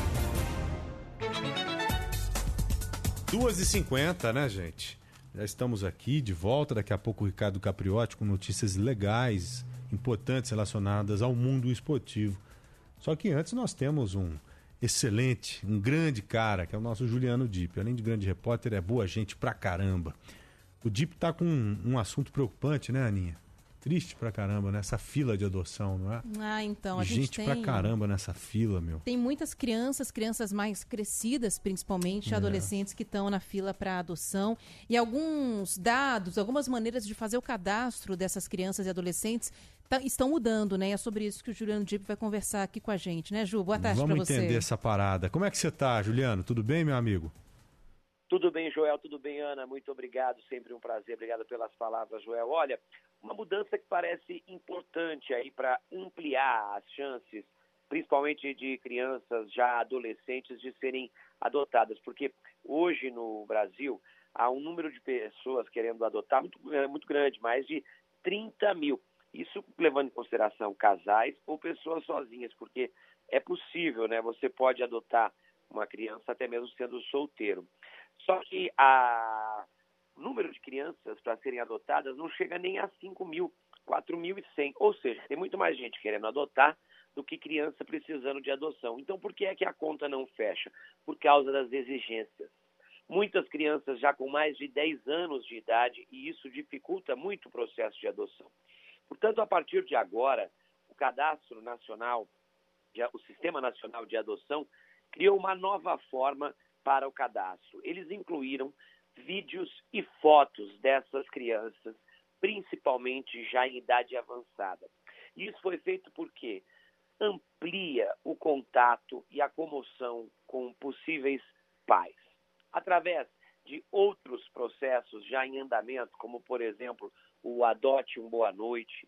2h50, né, gente? Já estamos aqui de volta. Daqui a pouco o Ricardo Capriotti com notícias legais, importantes relacionadas ao mundo esportivo. Só que antes nós temos um excelente, um grande cara, que é o nosso Juliano Dipp. Além de grande repórter, é boa gente pra caramba. O Dipp tá com um assunto preocupante, né, Aninha? Triste pra caramba, né? Essa fila de adoção, não é? Ah, então, a gente tem... pra caramba nessa fila, meu. Tem muitas crianças mais crescidas, principalmente, adolescentes que estão na fila para adoção. E alguns dados, algumas maneiras de fazer o cadastro dessas crianças e adolescentes estão mudando, né? E é sobre isso que o Juliano Dipp vai conversar aqui com a gente, né, Ju? Boa tarde para você. Vamos entender essa parada. Como é que você tá, Juliano? Tudo bem, meu amigo? Tudo bem, Joel, tudo bem, Ana, muito obrigado, sempre um prazer, obrigado pelas palavras, Joel. Olha, uma mudança que parece importante aí para ampliar as chances, principalmente de crianças já adolescentes, de serem adotadas, porque hoje no Brasil há um número de pessoas querendo adotar muito grande, mais de 30 mil. Isso levando em consideração casais ou pessoas sozinhas, porque é possível, né? Você pode adotar uma criança até mesmo sendo solteiro. Só que o número de crianças para serem adotadas não chega nem a 5 mil, 4.100. Ou seja, tem muito mais gente querendo adotar do que criança precisando de adoção. Então, por que é que a conta não fecha? Por causa das exigências. Muitas crianças já com mais de 10 anos de idade e isso dificulta muito o processo de adoção. Portanto, a partir de agora, o Cadastro Nacional, o Sistema Nacional de Adoção, criou uma nova forma para o cadastro. Eles incluíram vídeos e fotos dessas crianças, principalmente já em idade avançada. E isso foi feito porque amplia o contato e a comoção com possíveis pais. Através de outros processos já em andamento, como, por exemplo, o Adote um Boa Noite,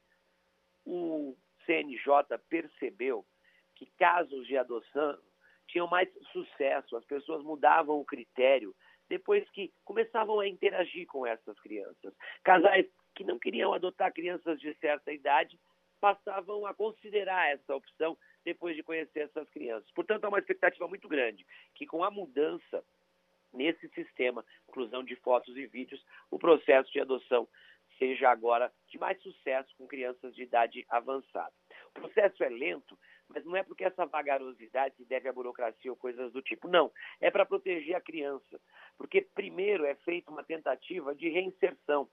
o CNJ percebeu que casos de adoção tinham mais sucesso, as pessoas mudavam o critério depois que começavam a interagir com essas crianças. Casais que não queriam adotar crianças de certa idade passavam a considerar essa opção depois de conhecer essas crianças. Portanto, há uma expectativa muito grande que com a mudança nesse sistema, inclusão de fotos e vídeos, o processo de adoção seja agora de mais sucesso com crianças de idade avançada. O processo é lento, mas não é porque essa vagarosidade se deve à burocracia ou coisas do tipo. Não, é para proteger a criança. Porque primeiro é feita uma tentativa de reinserção.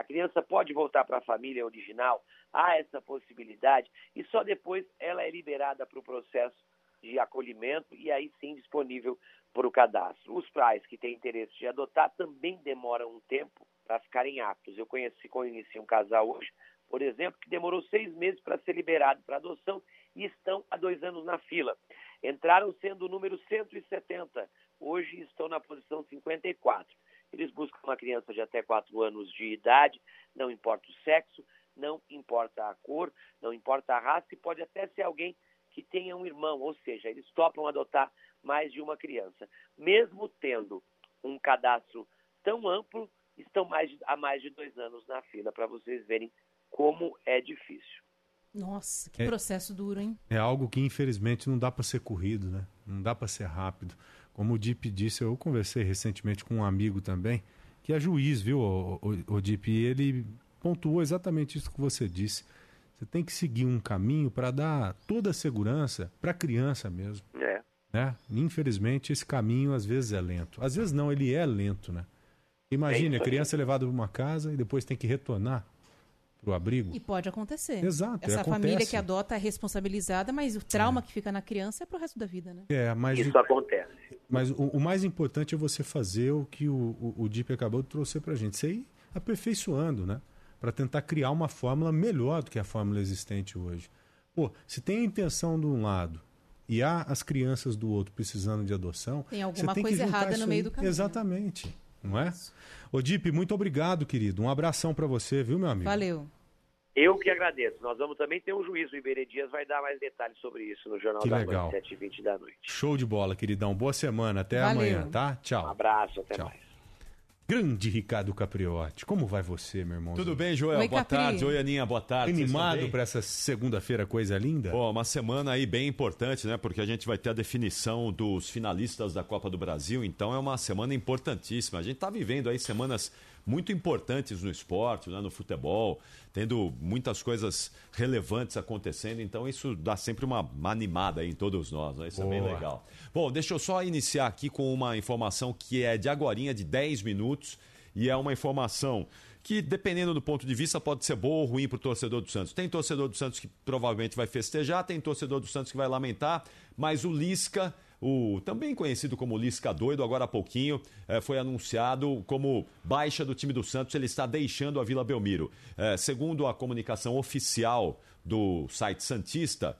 A criança pode voltar para a família original, há essa possibilidade, e só depois ela é liberada para o processo de acolhimento e aí sim disponível para o cadastro. Os pais que têm interesse de adotar também demoram um tempo para ficarem aptos. Eu conheci um casal hoje, por exemplo, que demorou 6 meses para ser liberado para adoção e estão há 2 anos na fila. Entraram sendo o número 170, hoje estão na posição 54. Eles buscam uma criança de até 4 anos de idade, não importa o sexo, não importa a cor, não importa a raça, e pode até ser alguém que tenha um irmão, ou seja, eles topam adotar mais de uma criança. Mesmo tendo um cadastro tão amplo, estão há mais de 2 anos na fila, para vocês verem como é difícil. Nossa, que processo duro, hein? É algo que, infelizmente, não dá para ser corrido, né? Não dá para ser rápido. Como o Dip disse, eu conversei recentemente com um amigo também, que é juiz, viu, o Dip, e ele pontuou exatamente isso que você disse. Você tem que seguir um caminho para dar toda a segurança para a criança mesmo. Né? Infelizmente, esse caminho às vezes é lento. Às vezes não, ele é lento, né? Imagine, a criança é levada para uma casa e depois tem que retornar para o abrigo. E pode acontecer. Exato, Essa acontece. família que adota é responsabilizada, mas o trauma que fica na criança é pro resto da vida, né? Mas isso acontece. Mas o mais importante é você fazer o que o Dip acabou de trouxer para a gente. Você ir aperfeiçoando, né? Para tentar criar uma fórmula melhor do que a fórmula existente hoje. Pô, se tem a intenção de um lado e há as crianças do outro precisando de adoção... Tem alguma você tem coisa que errada no meio aí. do caminho. Exatamente. Não é? Ô Dip, muito obrigado, querido. Um abração para você, viu, meu amigo? Valeu. Eu que agradeço. Nós vamos também ter um juiz, o Iberê Dias vai dar mais detalhes sobre isso no Jornal da legal. Noite, 7h20 da noite. Show de bola, queridão. Boa semana. Até Valeu. amanhã, tá? Tchau. Um abraço, até mais. Grande Ricardo Capriotti. Como vai você, meu irmão? Tudo bem, Joel? Oi, boa Capri. tarde. Oi, Aninha. Boa tarde. Animado para essa segunda-feira, coisa linda? Pô, uma semana aí bem importante, né? Porque a gente vai ter a definição dos finalistas da Copa do Brasil. Então é uma semana importantíssima. A gente tá vivendo aí semanas muito importantes no esporte, né? No futebol, tendo muitas coisas relevantes acontecendo. Então isso dá sempre uma animada aí em todos nós, né? Isso é bem legal. Bom, deixa eu só iniciar aqui com uma informação que é de agorinha, de 10 minutos. E é uma informação que, dependendo do ponto de vista, pode ser boa ou ruim para o torcedor do Santos. Tem torcedor do Santos que provavelmente vai festejar, tem torcedor do Santos que vai lamentar, mas o Lisca, o também conhecido como Lisca doido, agora há pouquinho, foi anunciado como baixa do time do Santos, ele está deixando a Vila Belmiro. Segundo a comunicação oficial do site santista,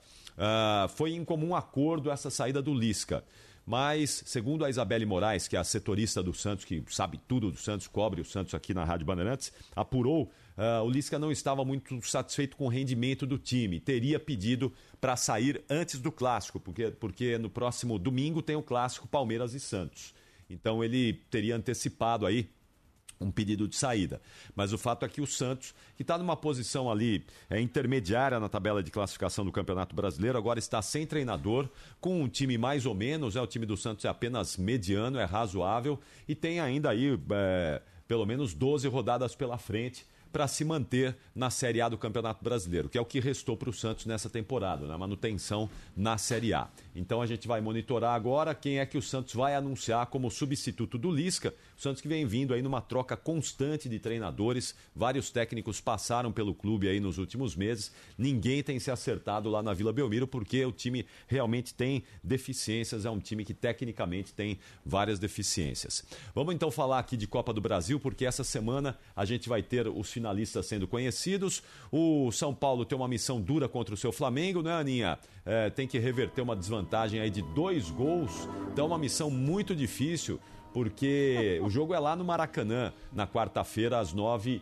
foi em comum acordo essa saída do Lisca. Mas, segundo a Isabelle Moraes, que é a setorista do Santos, que sabe tudo do Santos, cobre o Santos aqui na Rádio Bandeirantes, apurou, o Lisca não estava muito satisfeito com o rendimento do time. Teria pedido para sair antes do Clássico, porque no próximo domingo tem o Clássico Palmeiras e Santos. Então ele teria antecipado aí um pedido de saída. Mas o fato é que o Santos, que está numa posição ali intermediária na tabela de classificação do Campeonato Brasileiro, agora está sem treinador, com um time mais ou menos, o time do Santos é apenas mediano, é razoável, e tem ainda aí pelo menos 12 rodadas pela frente para se manter na Série A do Campeonato Brasileiro, que é o que restou para o Santos nessa temporada, na manutenção na Série A. Então a gente vai monitorar agora quem é que o Santos vai anunciar como substituto do Lisca. O Santos que vem vindo aí numa troca constante de treinadores, vários técnicos passaram pelo clube aí nos últimos meses, ninguém tem se acertado lá na Vila Belmiro, porque o time realmente tem deficiências, é um time que tecnicamente tem várias deficiências. Vamos então falar aqui de Copa do Brasil, porque essa semana a gente vai ter os finalistas sendo conhecidos. O São Paulo tem uma missão dura contra o seu Flamengo, né, Aninha? Tem que reverter uma desvantagem aí de 2 gols. Então, uma missão muito difícil, porque o jogo é lá no Maracanã, na quarta-feira, às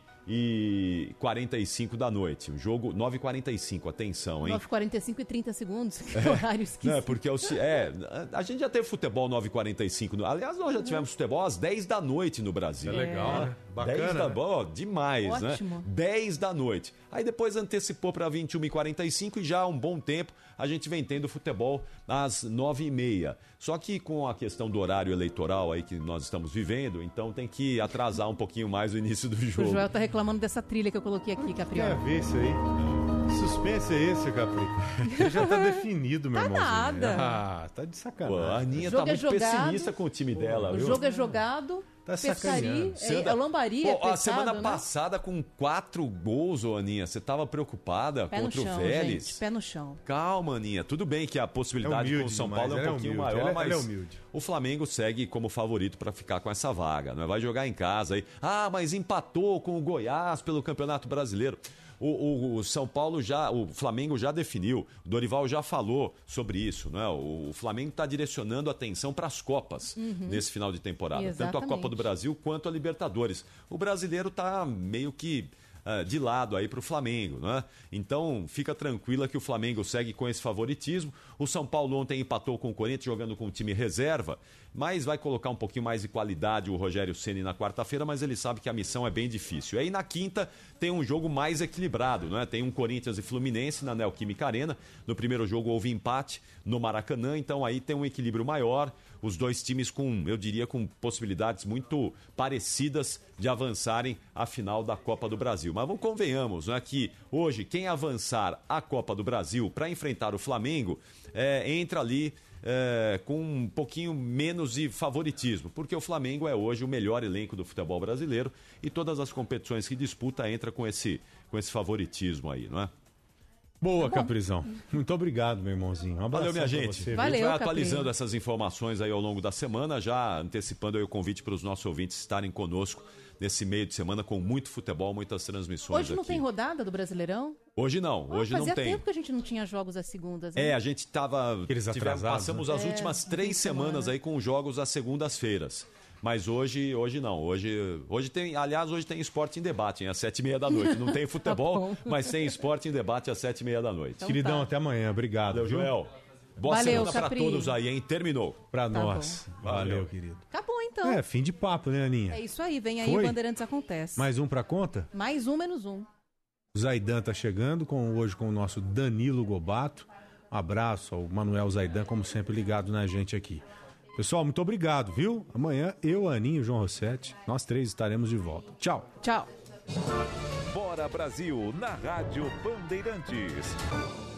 9h45 da noite. O jogo 9h45, atenção, hein? 9h45 e 30 segundos, que horário esquisito. Não, porque a gente já teve futebol 9h45. Aliás, nós já tivemos futebol às 10 da noite no Brasil. É legal, né? Bacana. Demais, ótimo, né? 10 da noite. Aí depois antecipou para 21h45 e já há um bom tempo a gente vem tendo futebol às 9h30. Só que com a questão do horário eleitoral aí que nós estamos vivendo, então tem que atrasar um pouquinho mais o início do jogo. O Joel tá reclamando dessa trilha que eu coloquei aqui, Caprioli. Quer ver isso aí? suspense é esse, Capri? Já tá definido, meu irmão. Nada. Ah, tá de sacanagem. Pô, a Aninha tá muito pessimista com o time dela, viu? O jogo é jogado. Tá Pescaria, sacaneando. Lambari, Pô, pescado, a semana né? passada com 4 gols, ô Aninha, você tava preocupada Pé contra no chão, o Vélez? gente, pé no chão. Calma, Aninha. Tudo bem que a possibilidade É humilde com o São demais, Paulo é um ela é pouquinho humilde, maior, ela é mas humilde. o Flamengo segue como favorito para ficar com essa vaga. Não é? Vai jogar em casa aí. Ah, mas empatou com o Goiás pelo Campeonato Brasileiro. O São Paulo o Flamengo já definiu, o Dorival já falou sobre isso, né? O Flamengo está direcionando a atenção para as Copas nesse final de temporada, Exatamente. tanto a Copa do Brasil quanto a Libertadores. O brasileiro está meio que de lado aí para o Flamengo, né? Então fica tranquila que o Flamengo segue com esse favoritismo. O São Paulo ontem empatou com o Corinthians jogando com o time reserva, mas vai colocar um pouquinho mais de qualidade o Rogério Ceni na quarta-feira, mas ele sabe que a missão é bem difícil. E aí na quinta tem um jogo mais equilibrado, né? Tem um Corinthians e Fluminense na Neoquímica Arena. No primeiro jogo houve empate no Maracanã, então aí tem um equilíbrio maior. Os dois times eu diria, com possibilidades muito parecidas de avançarem à final da Copa do Brasil. Mas convenhamos, né, que hoje quem avançar à Copa do Brasil para enfrentar o Flamengo entra ali com um pouquinho menos de favoritismo, porque o Flamengo é hoje o melhor elenco do futebol brasileiro e todas as competições que disputa entra com esse favoritismo aí, não é? Boa, Caprizão. Muito obrigado, meu irmãozinho. Um abraço. Valeu, minha gente. Você, Valeu, a gente vai Capri. atualizando essas informações aí ao longo da semana, já antecipando aí o convite para os nossos ouvintes estarem conosco nesse meio de semana com muito futebol, muitas transmissões Hoje não aqui. tem rodada do Brasileirão? Hoje não, hoje não fazia tem. tempo que a gente não tinha jogos às segundas, né? A gente tava... Aqueles atrasados, Passamos né? as últimas 3 semanas aí com jogos às segundas-feiras. Mas hoje não. Hoje tem, aliás, hoje tem Esporte em Debate, hein, às 7h30 da noite. Não tem futebol, mas tem Esporte em Debate às 7h30 da noite. Então Queridão, tá. até amanhã. Obrigado. Valeu, viu? Joel. Boa Valeu, semana pra Capri. todos aí, hein? Terminou. Pra Tá nós. bom. Valeu, querido. Acabou, então. Fim de papo, né, Aninha? É isso aí, vem aí Foi? o Bandeirantes Acontece. Mais um pra conta? Mais um, menos um. O Zaidan tá chegando hoje com o nosso Danilo Gobato. Um abraço ao Manuel Zaidan, como sempre, ligado na gente aqui. Pessoal, muito obrigado, viu? Amanhã eu, a Aninha e o João Rossetti, nós 3 estaremos de volta. Tchau. Tchau. Bora Brasil, na Rádio Bandeirantes.